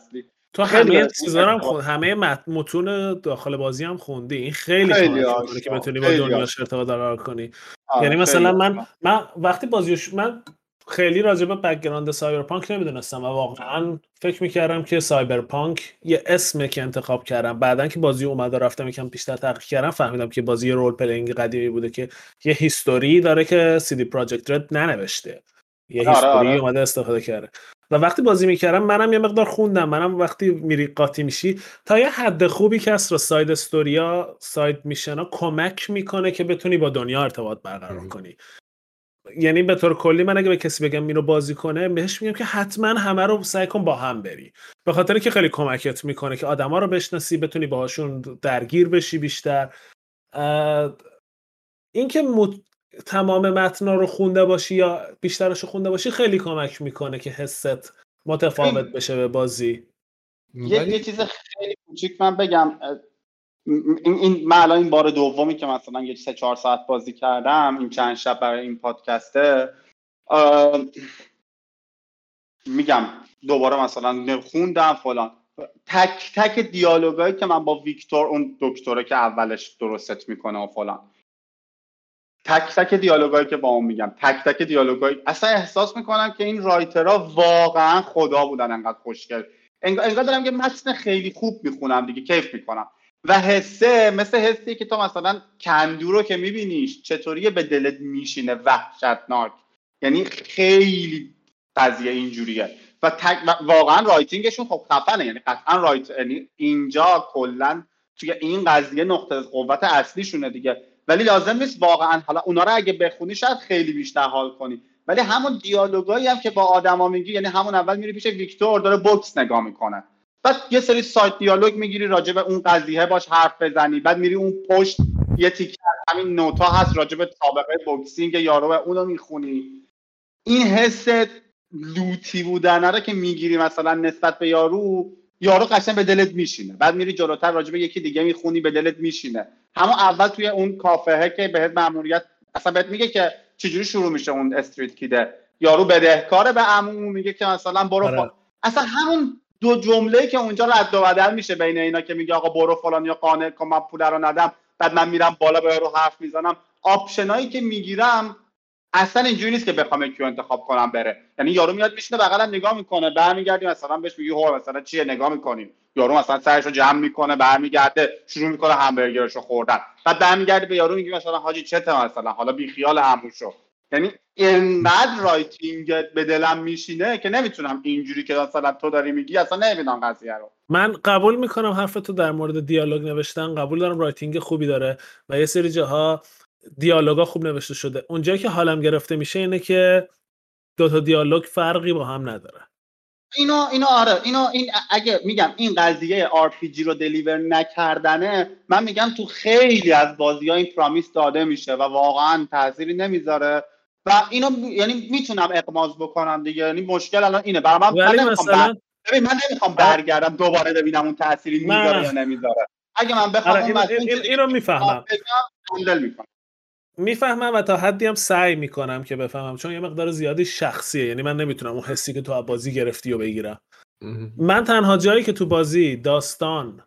تو خیلی همه بهتون چیزا رو هم ارتباط خون... همه مت... متون داخل بازی هم خوندی. این خیلی خیلی کمک میکنه که آشنا بتونی با خیلی دنیاش آشنا ارتباط برقرار کنی. آره یعنی خیلی مثلا من آشنا من وقتی بازیش من خیلی راجع به بک‌گراند سایبرپانک نمیدونستم و واقعا فکر میکردم که سایبرپانک یه اسمه که انتخاب کردم. بعدن که بازی اومد و رفتم یکم بیشتر تحقیق کردم فهمیدم که بازی رول پلینگ قدیمی بوده که یه هیستوری داره که سی دی پراجکت رد ننوشته، یه آره هیستوری آره اومده استفاده کرده. و وقتی بازی میکردم منم یه مقدار خوندم، منم وقتی میری قاطی میشی تا یه حد خوبی کس رو ساید استوریا ساید میشنا کمک میکنه که بتونی با دنیا ارتباط برقرار کنی. یعنی به طور کلی من اگه به کسی بگم اینو بازی کنه بهش میگم که حتما همه رو سعی کن با هم بری، به خاطر که خیلی کمکت میکنه که آدما رو بشناسی، بتونی باهاشون درگیر بشی بیشتر. اینکه مت... تمام متنا رو خونده باشی یا بیشترش رو خونده باشی خیلی کمک میکنه که حست متفاوت این بشه به بازی. یه ولی یه چیز خیلی کوچیک من بگم. این این من الان این بار دومی که مثلا یه سه چهار ساعت بازی کردم این چند شب برای این پادکسته، میگم دوباره مثلا خوندم فلان، تک تک دیالوگایی که من با ویکتور، اون دکتره که اولش درستت میکنه و فلان، تک تک دیالوگایی که با اون میگم، تک تک دیالوگایی، اصلا احساس میکنم که این رایترها واقعا خدا بودن، انقدر خوشگل، انگار انگار دارم یه متن خیلی خوب میخونم دیگه، کیف میکنم. و حسه مثل حسی که تو مثلا کندو رو که میبینیش چطوریه به دلت میشینه، وحشتناک. یعنی خیلی قضیه اینجوریه و, تک و واقعا رایتینگشون خب خفنه، یعنی قطعا رایت، یعنی اینجا کلا توی این قضیه نقطه قوت اصلیشونه دیگه. ولی لازم نیست واقعا حالا اونا رو اگه بخونی شاید خیلی بیشتر حال کنی، ولی همون دیالوگایی هم که با آدما میگی، یعنی همون اول میری پیش ویکتور داره بوکس نگاه میکنه، بعد یه سری سایت دیالوگ میگیری راجع به اون قضیه باش حرف بزنی، بعد میری اون پشت یه تیکه همین نوتا هست راجع به سابقه بوکسینگ یارو، اونو میخونی. این حس لوتی بودن رو که میگیری مثلا نسبت به یارو، یارو قشنگ به دلت میشینه، بعد میری جلوتر راجع به یکی دیگه میخونی به دلت میشینه. همون اول توی اون کافه که بهت ماموریت اصلا بهت میگه که چجوری شروع میشه اون استریت کیده، یارو بدهکاره به عمو، میگه که مثلا برو آره. فا... اصلا همون دو جمله که اونجا رد و بدل میشه بین اینا که میگه آقا برو فلان یا قانع کن من پول رو ندم، بعد من میرم بالا به یارو حرف میزنم. آپشنایی که میگیرم اصلا اینجوری نیست که بخوام کیو انتخاب کنم بره، یعنی یارو میاد میشینه بغلم نگاه میکنه، برمیگردی مثلا بهش میگی هو مثلا چیه نگاه میکنی، یارو مثلا سرشو جمع میکنه برمیگرده شروع میکنه همبرگرشو خوردن، بعد برمیگردی به یارو میگی مثلا حاجی چته مثلا حالا بی خیال عمو شو. یعنی اینقدر رایتینگ به دلم میشینه که نمیتونم اینجوری که مثلا تو داری میگی اصلا نمیدونم قضیه رو. من قبول میکنم حرف تو در مورد دیالوگ نوشتن، قبول دارم رایتینگ خوبی داره و یه سری جاها دیالوگا خوب نوشته شده. اونجایی که حالم گرفته میشه اینه که دو تا دیالوگ فرقی با هم نداره. اینو اینو آره اینو این اگه میگم این قضیه آر پی جی رو دلیور نکردنه، من میگم تو خیلی از بازی‌ها این پرامیس داده میشه و واقعا تأثیری نمیذاره و اینو یعنی میتونم اقماز بکنم دیگه. یعنی مشکل الان اینه برای من، من نمیخوام مثلا بر... من نمیخوام برگردم دوباره ببینم اون تأثیری میذاره یا نمیذاره. اگه من بخوام آره اون این, متن این, این, این رو میفهمم هندل میکنم میفهمم و تا حدی هم سعی میکنم که بفهمم، چون یه مقدار زیادی شخصیه، یعنی من نمیتونم اون حسی که تو از بازی گرفتی رو بگیرم. من تنها جایی که تو بازی داستان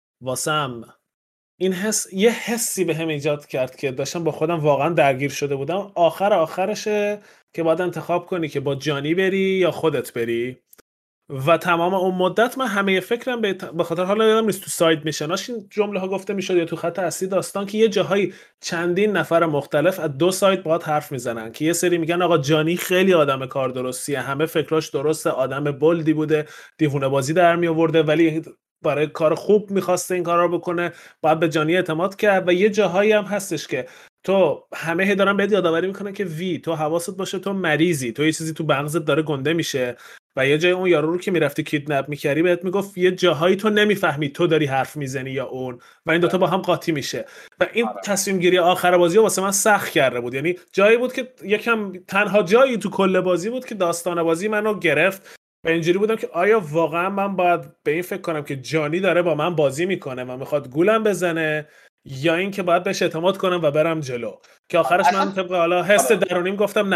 واسم این حس یه حسی به هم ایجاد کرد که داشتم با خودم واقعا درگیر شده بودم، آخر آخرشه که باید انتخاب کنی که با جانی بری یا خودت بری و تمام اون مدت من همه فکرم به خاطر حالا یادم نیست تو ساید میشناش این جمله ها گفته میشد یا تو خط اصلی داستان که یه جاهایی چندین نفر مختلف از دو سایت باهات حرف میزنن که یه سری میگن آقا جانی خیلی آدم کار درستیه، همه فکراش درسته، آدم بولدی بوده، دیوونه بازی در می آورده ولی برای کار خوب میخواسته این کارا رو بکنه، باید به جانی اعتماد کرد. و یه جاهایی هم هستش که تو همه هی دارن بهت یادآوری میکنن که وی تو حواست باشه تو مریضی، تو یه چیزی تو مغزت داره گنده میشه و یه جای اون یارو رو که میرفتی کیدنپ میکردی بهت میگفت یه جاهایی تو نمیفهمی تو داری حرف میزنی یا اون، و این دوتا با هم قاطی میشه و این تصمیم گیری آخر بازی واسه من سخت کرده بود. یعنی جایی بود که یکم تنها جایی تو کل بازی بود که داستان بازی منو گرفت و اینجوری بودم که آیا واقعا من باید به این فکر کنم که جانی داره با من بازی میکنه و میخواد گولم بزنه یا این که باید بهش اعتماد کنم و برم جلو، که آخرش من طبق حالا حس درونیم گفتم نه، من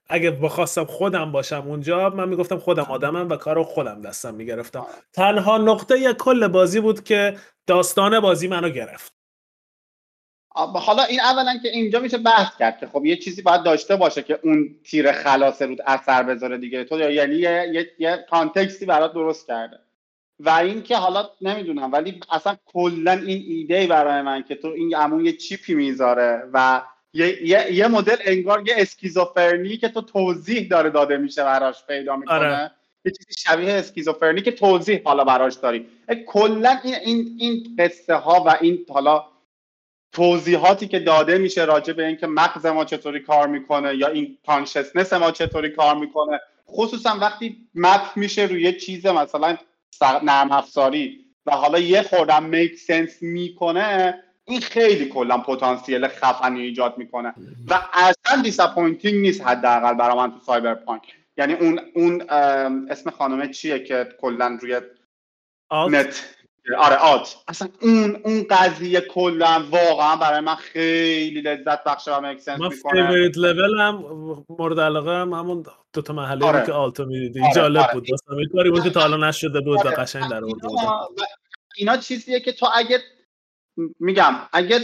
اگه بخواستم خودم باشم اونجا من میگفتم خودم آدمم و کارو خودم دستم میگرفتم. تنها نقطه کل بازی بود که داستان بازی منو گرفت. حالا این اولا که اینجا میشه بحث کرد که خب یه چیزی باید داشته باشه که اون تیر خلاص رود اثر بذاره دیگه، تو یعنی یه یه, یه کانتکستی برات درست کرده. و این که حالا نمیدونم ولی اصلا کلا این ایده برای من که تو این عمو یه چیپی میذاره و یه, یه, یه مدل انگار یه اسکیزوفرنی که تو توضیح داره داده میشه براش پیدا میکنه. آره. یه چیزی شبیه اسکیزوفرنی که توضیح حالا براش داری. کلا این این این قصه ها و این حالا توضیحاتی که داده میشه راجع به اینکه مغز ما چطوری کار میکنه یا این کانشسنس ما چطوری کار میکنه، خصوصا وقتی مپ میشه روی یه چیز مثلا نرم افزاری و حالا یه خوردم میک سنس میکنه، این خیلی کلا پتانسیل خفنی ایجاد میکنه و اصلا دیساپوینتینگ نیست حداقل برای من تو سایبرپانک. یعنی اون اون اسم خانومه چیه که کلا روی آت. نت آره آت، اصلا اون اون قضیه کلا واقعا برای من خیلی لذت بخشه و میک سنس میکنه. من فیوریت لول هم مورد علاقه هم همون دو تا محله آره. بود که آلتو میدیدی. آره. جالب آره. بود واسه من، کاری بود که تا حالا نشده بود و آره. قشنگ در آورده بود. اینا چیزیه که تو اگه میگم اگه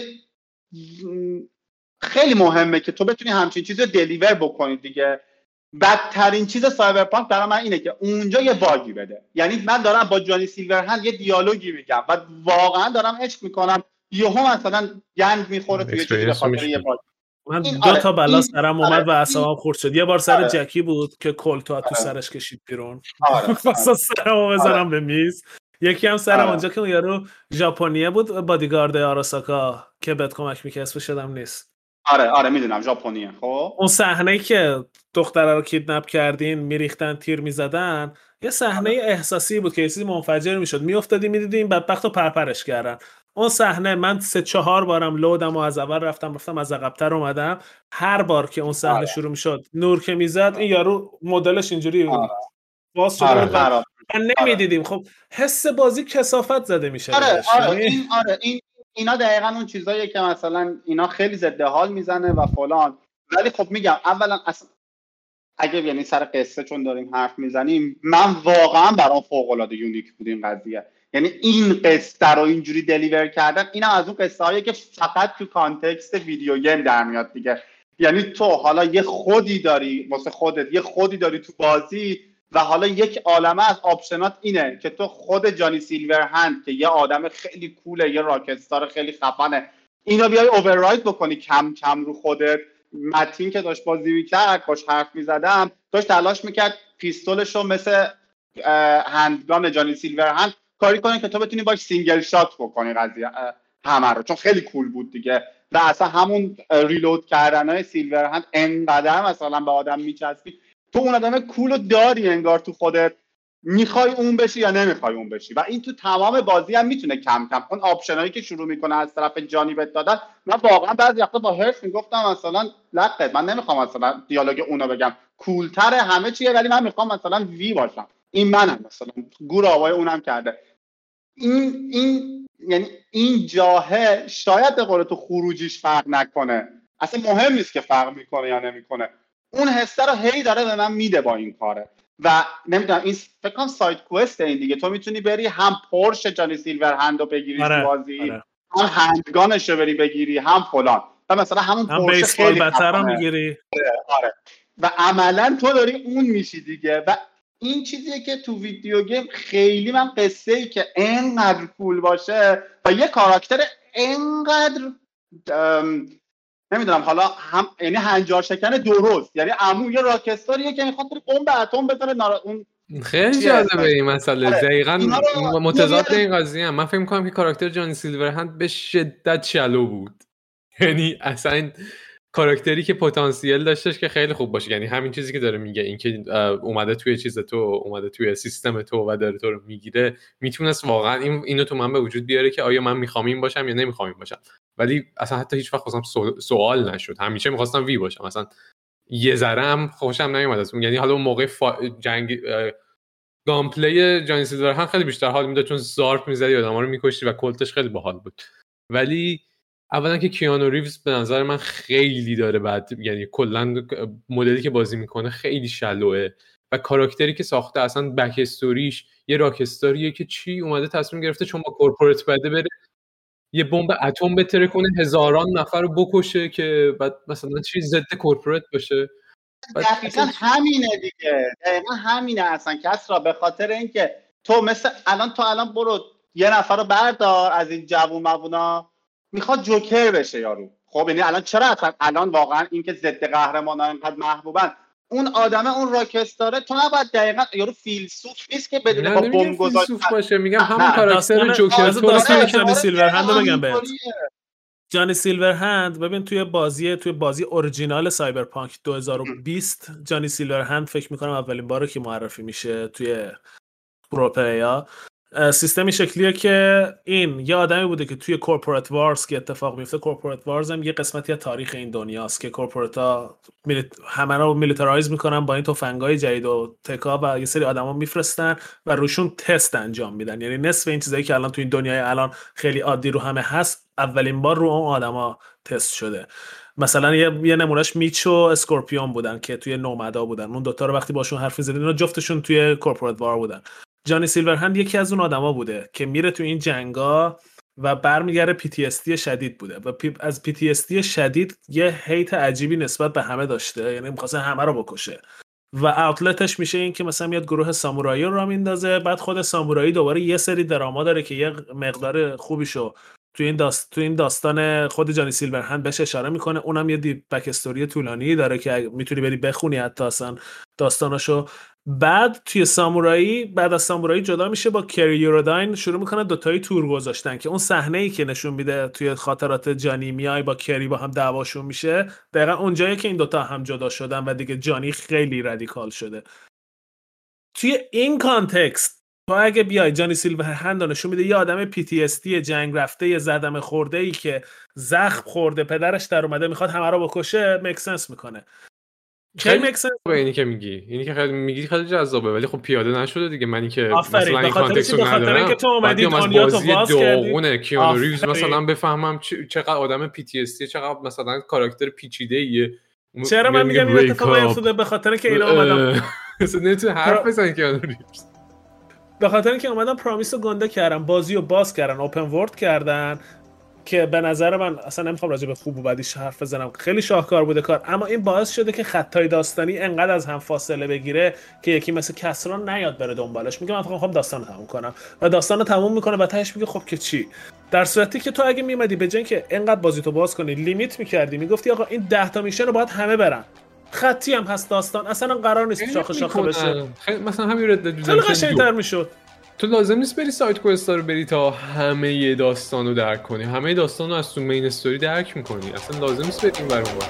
خیلی مهمه که تو بتونی همچین چیزو دلیور بکنی دیگه. بدترین چیز سایبرپانک برای من اینه که اونجا یه باگی بده. یعنی من دارم با جانی سیلورهند یه دیالوگی میگم و واقعا دارم عشق میکنم، یهو مثلا گند میخوره توی چیزی به خاطر یه باگ. من این دو آره. تا بلا این سرم اومد آره. و اعصابم خورد شد. یه بار سر آره. جکی بود که کلتو تو آره. سرش کشید بیرون. آره. واسه سرمو بزنم آره. به میز. یکی هم سر آره. اونجا که اون یارو ژاپنیه بود، بادیگارد آراساکا که بهت کمک می‌کرد، اسمش یادم نیست. آره آره میدونم ژاپنیه. خب اون صحنه‌ای که دختره رو کیدنپ کردین میریختن تیر میزدن، یه صحنه آره. احساسی بود که یه چیزی منفجر میشد، میافتادی میدیدین بدبختو پرپرش کردن. اون صحنه من سه چهار بارم لودم و از اول رفتم رفتم از عقب‌تر اومدم. هر بار که اون صحنه آره. شروع میشد نور که میزد این یارو مدلش اینجوری آره. باز شده آره. بود و نمیدیدیم. خب حس بازی کثافت زده میشه. آره آره این آره این اینا دقیقاً اون چیزاییه که مثلا اینا خیلی ضد حال میزنه و فلان. ولی خب میگم اولا اصلا اگه یعنی سر قصه چون داریم حرف میزنیم، من واقعا برام فوق العاده یونیک بود این قضیه. یعنی این قصه رو اینجوری دلیور کردن، اینم از اون قصه هایی که فقط تو کانتکست ویدیو گیم در میاد دیگه. یعنی تو حالا یه خودی داری واسه خودت، یه خودی داری تو بازی و حالا یک عالمه از آپشنات اینه که تو خود جانی سیلورهند که یه آدم خیلی کوله، یه راکستار خیلی خفنه، اینو بیای اوورراید بکنی کم کم رو خودت. متین که داشت بازی میکرد باش حرف میزدم، داشت تلاش میکرد پیستولش رو مثل هندگان جانی سیلورهند کاری کنه که تو بتونی باش سینگل شات بکنی قضیه همه رو، چون خیلی کول بود دیگه. و اصلا همون ریلود کردنهای سیلورهند انقدر مثلا به آدم میچسبید، تو اون آدم کولو داری انگار تو خودت، میخوای اون بشی یا نمیخوای اون بشی. و این تو تمام بازی هم میتونه کم کم اون آپشنایی که شروع میکنه از طرف جانی بهت دادن. من واقعا بعضی وقتا با هرس میگفتم مثلا لقت من نمیخوام مثلا دیالوگ اونو بگم، کولتر همه چیه ولی من میخوام مثلا وی باشم. این منم مثلا گور آوای اونم کرده. این این یعنی این جاهه شاید به قول تو خروجیش فرق نکنه، اصلا مهم نیست که فرق میکنه یا نمیکنه، اون حسه رو هی داره به من میده با این کاره. و نمیدونم این فکر کنم سایت کوست این دیگه، تو میتونی بری هم پورش جانی سیلورهند رو بگیری آره، تو بازی، آره. هم هندگانش رو بری بگیری، هم فلان. و مثلا همون هم پورش خیلی بتر رو خفنه. میگیری. آره, آره. و عملا تو داری اون میشی دیگه. و این چیزیه که تو ویدیو گیم خیلی من قصه ای که انقدر کول باشه و یه کاراکتر انقدر نمیدونم حالا هم یعنی هنجار شکن درست، یعنی عمو یه راکستاریه که میخواد بمب اتم بزنه نارا... اون خیلی جالبه این مسئله. آره. دقیقاً رو... متضاد به این قضیه هم. من فکر می‌کنم که کاراکتر جانی سیلورهند به شدت چلو بود. یعنی اصلا این کاراکتری که پتانسیل داشتش که خیلی خوب باشه. یعنی همین چیزی که داره میگه، این که اومده توی چیز تو، اومده توی سیستم تو و داره تو رو میگیره، میتونست واقعا این اینو تو من به وجود بیاره که آیا من میخوام این باشم یا نمیخوام این باشم. ولی اصلا حتی هیچ وقت واسم سوال نشد، همیشه میخواستم وی باشم. مثلا یه ذره هم خوشم نمیومد از اون. یعنی حالا اون موقع فا... جنگ گام پلی جانی سیلورهند خیلی بیشتر حال میداد چون زارپ میزدی آدما رو میکشتی و کلتش خیلی باحال بود. ولی اولا که کیانو ریوز به نظر من خیلی داره بعد، یعنی کلا مدلی که بازی میکنه خیلی شلوه و کاراکتری که ساخته اصلا بک استوریش یه راک استاریه که چی اومده تصمیم گرفته چون با کورپوریت بده بره یه بمب اتم بتره کنه هزاران نفر رو بکشه که بعد مثلا چی ضد کورپوریت باشه. دقیقا همینه دیگه، دقیقا همینه اصلا کس را به خاطر اینکه تو مثل الان تو الان برو یه نفر رو بردار از این جوون مبونا میخواد جوکر بشه یارو. خب یعنی الان چرا اصلا الان واقعا اینکه ضد قهرمانان اینقدر محبوبن اون آدمه اون راکستاره، تو نباید دقیقاً یارو فیلسوف نیست که بدونه با بمب گذاشتن باشه. میگم همون کاراکتر جوکر تو داستان جانی سیلورهند بگم بهت. جانی سیلورهند ببین توی بازی توی بازی اورجینال سایبرپانک دو هزار و بیست جانی سیلورهند فکر میکنم اولین باره که معرفی میشه توی پروپیا. سیستمی شکلیه که این یه آدمی بوده که توی کورپوریت وارز که اتفاق میفته، کورپوریت وارز هم یه قسمتی از تاریخ این دنیاست که کورپوریت‌ها میلیت... همه رو میلیتارایز میکنن با این تفنگای جدید و تکا و یه سری آدما میفرستن و روشون تست انجام میدن. یعنی نصف این چیزایی که الان توی این دنیای الان خیلی عادی رو همه هست اولین بار رو اون آدما تست شده. مثلا یه یه نمونهش میچ و اسکورپیون بودن که توی نومدا بودن. اون دوتا رو وقتی باشون حرف می‌زدین اینا جفتشون توی کورپوریت وار بودن. جانی سیلورهند یکی از اون آدما بوده که میره تو این جنگا و برمیگره پی تی اس دی شدید بوده و پی... از پی تی اس دی شدید یه هیت عجیبی نسبت به همه داشته، یعنی می‌خواسته همه رو بکشه و اوتلتش میشه این که مثلا میاد گروه سامورایی رو میندازه. بعد خود سامورایی دوباره یه سری دراما داره که یه مقدار خوبیشو تو این داست تو این داستان خود جانی سیلورهند بهش اشاره میکنه. اونم یه دی بک استوری طولانی داره که میتونی بری بخونی حتی اصلا داستاناشو. بعد توی سامورایی بعد از سامورایی جدا میشه با کری یوروداین، شروع میکنه دوتایی تور گذاشتن که اون صحنه‌ای که نشون میده توی خاطرات جانی میای با کری با هم دعواشون میشه دقیقاً اونجاییه که این دوتا هم جدا شدن و دیگه جانی خیلی رادیکال شده. توی این کانتکست تو اگه بیای جانی سیلورهند نشون میده یه آدم پی تی اس دی جنگ رفته، یه زدم خورده ای که زخم خورده، پدرش در اومده میخواد همه رو بکشه، میک سنس میکنه. خیلی میک سنس به اینی که میگی، اینی که خیلی میگی خیلی جذابه، ولی خب پیاده نشده دیگه. منی که مثلا این کانتکست رو ندارم که تو اومدی دنیا تو باز کردی کیانو ریوز مثلا بفهمم چقدر آدم پی تی اس دی، چقدر مثلا کاراکتر پیچیده ایه. چرا من میگم این اتفاق افتاده؟ به خاطر که اینا اومدن مثلا نه تو حرف بزنن کیانو ریوز، به خاطر اینکه اومدن پرامیس رو گنده کردن، بازی رو باز کردن، اوپن ورلد کردن که به نظر من اصلا نمیخوام راجع به خوب و بدیش حرف بزنم، خیلی شاهکار بوده کار، اما این باعث شده که خطای داستانی انقدر از هم فاصله بگیره که یکی مثل کسران نیاد بره دنبالش. میگه من فقط میخوام داستان رو تموم کنم و داستان رو تموم میکنه و تهش میگه خب که چی؟ در صورتی که تو اگه میمدی به جای که انقدر بازی تو باز کنی لیمیت میکردی، میگفتی آقا این ده تا میشن رو باید همه برن، خطی هم هست داستان، اصلا قرار نیست شاخه شاخه بشه. مثلا همین رد خیلی قشنگ‌تر میشد. تو لازم نیست بری سایت کوئستا رو بری تا همه داستان رو درک کنی، همه داستان رو از تو مین استوری درک میکنی، اصلا لازم نیست بریم برون بر.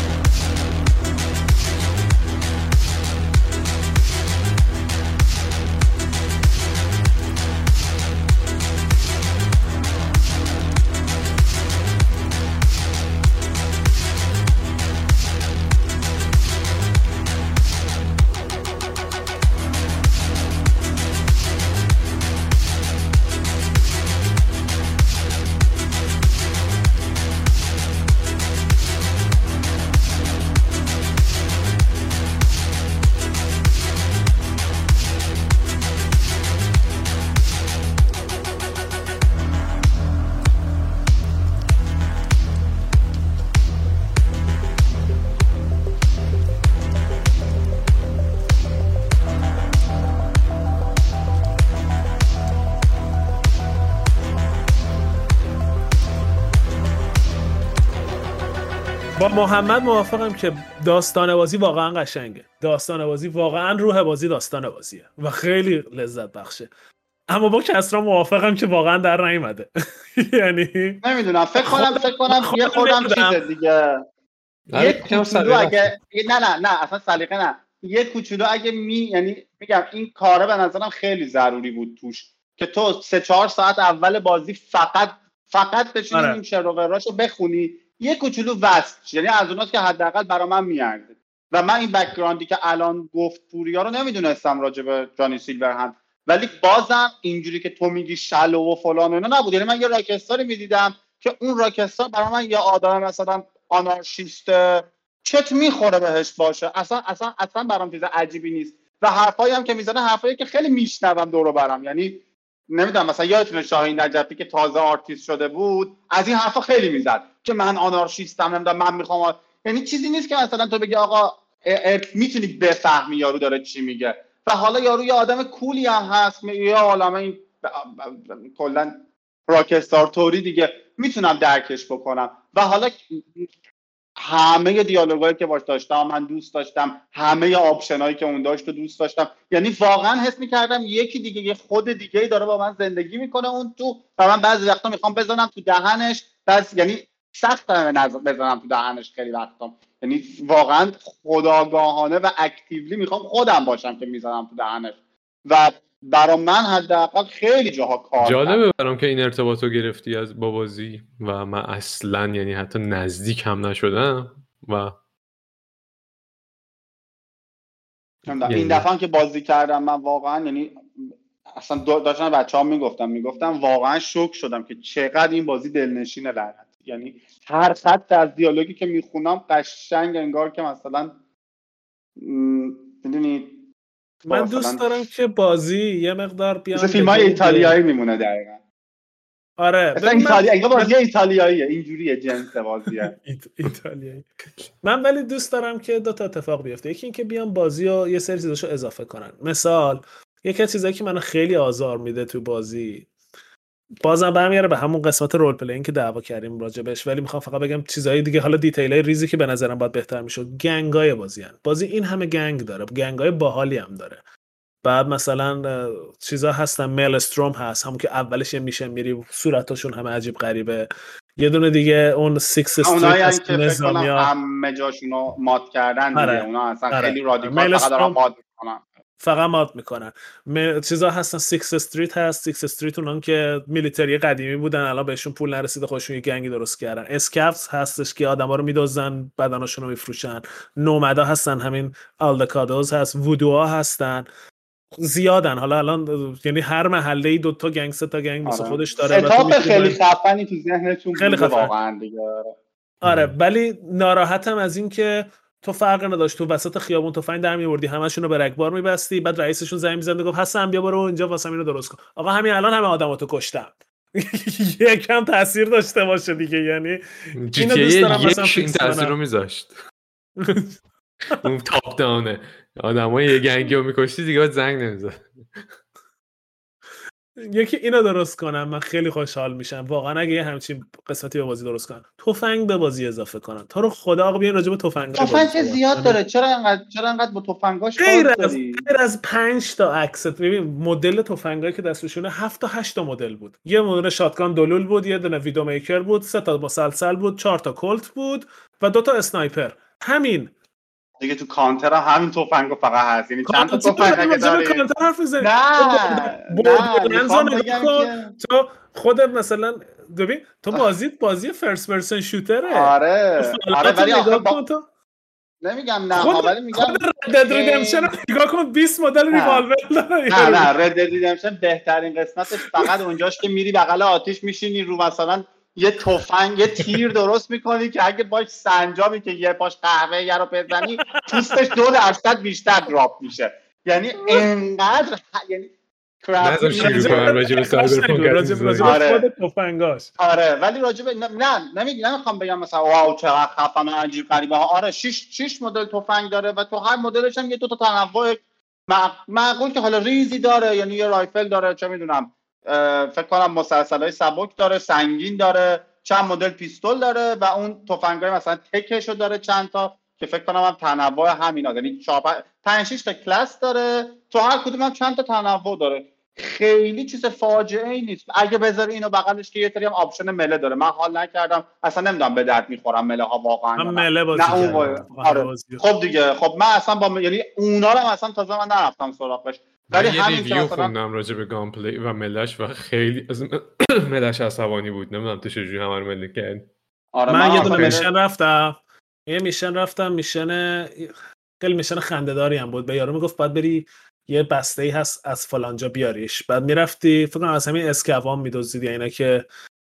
با محمد موافقم که داستان بازی واقعا قشنگه، داستان بازی واقعا روح بازی داستان بازیه و خیلی لذت بخشه. اما با کسرا موافقم که واقعا در نیومده. یعنی نمیدونم، فکر کنم فکر کنم یه خوردم چیزه دیگه. یه کوچولو اگه نه نه نه اصلا سلیقه نه، یه کوچولو اگه می یعنی میگم این کاره به نظرم خیلی ضروری بود توش که تو سه چهار ساعت اول بازی فقط فقط بشینی این شروقراشو بخونی، یه کوچولو وست، یعنی از اوناست که حداقل برای من میارزه. و من این بک‌گراندی که الان گفت پوریا رو نمیدونستم راجع به جانی سیلورهند، ولی بازم اینجوری که تو میگی شلو و فلان اینا نبود. یعنی من یه راک استاری میدیدم که اون راکستار برای من یه آدم مثلا آنارشیست چت میخوره بهش باشه، اصلا اصلا اصلا برام چیز عجیبی نیست و حرفایی هم که میزنه حرفایی که خیلی میشنوم دور و برم. یعنی نمیدونم مثلا یادتونه شاهین نجفی که تازه آرتیست شده بود از این حرفا خیلی میزد که من آنارشیستم، نمیدونم من میخوام، یعنی چیزی نیست که مثلا تو بگی آقا میتونی بفهمی یارو داره چی میگه. و حالا یارو یه آدم کولی هم هست، یه عالمه این کلا راکستار توری دیگه میتونم درکش بکنم. و حالا همه دیالوگایی که باش داشتم من دوست داشتم، همه آپشنایی که اون داشت رو دوست داشتم. یعنی واقعا حس میکردم یکی دیگه، یه خود دیگه ای داره با من زندگی میکنه اون تو و من بعضی وقتا میخوام بزنم تو دهنش، بس یعنی سختم بزنم تو دهنش خیلی وقتا، یعنی واقعا خودآگاهانه و اکتیولی میخوام خودم باشم که میزنم تو دهنش و برای من حداقل خیلی جاها کار جالبه برام که این ارتباطو گرفتی از بابازی و من اصلا یعنی حتی نزدیک هم نشدم و این دفعه هم که بازی کردم من واقعا یعنی اصلا داشتن بچه‌ها میگفتم میگفتم واقعا شوک شدم که چقدر این بازی دلنشینه لعنت. یعنی هر خط از دیالوگی که میخونم قشنگ انگار که مثلا میدونی من دوست دارم که بازی یه مقدار بیان مثل فیلم‌های ایتالیایی میمونه دقیقاً. آره مثلا ایتالیا انگار بازی ایتالیاییه، اینجوریه جنس بازیه ایتالیایی. من ولی دوست دارم که دو تا اتفاق بیفته. یکی این که بیان بازی رو یه سری چیزاشو اضافه کنن. مثال یکی از چیزایی که منو خیلی آزار میده تو بازی، بازم برمیگره به همون قسمت رول پلینگ که دعوا کردیم راجبش، ولی میخوام فقط بگم چیزهای دیگه، حالا دیتیلای ریزی که به نظرم باید بهتر میشد. گنگای بازی هن. بازی این همه گنگ داره، گنگای باحالی هم داره. بعد مثلا چیزا هستن، ملستروم هست همون که اولش یه میشه میری صورتاشون همه عجیب غریبه. یه دونه دیگه اون سیکس استریت هست که فکر کنم همه جاشونو مات کردن دیگه. آره. اونا اصلا آره. خیلی رادیکال فقط دارن مات میکنن، فقط مات میکنن. م... چیزا هستن، سیکس استریت هست، سیکس استریت اونان که میلیتری قدیمی بودن الان بهشون پول نرسیده خودشون یه گنگی درست کردن. اسکافز هستش که آدما رو میدوزن بدناشون رو میفروشن. نومدا هستن، همین آلدکادوز هست، وودوها هستن، زیادن. حالا الان یعنی هر محله‌ای دو تا گنگ سه تا گنگ واسه آره. خودش داره. ستاپ خیلی خفنی تو ذهنتون خیلی بوده واقعا دیگه. آره ولی ناراحتم از این که تو فرق نداشت تو وسط خیابون تفنگ در میوردی همشون رو به رگبار میبستی، بعد رئیسشون زنگ میزد گفت حسن بیا برو اینجا واسه اینو درست کن. آقا همین الان همه آدماتو کشتم. یکم تاثیر داشته باشه دیگه. یعنی اینو دوست دارم مثلا این تاثیر رو میذاشت. اون تاپ داونه آدمای یه گنگی رو میکشتی دیگه باید زنگ نمیزد. یکی اینو درست کنم من خیلی خوشحال میشم واقعا اگه یه همچین قسمتی به بازی درست کنن. تفنگ به بازی اضافه کنن. تو رو خدا آقا بیاین راجع به تفنگ تفنگ که زیاد داره. چرا انقدر چرا انقدر با تفنگاش غیر خاص از داری؟ غیر از پنج تا عکس ببین مدل تفنگایی که دستشونه هفت تا هشت تا مدل بود. یه مدل شاتگان دلول بود، یه دونه ویدو میکر بود، سه تا مسلسل بود، چهار تا کولت بود و دو تا اسنایپر. همین دیگه تو کانتر هم همین تفنگو فقط هست. یعنی چند تا تفنگ داری؟ کانتر حرف میزنی؟ نه نه تو خودت مثلا ببین تو بازی بازی فرست پرسن شوتره. آره آره ولی آخه با... تو... نمیگم نه ولی میگم خود رد ریدمشن نگاه کن بیست مدل ریوالور داره. نه نه رد ریدمشن بهترین قسمتش فقط اونجاش که میری بغل آتیش میشینی رو مثلا یه تفنگ یه تیر درست میکنی که اگه باش سنجابی که یه پاش قهوه یه رو بزنی پوستش دو درصد بیشتر دراپ میشه. یعنی انقدر یعنی نظر شروع کنم راجع به سایبرپانک راجع به خود تفنگاش. آره ولی راجع به نه نمیگم نمیخوام بگم مثلا واو چقدر خفن و عجیب غریبه ها. آره شش شش مدل تفنگ داره و تو هر مدلش هم یه دو تا تنوع معقول که حالا ریزی داره. یعنی یه رایفل داره، چه میدونم فکر کنم مسلسلای سبک داره، سنگین داره، چند مدل پیستول داره و اون تفنگای مثلا تکشو داره چند تا که فکر کنم هم تنوع همینا. یعنی پنج شش تا کلاس داره، تو هر کدوم هم چند تا تنوع داره. خیلی چیز فاجعه ای نیست. اگه بذاری اینو بغلش که یه سری هم آپشن مله داره. من حال نکردم اصلا، نمیدونم به درد میخورم مله ها واقعا. من مله بازی نه اون باید. آره. خب دیگه خب من اصلا با یعنی اونا رو اصلا تازه من نرفتم سراغش. ولی همین که مثلا خوندم راجع به گام پلی و ملش و خیلی از ملش عصبانی بود. نمیدونم تو چجوری همه رو مله کرد. آره من, من یه دونه میشن رفتم. یه میشن رفتم میشن خیلی میشن خنده‌داری هم بود. به یارو میگفت باید بری یه بسته‌ای هست از فلانجا بیاریش. بعد میرفتی فکر کنم از همین اسکوام میدزدیدی اینا که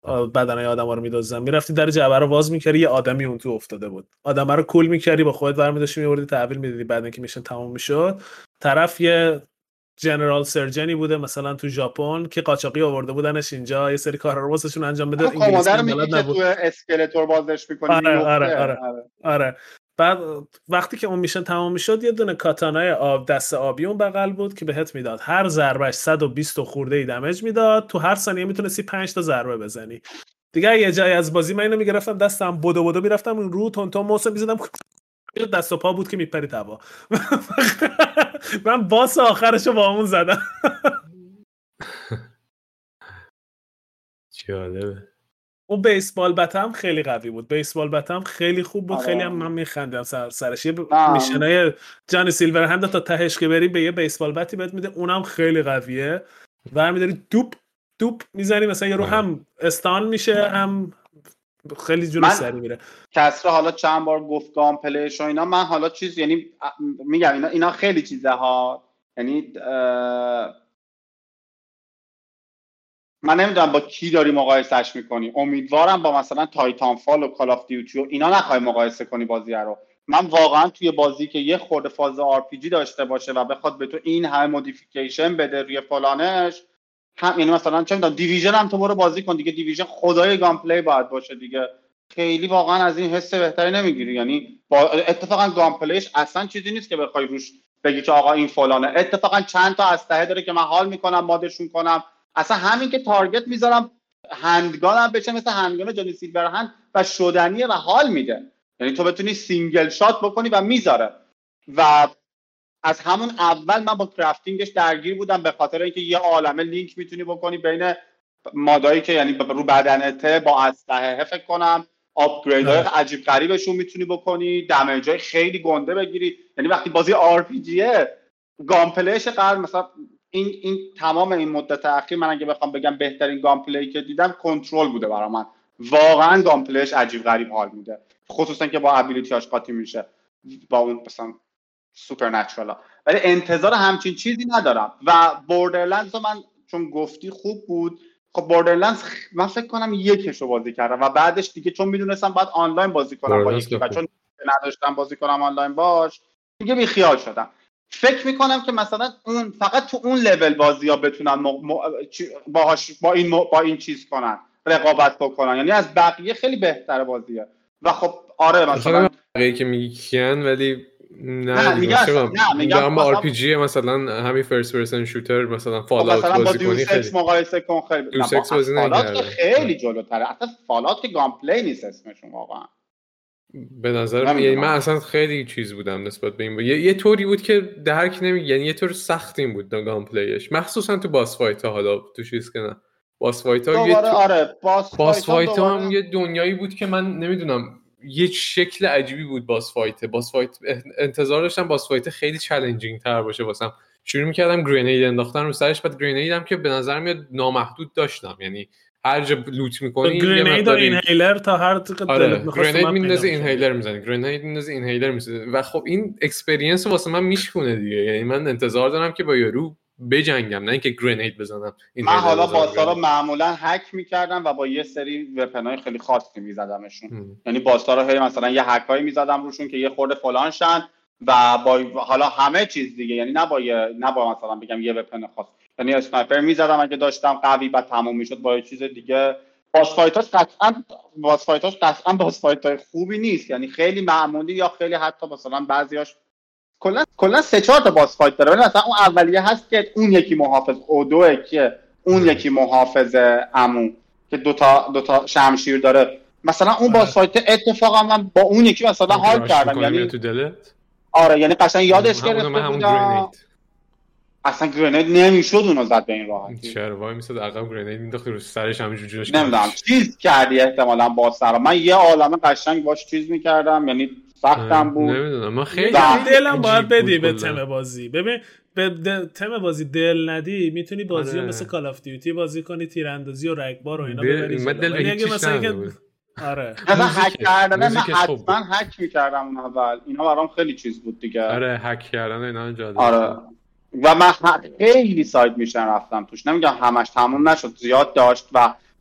بدنای آدما رو میدزدن، میرفتی در جعبه رو باز می‌کردی یه آدمی اون تو افتاده بود، آدما رو کول می‌کردی با خودت برمی داشتی می‌بردی تحویل میدادی. بعد اینکه میشن تموم میشد طرف یه جنرال سرجنی بوده مثلا تو ژاپن که قاچاقی آورده بودنش اینجا یه سری کارا رو واسهشون انجام بده. انگلیسی بلد نبود. تو اسکلتور بازش می‌کنی. آره آره آره, آره. آره. بعد وقتی که اون میشن تمام میشد یه دونه کاتانای آب دست آبی اون بغل بود که بهت میداد هر ضربهش صد و بیست خورده ای دمج میداد، تو هر ثانیه میتونستی پنج تا ضربه بزنی. دیگه یه جای از بازی من اینو میگرفتم دستم بدو بدو میرفتم اون رو تون تون موس میزدم دست و پا بود که میپرید هوا. من باس آخرشو با اون زدم. جالبه. اون بیسبال بت هم خیلی قوی بود، بیسبال بت هم خیلی خوب بود. آره. خیلی هم من میخندم سر سرش. یه میشنای جان سیلور هند تا تهش که بری به یه بیسبال بتی بهت میده، اونم خیلی قویه. برمی‌داری دوپ دوپ میزنی مثلا یه رو هم استان میشه هم خیلی جوری سری میره. کسرا حالا چند بار گفت گام پلیش و اینا، من حالا چیز یعنی میگم اینا اینا خیلی چیزه ها، یعنی من نمیدونم با کی داری مقایسهش میکنی. امیدوارم با مثلا تایتان فال و کال آف دیوتی و اینا نخوای مقایسه کنی بازی رو. من واقعا توی بازی که یه خورده فاز آر پی جی داشته باشه و بخواد به تو این همه مودیفیکیشن بده روی فلانش، هم یعنی مثلا چه میدونم دیویژن هم تو برو بازی کن دیگه، دیویژن خدای گام پلی باید باشه دیگه، خیلی واقعا از این حس بهتری نمیگیری. یعنی با اتفاقا گام پلیش اصلا چیزی نیست که بخوای روش بگی که آقا این فلانه. اتفاقا چند تا اسلحه داره که من حال میکنم مادشون کنم، اصلا همین که تارگت میذارم هندگانم بشه مثل هندگان جانی سیلور هند و شدنیه و حال میده، یعنی تو بتونی سینگل شات بکنی و میذاره. و از همون اول من با کرافتینگش درگیر بودم به خاطر اینکه یه عالمه لینک میتونی بکنی بین مادایی که یعنی رو بدنته با اسلحه فکر کنم، آپگریدهای عجیب غریبشون میتونی بکنی، دمیجای خیلی گنده بگیری. یعنی وقتی بازی آر پی جیه گام پلیش قرار مثلا این این تمام این مدت اخیر من اگه بخوام بگم بهترین گام پلی که دیدم کنترل بوده برای من. واقعا گام پلیش عجیب غریب حال میده، خصوصا که با ابیلیتیاش قاطی میشه با اون مثلا سوپرنچرال. ولی انتظار همچین چیزی ندارم. و بوردرلندز من چون گفتی خوب بود، خب بوردرلندز من فکر کنم یکش رو بازی کردم و بعدش دیگه چون میدونستم باید آنلاین بازی کنم با یکی و چون نداشتم بازی کنم آنلاین باش دیگه بی خیال شدم. فکر میکنم که مثلا اون فقط تو اون لول بازی‌ها بتونن م... م... باهاش با این م... با این چیز کنن، رقابت بکنن، یعنی از بقیه خیلی بهتره بازیه. و خب آره مثلا بقیه که میگن ولی نه میگم نه میگم آر پی جی مثلا همین فرست پرسن شوتر مثلا فال اوت بازی کنی خیلی مقایسه کن خیلی دوست اکس بازی نکردم، خیلی جلوتره. اصلا فالات که گام پلی نیست اسمشون واقعا به نظر من. یعنی من اصلا خیلی چیز بودم نسبت به این با. یه, یه طوری بود که درک نمی یعنی یه طور سخت این بود گام پلیش، مخصوصا تو باس فایت ها. حالا تو چیز که نه باس فایت ها یه تو... آره باس, باس فایت ها هم یه دنیایی بود که من نمیدونم یه شکل عجیبی بود. باس فایت باس فایت انتظار داشتم باس فایت خیلی چالنجینگ تر باشه واسم. شروع می‌کردم گرینید انداختن رو سرش، بعد گرینیدم که به نظر میاد نامحدود داشتم، یعنی هر جا لوت می‌کنی گرینید و اینهیلر تا هر دلت آره. می‌خواد گرینید میندازی اینهیلر میزنی، گرینید میندازی اینهیلر میزنی و خب این اکسپریانس واسه من میشکونه دیگه. یعنی من انتظار دارم که با یارو بجنگم نه اینکه گرینید بزنم. من حالا باسا رو معمولا هک میکردم و با یه سری وپنای خیلی خاصی میزدمشون، یعنی باسا رو هی مثلا یه هکایی میزدم روشون که یه خورده فلان شن و با حالا همه چیز دیگه، یعنی نه با یه نه با مثلا بگم یه وپن خاص، یعنی اسنایپر میزدم اگه داشتم قوی، بعد تموم میشد با یه چیز دیگه. باس فایتاش قطعا باس فایتاش قطعا باس فایتای خوبی نیست، یعنی خیلی معمولی یا خیلی حتی مثلا بعضیاش کلا کلا سه چهار تا باس فایت داره. ولی مثلا اون اولیه هست که اون یکی محافظ اودوه که اون یکی محافظ عمو که دو تا دو تا شمشیر داره، مثلا اون باس فایت اتفاقا من با اون یکی مثلا حال کردم. یعنی تو دلت آره یعنی قشنگ یادش گرفته بودم اصلا گرینید نمیشد اونو زد به این راحتی. چرا وای میساد عقب گرینید مینداخت رو سرش همینجوری جوش نمیدونم چیز کردی احتمالاً با سر من یه عالمه قشنگ باش چیز میکردم، یعنی سختم بود. نمیدونم من خیلی دلم باید بدی به تم بازی. ببین به دل... تم بازی دل ندی میتونی بازی رو مثل کال آف دیوتی بازی کنی، تیراندازی و رگبار و اینا ببری. من دل هیچ مثلا که آره مثلا هک کردن من حتما هک میکردم اون اول، اینا برام خیلی چیز بود دیگه. آره هک کردن اینا جالب. آره و من خیلی ساید میشن رفتم توش، نمیگم همش تموم نشد، زیاد داشت و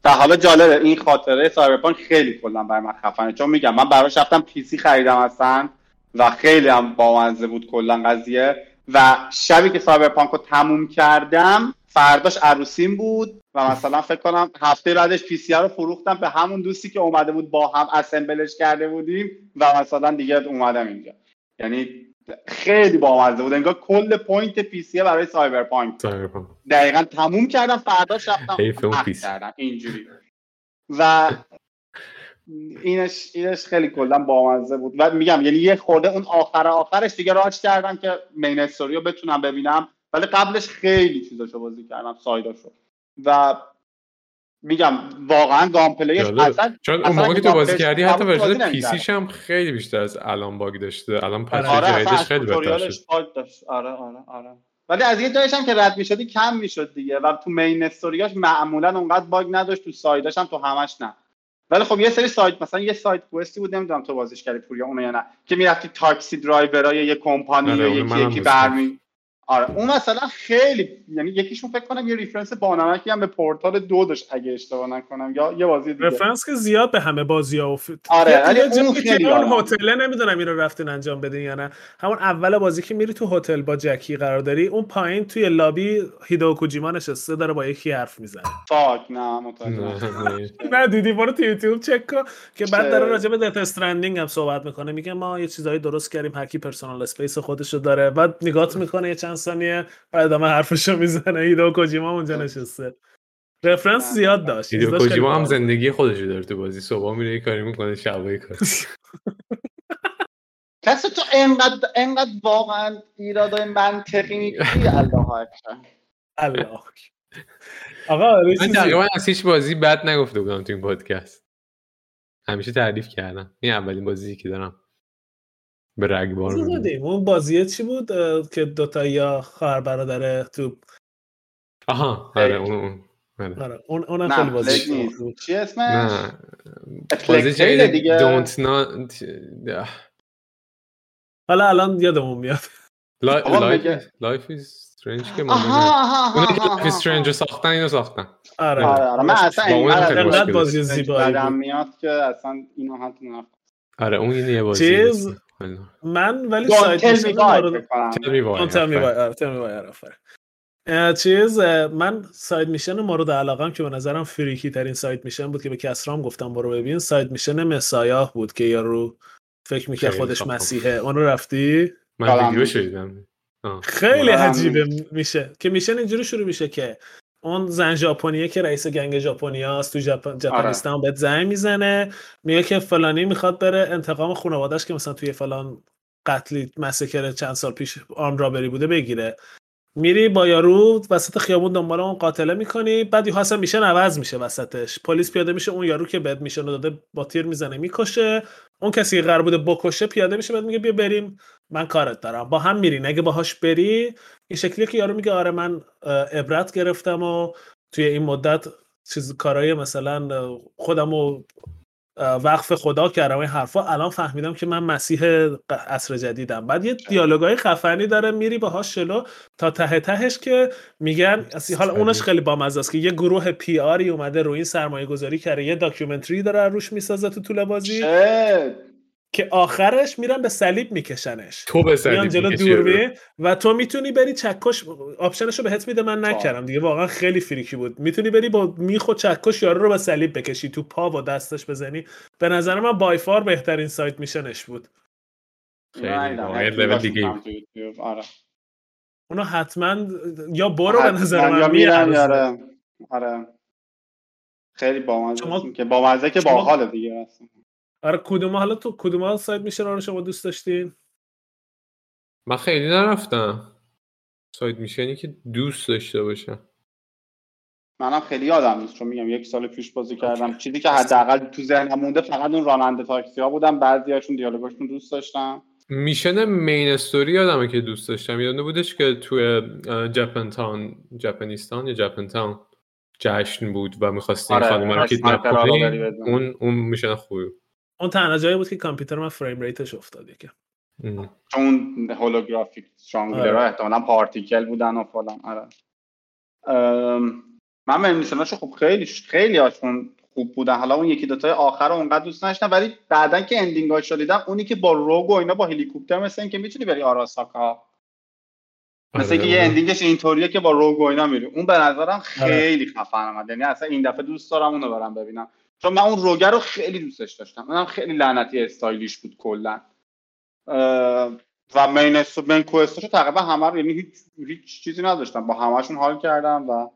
تا حالا جالبه این خاطره سایبرپانک خیلی کلا برای من خفنه، چون میگم من براش رفتم پی سی خریدم اصلا و خیلی هم بامزه بود کلا قضیه. و شبی که سایبرپانک رو تموم کردم فرداش عروسیم بود و مثلا فکر کنم هفته بعدش پی سی رو فروختم به همون دوستی که اومده بود با هم اسمبلش کرده بودیم و مثلا دیگه اومدم اینجا. یعنی خیلی بامزه بود، انگار کل پوینت پی سی برای سایبرپانک دقیقاً تموم کردم فرداش رفتم پخش کردم اینجوری. و اینش اینش خیلی کلا بامزه بود و میگم یعنی یه خورده اون آخر آخرش دیگه راج کردم که مین استوری رو بتونم ببینم، ولی قبلش خیلی چیزاشو بازی کردم، سایداشو. و میگم واقعا گام پلیش اصلا چون اون موقعی که تو بازی کردی حتی ورژن پی سیش هم خیلی بیشتر از الان باگ داشته، الان پچ جدیدش خیلی بهتر شد. آره آره آره ولی از یه جایش هم که رد میشدی کم میشد دیگه و تو مین استوریاش معمولا اونقدر باگ نداشت، تو سایداش هم تو همش نه. ولی خب یه سری سایت مثلا یه سایت کوستی بود، نمیدونم تو بازیش کردی پوریا اونو یا نه، که میرفتی تاکسی درایورای یه کمپانی یا یکی یکی برمی. آره اون مثلا خیلی، یعنی یکیشون فکر کنم یه ریفرنس بانمکی هم به پورتال دو داشت اگه اشتباه نکنم، یا یه بازی دیگه رفرنس که زیاد به همه بازی‌ها افتاد. آره ولی اون خیلی اون هتل نمیدونم اینو رفتین انجام بدین یا نه، همون اول بازی که میری تو هتل با جکی قرار داری، اون پایین توی لابی هیدو کوجیما نشسته داره با یکی حرف میزنه. فاک نه متوجه نه دیدی برو تو یوتیوب چک کن که بعد داره راجع به دت استرندینگ هم صحبت میکنه، میگه ما یه چیزایی درست کردیم، هر کی پرسونال اسپیس خودشو داره، بعد نگات میکنه یه چند ثانیه بعد ادامه حرفشو میزنه. هیدو کوجیما اونجا نشسته. رفرنس زیاد داشت. هیدو کوجیما هم زندگی خودشو داره تو بازی، صبح میره یه کاری میکنه شبا یه کاری. کسی تو انقدر انقدر واقعا ایرادای منطقی میگیری الله اکبر. الله آقا من تقریبا از هیچ بازی بد نگفته بودم تو این پادکست، همیشه تعریف کردم. این اولین بازی که دارم به رگبار میدونم. اون بازیه چی بود که دوتا یا خواهر برادر تو آها آره اون آره اون اونم خیلی بازی بود. چی اسمش؟ نه بازی جدید دیگه دونت نات. حالا الان یادمون میاد لایف ایز استرنج که مامونه اون که لایف ایز استرنج رو ساختن اینو ساختن. آره آره من اصلا اینقدر بازی زیبایی بود میاد که اصلا اینو هم تو نفت. آره اون اینه بازی چیز من ولی سایت میشن مورد تل می وای تل می وای چیز من ساید میشن مورد علاقم که به نظرم فریکی ترین ساید میشن بود که به کسرام گفتم برو ببین، ساید میشن مسایاه بود که یارو فکر میکنه خودش مسیحه. اون رو رفتی؟ من ویدیو شدیدم. خیلی عجیبه میشه که میشن اینجوری شروع میشه که اون زن ژاپنیه که رئیس گنگ ژاپنیاست تو ژاپن ژاپنیستان آره. بهت زنگ میزنه میگه که فلانی میخواد بره انتقام خانواده‌اش که مثلا توی فلان قتلی مسکر چند سال پیش آرم رابری بوده بگیره. میری با یارو وسط خیابون دنبال اون قاتله میکنی، بعد یهو اصلا میشن عوض میشه وسطش، پلیس پیاده میشه اون یارو که بهت میشن داده با تیر میزنه میکشه، اون کسی که قرار بوده بکشه پیاده میشه بعد میگه بیا بریم من کارت دارم، با هم میرین. اگه باهاش بری این شکلیه که یارو میگه آره من عبرت گرفتم و توی این مدت چیز کارهای مثلا خودمو وقف خدا کردم این حرفا، الان فهمیدم که من مسیح عصر جدیدم. بعد یه دیالوگای خفنی داره میری باهاش جلو تا ته تهش که میگن حالا اونش خیلی بامزه است که یه گروه پی آری اومده روی این سرمایه گذاری کرده، یه داکیومنتری داره روش میسازه تو طول بازی که آخرش میرن به صلیب میکشنش، تو به صلیب جلو دوربین و تو میتونی بری چکش آپشنشو بهت میده. من نکردم دیگه، واقعا خیلی فریکی بود. میتونی بری با میخ و چکش یارو رو به صلیب بکشی، تو پا و دستش بزنی. به نظر من بای فار بهترین سایت میشنش بود. خیلی لول دیگه. آره اونو حتما یا برو به نظر من میرم. آره آره خیلی بامزه که بامزه که باحال دیگه اصلا. آره کدوم حالا تو کدوم سایت میشه رو شما دوست داشتین؟ من خیلی نرفتم سایت میشنی که دوست داشته باشم. منم خیلی یادم نیست چون میگم یک سال پیش بازی کردم. چیزی که حداقل تو ذهنم مونده فقط اون راننده تاکسی ها بودن، بعضیاشون دیالوگاشون دوست داشتم. میشن مین استوری یادمه که دوست داشتم، یادم بودش که توی ژاپن تاون ژاپنیستان یا ژاپن تاون جشن بود و می‌خواستین آره، خانم رو کیدنپ کنی. اون اون میشن خوبه. اون تنها جایی بود که کامپیوتر من فریم ریتش افتاد یکم، چون هولوگرافیک شانگلرها احتمالاً پارتیکل بودن و فلان. آره ام... من منیسناشو خب خیلی خیلی هاشون خوب بودن. حالا اون یکی دوتای آخر رو اونقدر دوست نداشتم، ولی بعدن که اندینگاش رو دیدم، اونی که با روگ و اینا با هلیکوپتر مثل این که میتونی بری آراساکا، مثل اینکه یه اندینگش اینطوریه که با روگ و اینا میری، اون به نظرم خیلی خفن اومد. یعنی اصلا این دفعه دوست دارم اونو برام ببینم، چون من اون روگر رو خیلی دوستش داشتم. اونم خیلی لعنتی استایلیش بود کلا. و مین اس مین کوستاشو تقریبا همه رو، یعنی هیچ هیچ چیزی نداشتم، با همه‌شون حال کردم و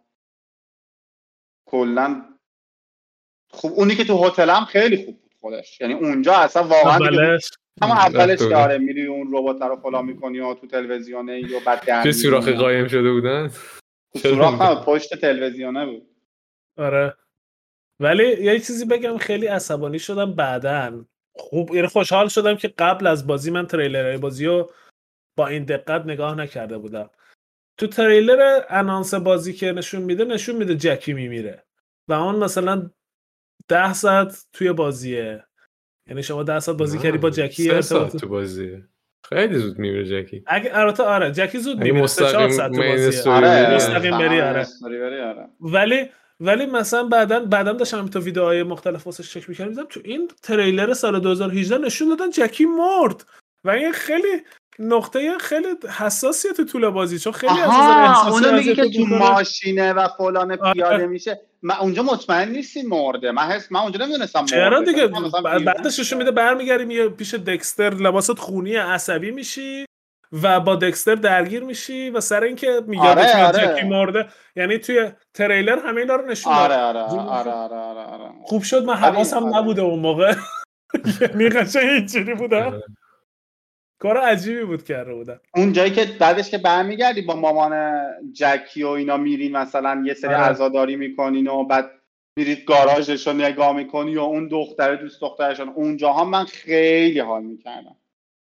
کلا خوب. اونی که تو هتلم خیلی خوب بود خودش، یعنی اونجا اصلا واقعا دیگه اما اولش داره میری اون ربات رو فلا میکنی و تو تلویزیونه یا بعد در چه سوراخ قایم شده بودن، سوراخ هم پشت تلویزیونه بود. آره ولی یه چیزی بگم، خیلی عصبانی شدم بعدن. خوب یعنی خوشحال شدم که قبل از بازی من تریلرهای بازی رو با این دقت نگاه نکرده بودم. تو تریلر انانس بازی که نشون میده نشون میده جکی میمیره و اون مثلا ده ساعت توی بازیه، یعنی شما ده ساعت بازی کردی با جکی سه ساعت تو بازیه، خیلی زود میمیره جکی. اگه البته آره جکی زود میمیره، سه چهار ساعت تو بازیه. آره مستقیم بری. آره آره ولی ولی مثلا بعدن بعدن داشتم تو ویدیوهای مختلف واسش چک می‌کردم، دیدم تو این تریلر سال دو هزار و هجده نشون دادن جکی مرد و این خیلی نقطه خیلی حساسیه تو طول بازی، چون خیلی از نظر احساسی اونو میگه که تو ماشینه و فلان پیاده میشه. من اونجا مطمئن نیستی مرده، من حس من اونجا نمیدونستم مرده. چرا دیگه بعدش نشون میده برمیگردی میگه پیش دکستر لباست خونی عصبی میشی و با دکستر درگیر میشی و سر اینکه میگه آره آره. جکی مرده، یعنی توی تریلر همه اینا رو نشون داد. آره آره آره آره آره آره خوب شد من حواسم آره. نبوده اون موقع. یعنی قشنگ اینجوری بوده. کار عجیبی بود کرده بودن. اون جایی که بعدش که برمیگردی با مامان جکی و اینا میرین مثلا یه سری عزاداری میکنین و بعد میرید گاراژش رو نگاه میکنی و اون دختره دوست دخترشون، اونجاها من خیلی حال میکردم.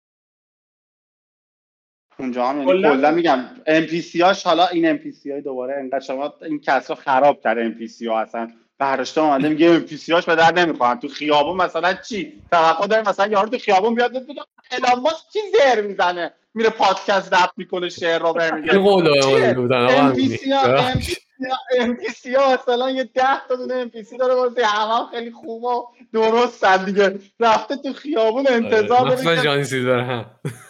اونجا هم یعنی کلا میگم ام پی سی هاش، حالا این ام پی سی های دوباره انقدر شما این کسرا خراب کرده ام پی سی ها، اصلا برداشته اومده میگه ام پی سی هاش به درد نمیخورن. تو خیابون مثلا چی توقع داره مثلا یارو تو خیابون بیاد بگه الان ماسک چی زر میزنه میره پادکست رپ میکنه شعر رو برمیگه این قولا بودن ام پی سی ها ام پی سی ها مثلا یه ده تا دونه ام پی سی داره واسه همه خیلی خوبه و درستن دیگه، رفته تو خیابون انتظار داره مثلا جانی سیزر هم.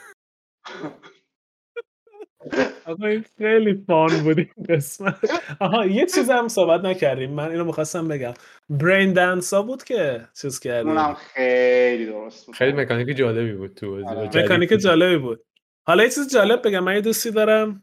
آقا این خیلی فان بود این قسمت. آها یه چیز هم صحبت نکردیم، من اینو می‌خواستم بگم. برین دنس ها بود که چیز کردیم. اونم خیلی درست بود. خیلی مکانیک جالبی بود تو بازی. مکانیک جالبی بود. حالا یه چیز جالب بگم، من یه دوستی دارم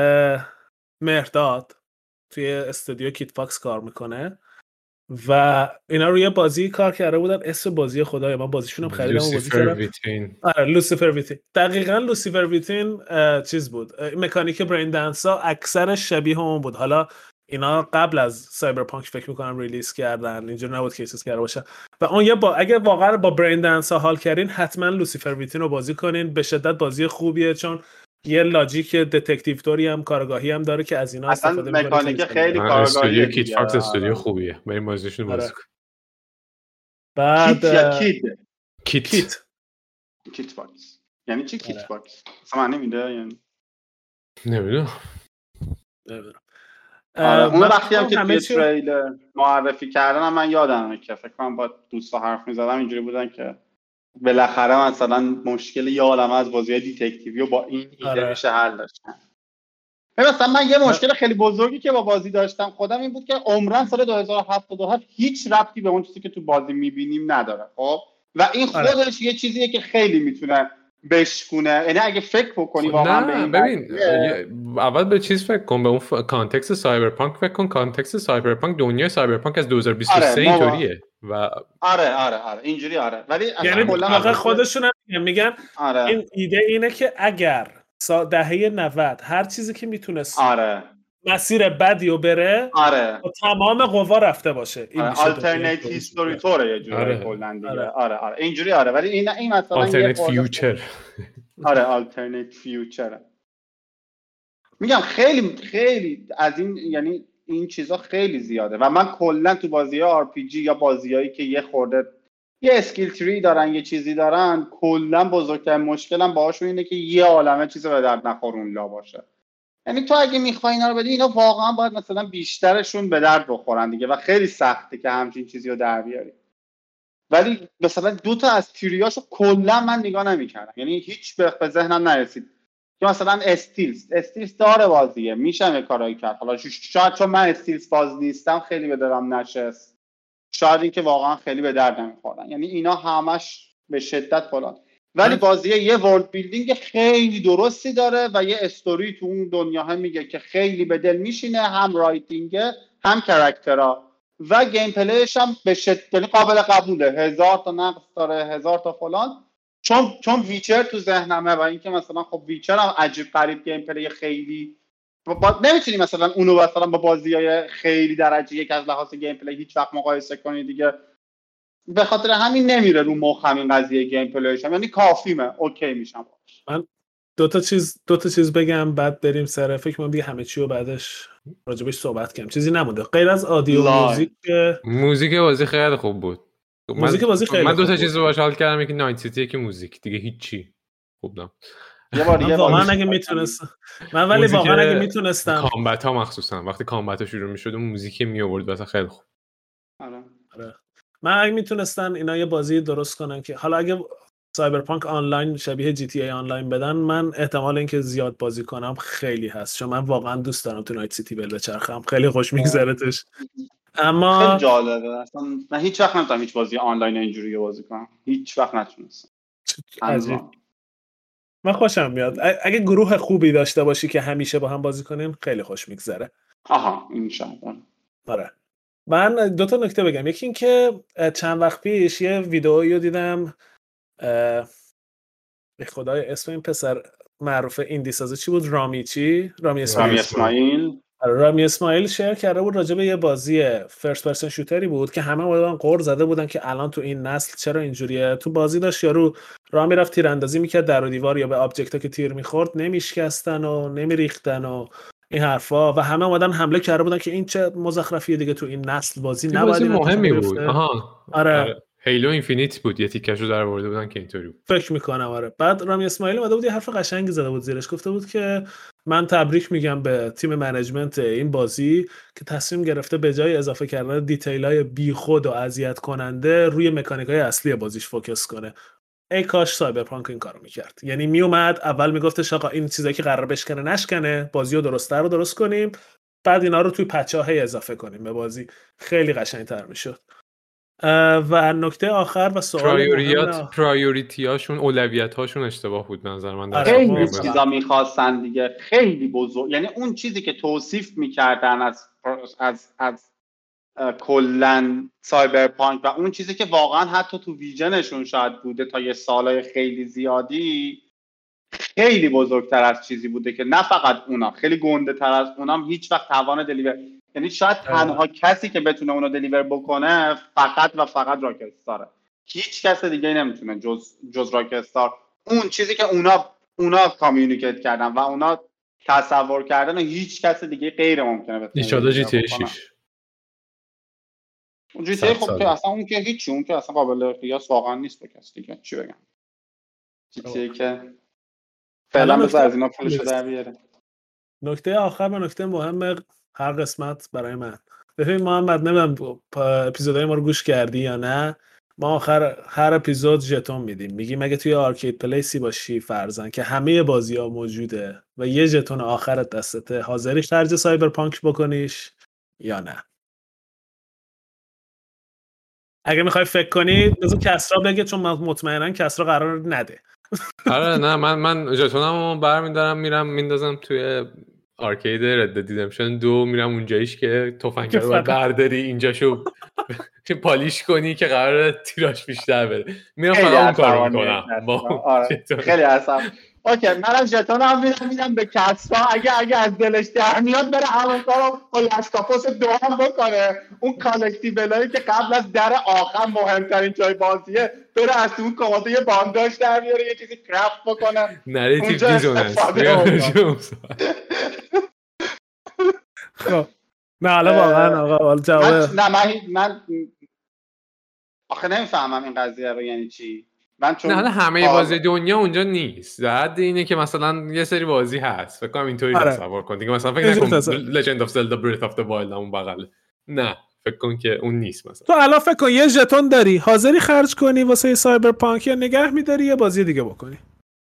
مهرداد توی استودیو کیت فاکس کار میکنه و اینا روی بازی کار کرده بودن، اسم بازی خدایا من بازیشون هم خریدم و بازی کردم. آره لوسیفر ویتین. دقیقاً لوسیفر ویتین چیز بود، مکانیک برین دنس ها اکثرش شبیه اون بود. حالا اینا قبل از سایبرپانک فکر میکنم ریلیز کردن، اینجوری نبود که چیز کرده باشه. و اون یه با اگه واقعا با برین دنس ها حال کردین حتما لوسیفر ویتین رو بازی کنین، به شدت بازی خوبیه، چون یه لاجیک دتکتیو توری هم کارگاهی هم داره که از اینا استفاده می‌کنه. مکانیک خیلی کارگاهی. استودیو کیت فاکس استودیو خوبیه، بریم بازیشون بازی کنیم. بعد کیت کیت کیت کیت فاکس یعنی چی کیت فاکس؟ اصلا نمیده یعنی نمیدونم. نمیدونم. اون وقتی هم که توی تریلر معرفی کردن من یادمه که فکر کنم با دوستا حرف می‌زدم اینجوری بودن که بالاخره مثلا مشکل یه عالمه از بازی‌های دیتکتیوی و با این ایده آره. میشه حل داشتن. مثلا من یه مشکل خیلی بزرگی که با بازی داشتم خودم این بود که عمرن سال دو هزار و هفتاد و هفت هیچ ربطی به اون چیزی که تو بازی می‌بینیم نداره. خب و این خودش آره. یه چیزیه که خیلی میتونه بشکونه. یعنی اگه فکر بکنی واقعا به این ببین اول به چیز فکر کن، به اون ف... کانتکست سایبرپانک فکر کن. کانتکست سایبرپانک، دنیای سایبرپانک از دو هزار و بیست و سه آره، اینطوریه و آره آره آره اینجوری آره. ولی یعنی واقعا خودشون هم میگن آره. این ایده اینه که اگر دهه نود هر چیزی که میتونست آره مسیر بدی رو بره آره با تمام قوا رفته باشه، این آره. آلترنیت هیستوری توره یه جوری آره. کلا دیگه آره. آره آره اینجوری آره. ولی این این مثلا آلترنیت فیوچر آره آلترنیت فیوچر میگم خیلی خیلی از این، یعنی این چیزا خیلی زیاده و من کلا تو بازی‌ها آر پی جی یا بازیایی که یه خورده یه اسکیل تری دارن یه چیزی دارن، کلا بزرگترین مشکلم باهاشون اینه که یه عالمه چیز به درد نخور اون لا باشه. یعنی تو اگه میخوای اینا رو بدی، اینا واقعا باید مثلا بیشترشون به درد بخورن دیگه و خیلی سخته که همچین چیزی رو در بیاری. ولی مثلا دو تا از تیریاشو کلا من نگاه نمی‌کردم، یعنی هیچ به ذهنم نرسید که مثلا استیلز استیلز داره بازیه، میشم یه کارایی کرد. حالا شاید چون من استیلز باز نیستم خیلی به درام نشست، شاید این که واقعا خیلی به درد نمیخورن. یعنی اینا همش به شدت فلان، ولی بازیه یه ورلد بیلدینگ خیلی درستی داره و یه استوری تو اون دنیاها میگه که خیلی به دل میشینه، هم رایتینگ هم کاراکترها و گیم پلیش هم به شدت قابل قبوله. هزار تا نقص داره، هزار تا فلان، چون چون ویچر تو ذهنمه و اینکه مثلا خب ویچر هم عجیب غریب گیم پلی خیلی با... نمیتونی مثلا اونو مثلا با بازیای خیلی درجه یک از لحاظ گیم پلی هیچ وقت مقایسه کنی دیگه. به خاطر همین نمیره رو مخم این قضیه گیم پلیش، یعنی کافیمه، اوکی میشم. من دو تا چیز دو تا چیز بگم بعد بریم سر فکر کنم دیگه همه چی رو بعدش راجبش صحبت کنیم. چیزی نمونده غیر از آدیو موزیک. موزیک بازی خیلی خوب بود. موزیک بازی خیلی من دو تا چیز رو باحال حال کردم، یکی نایت سیتی، یکی موزیک، دیگه هیچی. خوب نم یه بار دیگه واقعا اگه میتونستم من ولی واقعا اگه میتونستم کامبت ها مخصوصا وقتی کامبت ها شروع میشد اون موزیک می آورد واسه خیلی خوب. آره من اگه میتونستن اینا یه بازی درست کنن که حالا اگه سایبرپانک آنلاین شبیه جی تی ای آنلاین بدن، من احتمال اینکه زیاد بازی کنم خیلی هست، چون من واقعا دوست دارم تو نایت سیتی بل بچرخم، خیلی خوش میگذره توش. اما خیلی جالبه، اصلا من هیچ وقت نمیتونم هیچ بازی آنلاین اینجوری بازی کنم، هیچ وقت نتونستم. عجیب. من خوشم میاد اگه گروه خوبی داشته باشی که همیشه با هم بازی کنین، خیلی خوش میگذره. آها این شاید. آره. من دو تا نکته بگم. یکی این که چند وقت پیش یه ویدئویی دیدم، به خدای اسم این پسر معروف ایندی سازه چی بود؟ رامی چی؟ رامی اسماعیل. رامی اسماعیل. رامی اسماعیل شیر کرده بود راجع به یه بازی فرست پرسن شوتری بود که همه اومدن قور زده بودن که الان تو این نسل چرا اینجوریه. تو بازی داشت یارو راه میرفت تیراندازی میکرد در و دیوار یا به آبجکتا که تیر میخورد نمیشکستن و نمیریختن و این حرفا، و همه اومدن حمله کرده بودن که این چه مزخرفیه دیگه، تو این نسل بازی نباید این مهمی بود. آها آره. آره. هیلو اینفینیت بود، یه تیکشو در آورده بودن که اینطوری بود فکر میکنم. آره. بعد رامی اسماعیل اومده بود یه حرف قشنگی زده بود زیرش، گفته بود که من تبریک میگم به تیم منیجمنت این بازی که تصمیم گرفته به جای اضافه کردن دیتیلای بیخود و اذیت کننده روی مکانیکای اصلی بازیش فوکس کنه. ای کاش سایبرپانک این کارو میکرد. یعنی میومد اول میگفتش آقا این چیزایی که قرار بشکنه نشکنه، بازیو درست‌تر رو درست کنیم، بعد اینا رو توی پچ‌ها اضافه کنیم به بازی، خیلی قشنگ‌تر میشد. و نکته آخر و سوال پرایوریات پرایوریتیاشون اولویت‌هاشون اشتباه بود نظر من. در خیلی چیزا می‌خواستن دیگه، خیلی بزرگ. یعنی اون چیزی که توصیف می‌کردن از از از کلن سایبرپانک و اون چیزی که واقعا حتی تو ویژنشون شاید بوده تا یه سالای خیلی زیادی، خیلی بزرگتر از چیزی بوده که نه فقط اونا، خیلی گنده تر از اونام هیچ وقت توان دلیور، یعنی شاید تنها کسی که بتونه اونو دلیور بکنه فقط و فقط راکستاره. هیچ کس دیگه نمیتونه جز جز راکستار اون چیزی که اونا اونا کامیونیکیت کردن و اونا تصور کردن و هیچ کس دیگه غیر ممکنه بتونه. ان شاءالله جی تی شش اون جی تی ای خب که اصلا اون که هیچی، اون که اصلا قابل قیاس واقعا نیست به کسی دیگه. چی بگم؟ جی تی ای که فعلا بذار از اینا پولشو در بیاره. نکته آخر و نکته مهم هر قسمت برای من. ببین محمد، نمیدونم اپیزودهای ما رو گوش کردی یا نه، ما آخر هر اپیزود ژتون میدیم، میگیم اگه توی آرکید پلیسی باشی فرضاً که همه بازی‌ها موجوده و یه ژتون آخرت دستته، حاضری خرج سایبرپانک بکنیش یا نه؟ اگه میخوای فکر کنی بذار کسرا بگه، چون مطمئناً کسرا قرار نده. آره نه من من ژتونمو برمی‌دارم میرم میندازم توی آرکید رد دیدمشن دو، میرم اونجاییش که تفنگ رو برداری اینجاشو که پالیش کنی که قراره تیراش بیشتر بره، میرم فقط اون کارو میکنم. آره خیلی اصلا اوکی، منم ژتونم میدم میدم به کسرا، اگه اگه از دلش در میاد بره همون کارو با لشکاپوس دو هم بکنه، اون کالکتیبلایی که قبل از در آخر مهمترین جای بازیه بره از اون کماده یه بانداش در بیاره، یه چیزی کرافت بکنه، نریتیو دیزوننس. خب نه حالا واقعا آقا جواب نه من من آخه نمیفهمم این قضیه رو یعنی چی. من چون نه حالا همه آه. بازی دنیا اونجا نیست. در حد اینه که مثلا یه سری بازی هست فکر کنم اینطوری آره. تصور کن دیگه، مثلا فکر اینجوری نکن تصور. Legend of Zelda Breath of the Wild اون بغل، نه فکر کن که اون نیست. مثلا تو الان فکر کن یه ژتون داری، حاضری خرج کنی واسه سایبرپانک یا نگه می‌داری یه بازی دیگه بکنی؟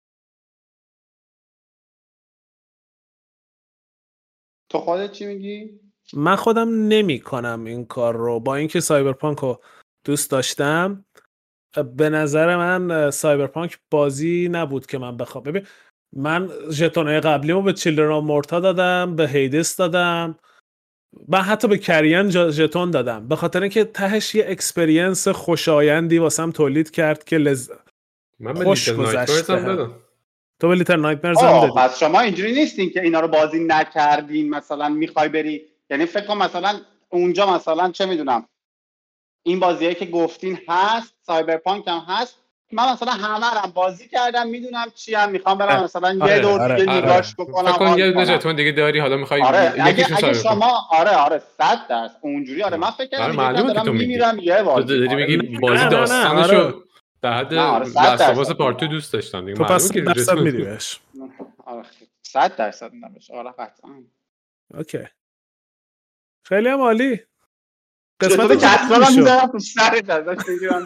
تو خودت چی میگی؟ من خودم نمی کنم این کار رو، با اینکه سایبرپانک رو دوست داشتم. به نظر من سایبرپانک بازی نبود که من بخوام. ببین من ژتون‌های قبلیمو به چیلدرن آف مورتا دادم، به هیدس دادم، من حتی به کریان ژتون دادم، به خاطر اینکه تهش یه اکسپریانس خوشایندی واسم تولید کرد که لز... من به خوش لیتل نایتمرز هم دادم. تو به لیتل نایتمرز هم دادی؟ پس شما اینجوری نیستین که اینا رو بازی نکردین مثلا میخوای بری، یعنی فکر کن مثلا اونجا مثلا چه میدونم این بازیایی که گفتین هست، سایبرپانک هم هست، من مثلا همه رو بازی کردم میدونم چی هم میخوام برم مثلا آره، یه دور آره، دیگه آره. نگاش بکنم. فکر کن یه دونه ژتون دیگه داری حالا میخوای آره اگه یکیشون اگه سایبرپانک. شما آره آره صد درصد اونجوری آره من فکر آره کردم معلومه که دارم تو میگی. میمیرم یه تو بازی داری آره. میگی بازی نه، نه، نه، داستانشو آره. در حد نه، آره، صد لاست درصد. آف پارت تو دوست داشتم دیگه، تو پس معلومه که درصد ژتون. میدی بهش. آره صد درصد نمیشه. آره قطعا. اوکی خیلی هم عالی. قسمت قسمت کسرا رو میذارم تو سرت ازش میگیرم.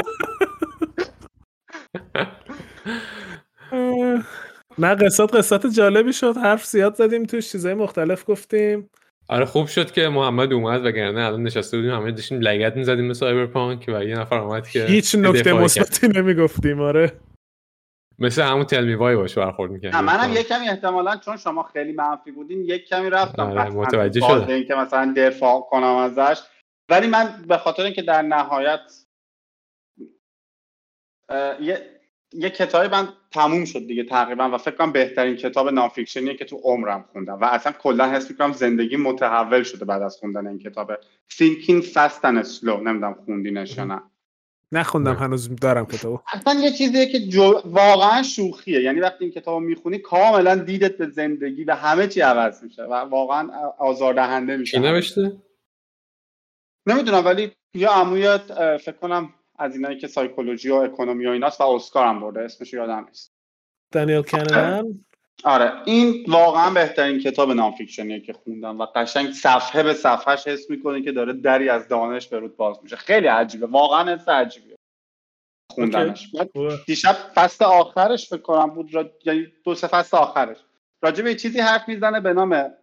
نه قصت قصت جالبی شد، حرف زیاد زدیم توش، چیزای مختلف گفتیم. آره خوب شد که محمد اومد، وگرنه الان نشسته بودیم همه داشتیم لگد می‌زدیم به سایبرپانک و یه نفر اومد که هیچ نکته مثبتی نمیگفتیم. آره مثل همون تلمی وای باش برخورد می‌کردیم. نه منم یک کمی احتمالاً چون شما خیلی منفی بودین یک کمی رفتم آره قطعاً متوجه باز شدم این که مثلا دفاع کنم ازش، ولی من به خاطر اینکه در نهایت یه یه کتابی من تموم شد دیگه تقریبا و فکر کنم بهترین کتاب نانفیکشنیه که تو عمرم خوندم و اصلا کلا حس می‌کنم زندگی متحول شده بعد از خوندن این کتاب Thinking Fast and Slow. نمیدونم خوندینش یا نه. نخوندم هنوز، دارم کتابو. اصلا یه چیزیه که جو... واقعا شوخیه، یعنی وقتی این کتابو میخونی کاملا دیدت به زندگی و همه چی عوض میشه و واقعا آزاردهنده میشه. کی نوشته؟ نمیدونم ولی یه عموی فکر کنم از اینایی که سایکولوژی و اکونومی و ایناست و اسکار هم برده، اسمش یادم نیست. دانیل کانان. آره این واقعا بهترین کتاب نانفیکشنیه که خوندم و قشنگ صفحه به صفحهش حس میکنی که داره دری از دانش به رود باز میشه. خیلی عجیبه، واقعا حس عجیبیه خوندنش. دیشب فصل آخرش فکر کنم بود را... یعنی دو سه فصل آخرش راجع به چیزی حرف میزنه به نام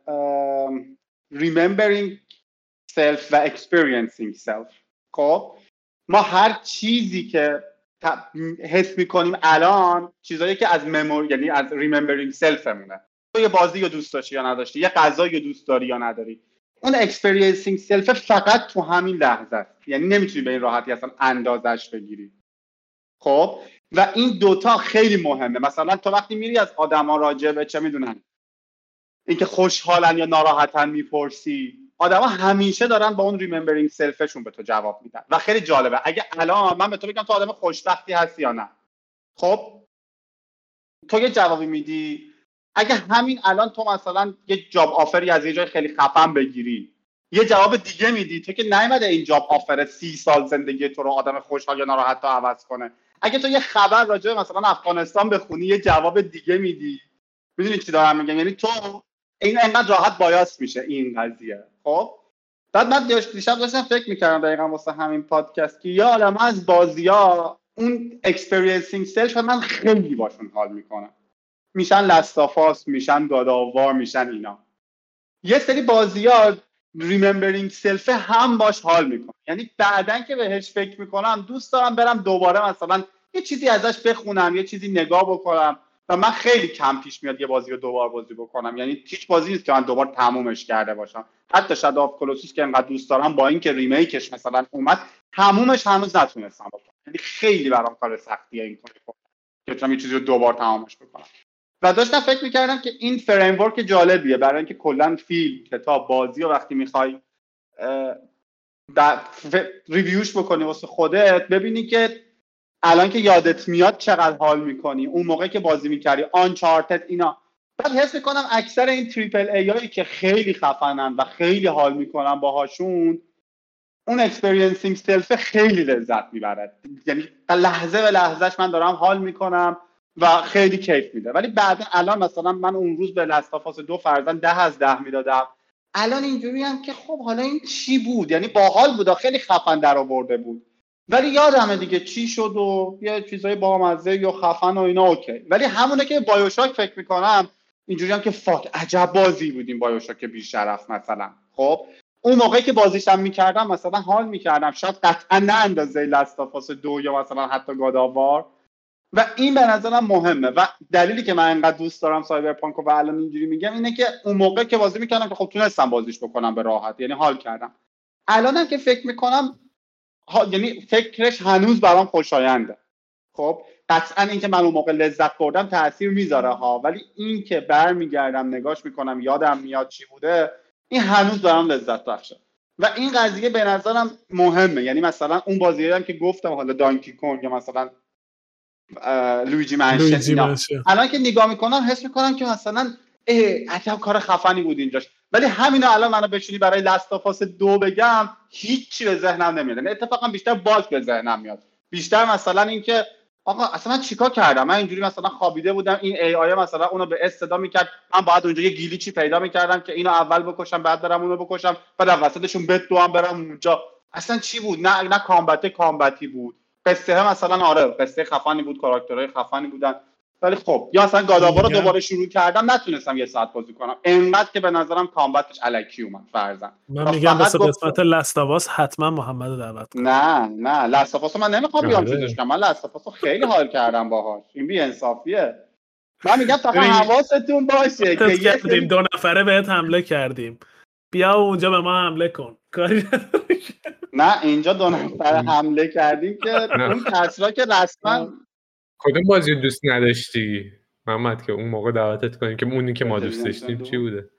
Remembering Self و Experiencing Self. خب ما هر چیزی که حس میکنیم الان چیزایی که از مموری، یعنی از Remembering Selfمونه. تو یه بازی رو دوست داشتی یا نداشتی، یه غذایی رو دوست داری یا نداری، اون Experiencing Self فقط تو همین لحظه است، یعنی نمیتونی به این راحتی اصلا اندازش بگیری. خب و این دوتا خیلی مهمه. مثلا تو وقتی میری از آدما راجع به چه میدونن اینکه خوشحالن یا ناراحتن میپرسی، آدما همیشه دارن با اون ریممبرینگ سلفشون به تو جواب میدن و خیلی جالبه. اگه الان من به تو بگم تو آدم خوشبختی هستی یا نه، خب تو یه جوابی میدی. اگه همین الان تو مثلا یه جاب آفری از یه جای خیلی خفن بگیری، یه جواب دیگه میدی. تو که نیومده این جاب آفر سی سال زندگی تو رو آدم خوشحال یا ناراحت تا عوض کنه. اگه تو یه خبر راجع به مثلا افغانستان بخونی، یه جواب دیگه میدی. میدونی چی دارم میگم؟ یعنی تو این انقدر راحت بایاس میشه این قضیه. خب بعد من دیشب داشتم فکر میکردم دقیقاً واسه همین پادکست که یا آدم از بازی‌ها اون اکسپریانسینگ سلف من خیلی باشون حال میکنم، میشن لستافاس، میشن گاداوار، میشن اینا. یه سری بازی‌ها ریممبرینگ سلف هم باش حال میکنم، یعنی بعدن که بهش فکر میکنم دوست دارم برم دوباره مثلا یه چیزی ازش بخونم، یه چیزی نگاه بکنم. و من خیلی کم پیش میاد یه بازی رو دوبار بازی بکنم، یعنی هیچ بازی نیست که من دوبار تمومش کرده باشم. حتی شادو آف کلوسوس که انقدر دوست دارم با اینکه ریمیکش مثلا اومد تمومش هنوز نتونستم بکنم، یعنی خیلی برام کار سختیه این کارو کنم که بتونم یه چیزی رو دوبار تمامش بکنم. و داشتم فکر میکردم که این فریم ورک جالبیه برای اینکه کلا فیلم، کتاب، بازی رو وقتی میخوای ریویوش بکنی واسه خودت، ببینی که الان که یادت میاد چقدر حال میکنی، اون موقع که بازی میکردی آنچارتد اینا. بعد حس میکنم اکثر این تریپل ای هایی که خیلی خفنن و خیلی حال میکنن باهاشون، اون اکسپریانسینگ سلف خیلی لذت میبره، یعنی لحظه به لحظهش من دارم حال میکنم و خیلی کیف میده. ولی بعد الان مثلا من اون روز به لاست آف اس دو فرضاً ده از ده میدادم، الان اینجوری هم که خب حالا این چی بود، یعنی باحال بود، خیلی خفن در آورده بود، ولی یادمه دیگه چی شد و یه چیزای بامزه یا خفن و اینا اوکی. ولی همونه که بایوشاک فکر میکنم اینجوری هم که فاک عجب بازی بود این بایوشاک بی‌شرف مثلا. خب اون موقعی که بازیشم میکردم مثلا حال میکردم، شاید قطعا نه اندازه لاست آف اس دو یا مثلا حتی گاد آف وار، و این به نظرم مهمه. و دلیلی که من انقدر دوست دارم سایبرپانک و الان اینجوری میگم اینه که اون موقع که بازی میکردم که خب تونستم بازیش بکنم به راحت، یعنی حال کردم. الانم که فکر میکنم ها، یعنی فکرش هنوز برام خوشاینده. خب قطعا این که من اون موقع لذت بردم تاثیر میذاره ها، ولی این که برمیگردم نگاش میکنم یادم میاد چی بوده، این هنوز برام لذت بخشه. و این قضیه به نظرم مهمه. یعنی مثلا اون بازیایی هم که گفتم، حالا دانکی کونگ یا مثلا لویجی منشن، الان که نگاه میکنم حس میکنم که مثلا اه عجب کار خفنی بود اینجاش، ولی همینا الان منو بشونی برای لاست آف اس دو بگم هیچی به ذهنم نمیاد. اتفاقا بیشتر باگ به ذهنم میاد، بیشتر مثلا اینکه آقا اصلا من چیکار کردم، من اینجوری مثلا خوابیده بودم، این ای آی مثلا اونو به اس صدا میکرد، من باید اونجا یه گلیچی پیدا میکردم که اینو اول بکشم بعد برم اونو بکشم، بعد وسطشون بت دوام برم اونجا. اصلا چی بود؟ نه نه کامبت کامبتی بود، قصه مثلا آره قصه خفنی بود، کاراکترهای خفنی بودن، ولی خب یا مثلا گاداوا رو دوباره شروع کردم نتونستم یه ساعت بازی کنم، انقدر که به نظرم کامبتش الکی اومد فرضاً. من میگم واسه قسمت لاست آف اس حتما محمد رو دعوت کن. نه نه لاست آف اس من نمیخوام بیام چیزش کنم، من لاست آف اس خیلی حال کردم باهاش، این بی انصافیه. من میگم فقط حواستون باشه که یه سری دو نفره بهت حمله کردیم، بیا اونجا به ما حمله کن. کاری نه اینجا دو نفره حمله کردیم که اون کسرا که رسما کدوم بازی دوست نداشتی محمد که اون موقع دعوتت کنیم که اونی که ما دوست داشتیم چی بوده؟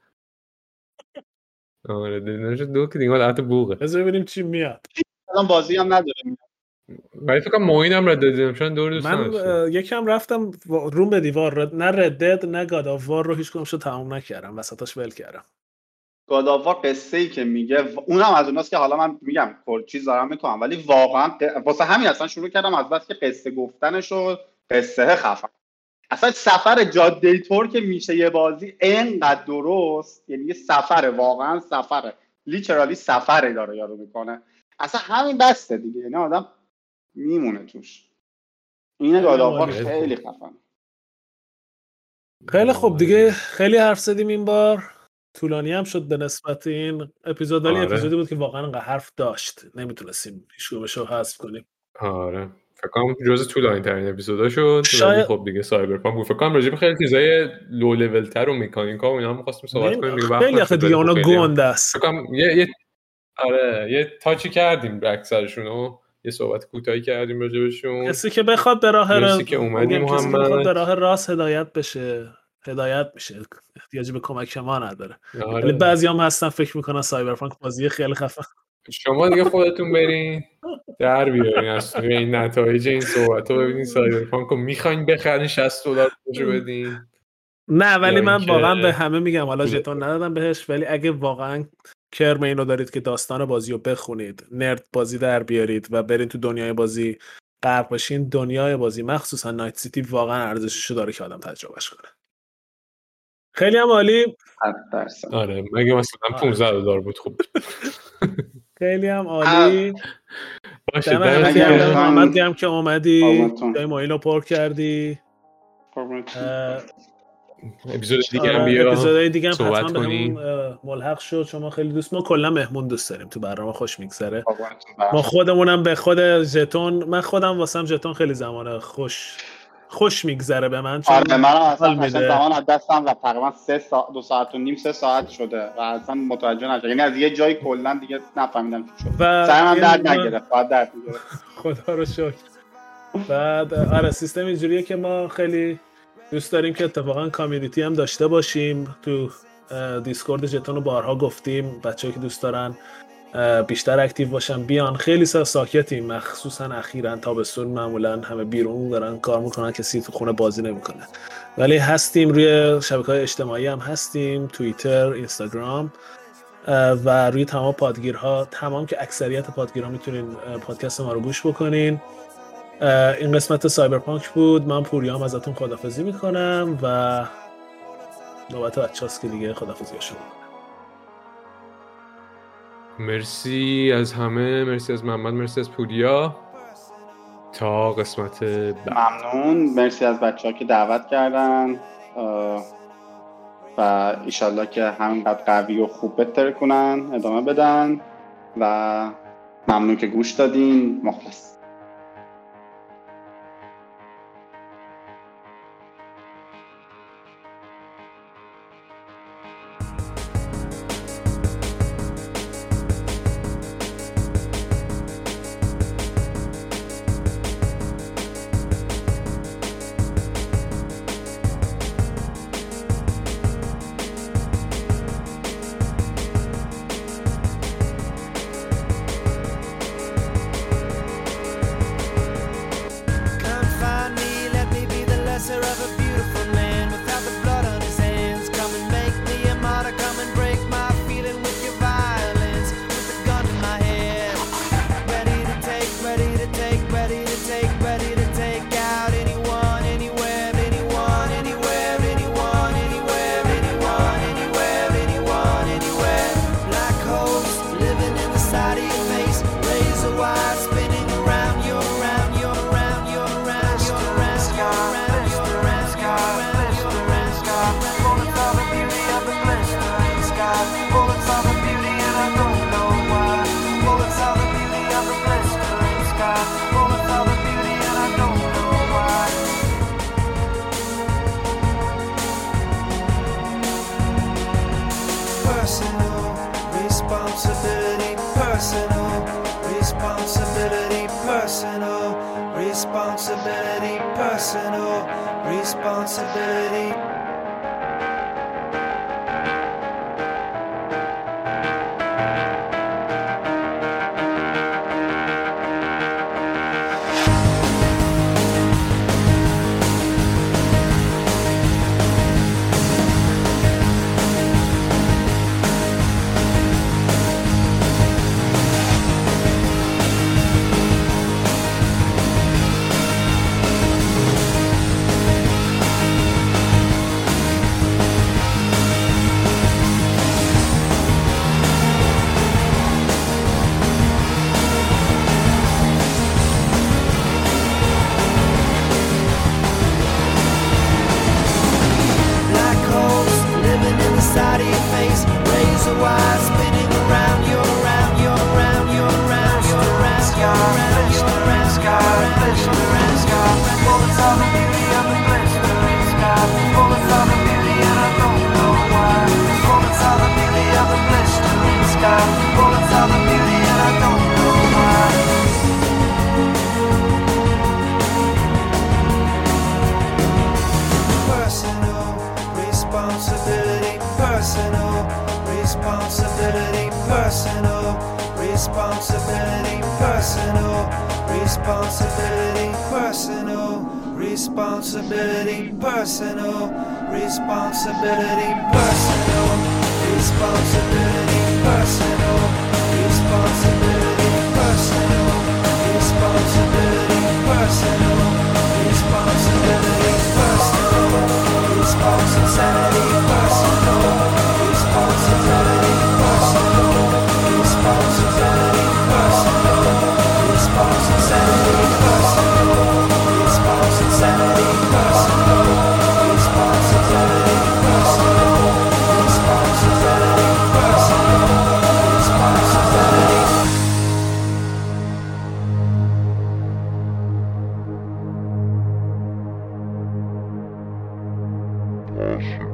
آره دیدنش دو که دیگه البته بوقه. بذار ببینیم چی میاد. الان بازی هم نداره. ولی فکر کنم موینم رد دادیم چون دور دوست من یکم رفتم روم به دیوار، نه ردد نه گاد آف وار رو هیچ کدومشو تموم نکردم، وسطاش ول کردم. گاد آف وار قصه‌ای که میگه اونم از اوناست که حالا من میگم کل چیز دارم میکنم، ولی واقعا واسه همین اصلا شروع کردم از بس که قصه گفتنش و قصه خفن. اصلا سفر جاده تور که میشه یه بازی اینقدر درست، یعنی یه سفره، واقعا سفره، لیترالی سفره داره یارو میکنه، اصلا همین بسته دیگه، یعنی آدم میمونه توش. اینه گاد آف وار خیلی خفن. خیلی خوب دیگه، خیلی حرف زدیم این بار، طولانی هم شد به نسبت این اپیزود، ولی آره. اپیزودی بود که واقعا انقدر حرف داشت نمیتونستیم هیچ کدومشو حذف کنیم. آره فکر کنم جزء طولانی ترین اپیزودا شد. شاید... خب دیگه سایبرپانک بود، فکر کنم راجع به خیلی چیزای لو لول تر و مکانیکا و اینا هم خواستیم صحبت کنیم دیگه. خیلی خیلی دیگه اونا گنده است. فکر کنم یه یه آره یه تاچی کردیم به اکثرشون و یه صحبت کوتاهی کردیم راجع بهشون. کسی که بخواد به راه راست که اومدی محمد به راه راست هدایت بشه هدایت میشه، احتیاجی به کمک ما نداره. آره. ولی بعضیام هستن فکر میکنن سایبرپانک بازی خیلی خفن. شما دیگه خودتون برین در بیارین از توی این نتایج این صحبت رو ببینین سایبرپانک رو میخواین بخرین شصت دلار بهش بدین. نه ولی من واقعا به همه میگم، حالا ژتون ندادم بهش، ولی اگه واقعا کرم اینو دارید که داستان بازی رو بخونید، نرد بازی در بیارید و برین تو دنیای بازی غرق بشین، دنیای بازی مخصوصا نایت سیتی واقعا ارزششو داره که آدم تجربهش کنه. خیلی هم عالی. آره مگه مثلا پانزده دلار بود خوب. خیلی هم عالی. باشه دمت محمد گرم که اومدی جای ما اینو پر کردی. اپیزود دیگه هم بیا اپیزودهای دیگه هم حتما بهمون ملحق شد. شما خیلی دوست، ما کلا مهمون دوست داریم تو برنامه، خوش میگذره. ما خودمونم به خود ژتون، من خودم واسم ژتون خیلی زمانه خوش خوش میگذره به من، چون آره من اصلا زمان از دستم و تقریبا سه ساعت دو ساعت و نیم سه ساعت شده و اصلا متوجه نشدم، یعنی از یه جایی کلا دیگه نفهمیدم چی شد، سرم درد نگرفت، بعد درد میگرفت خدا رو شکر. بعد آره سیستم اینجوریه که ما خیلی دوست داریم که اتفاقا کامیونیتی هم داشته باشیم. تو دیسکورد ژتون رو بارها گفتیم، بچه‌ای که دوست دارن بیشتر اکتیو باشن بیان. خیلی ساکتیم، مخصوصا اخیراً تابستون معمولا همه بیرون دارن کار میکنن، کسی تو خونه بازی نمیکنه، ولی هستیم روی شبکه‌های اجتماعی هم هستیم، توییتر، اینستاگرام. و روی تمام پادگیرها، تمام که اکثریت پادگیرها میتونین پادکست ما رو گوش بکنین. این قسمت سایبرپانک بود. من پوریام ازتون خداحافظی میکنم و نوبت بچه‌هاست که دیگه خداحافظی‌هاشون میکنم. مرسی از همه، مرسی از محمد، مرسی از پوریا. تا قسمت بعد. ممنون، مرسی از بچه‌ها که دعوت کردن و ایشالله که همینقدر قوی و خوب بهتر کنن، ادامه بدن و ممنون که گوش دادین. مخلص. Responsibility, personal responsibility. Responsibility, personal responsibility, personal responsibility, personal responsibility, personal responsibility, personal responsibility, personal responsibility, personal responsibility, personal responsibility, personal responsibility, personal responsibility, personal responsibility, personal responsibility, personal responsibility.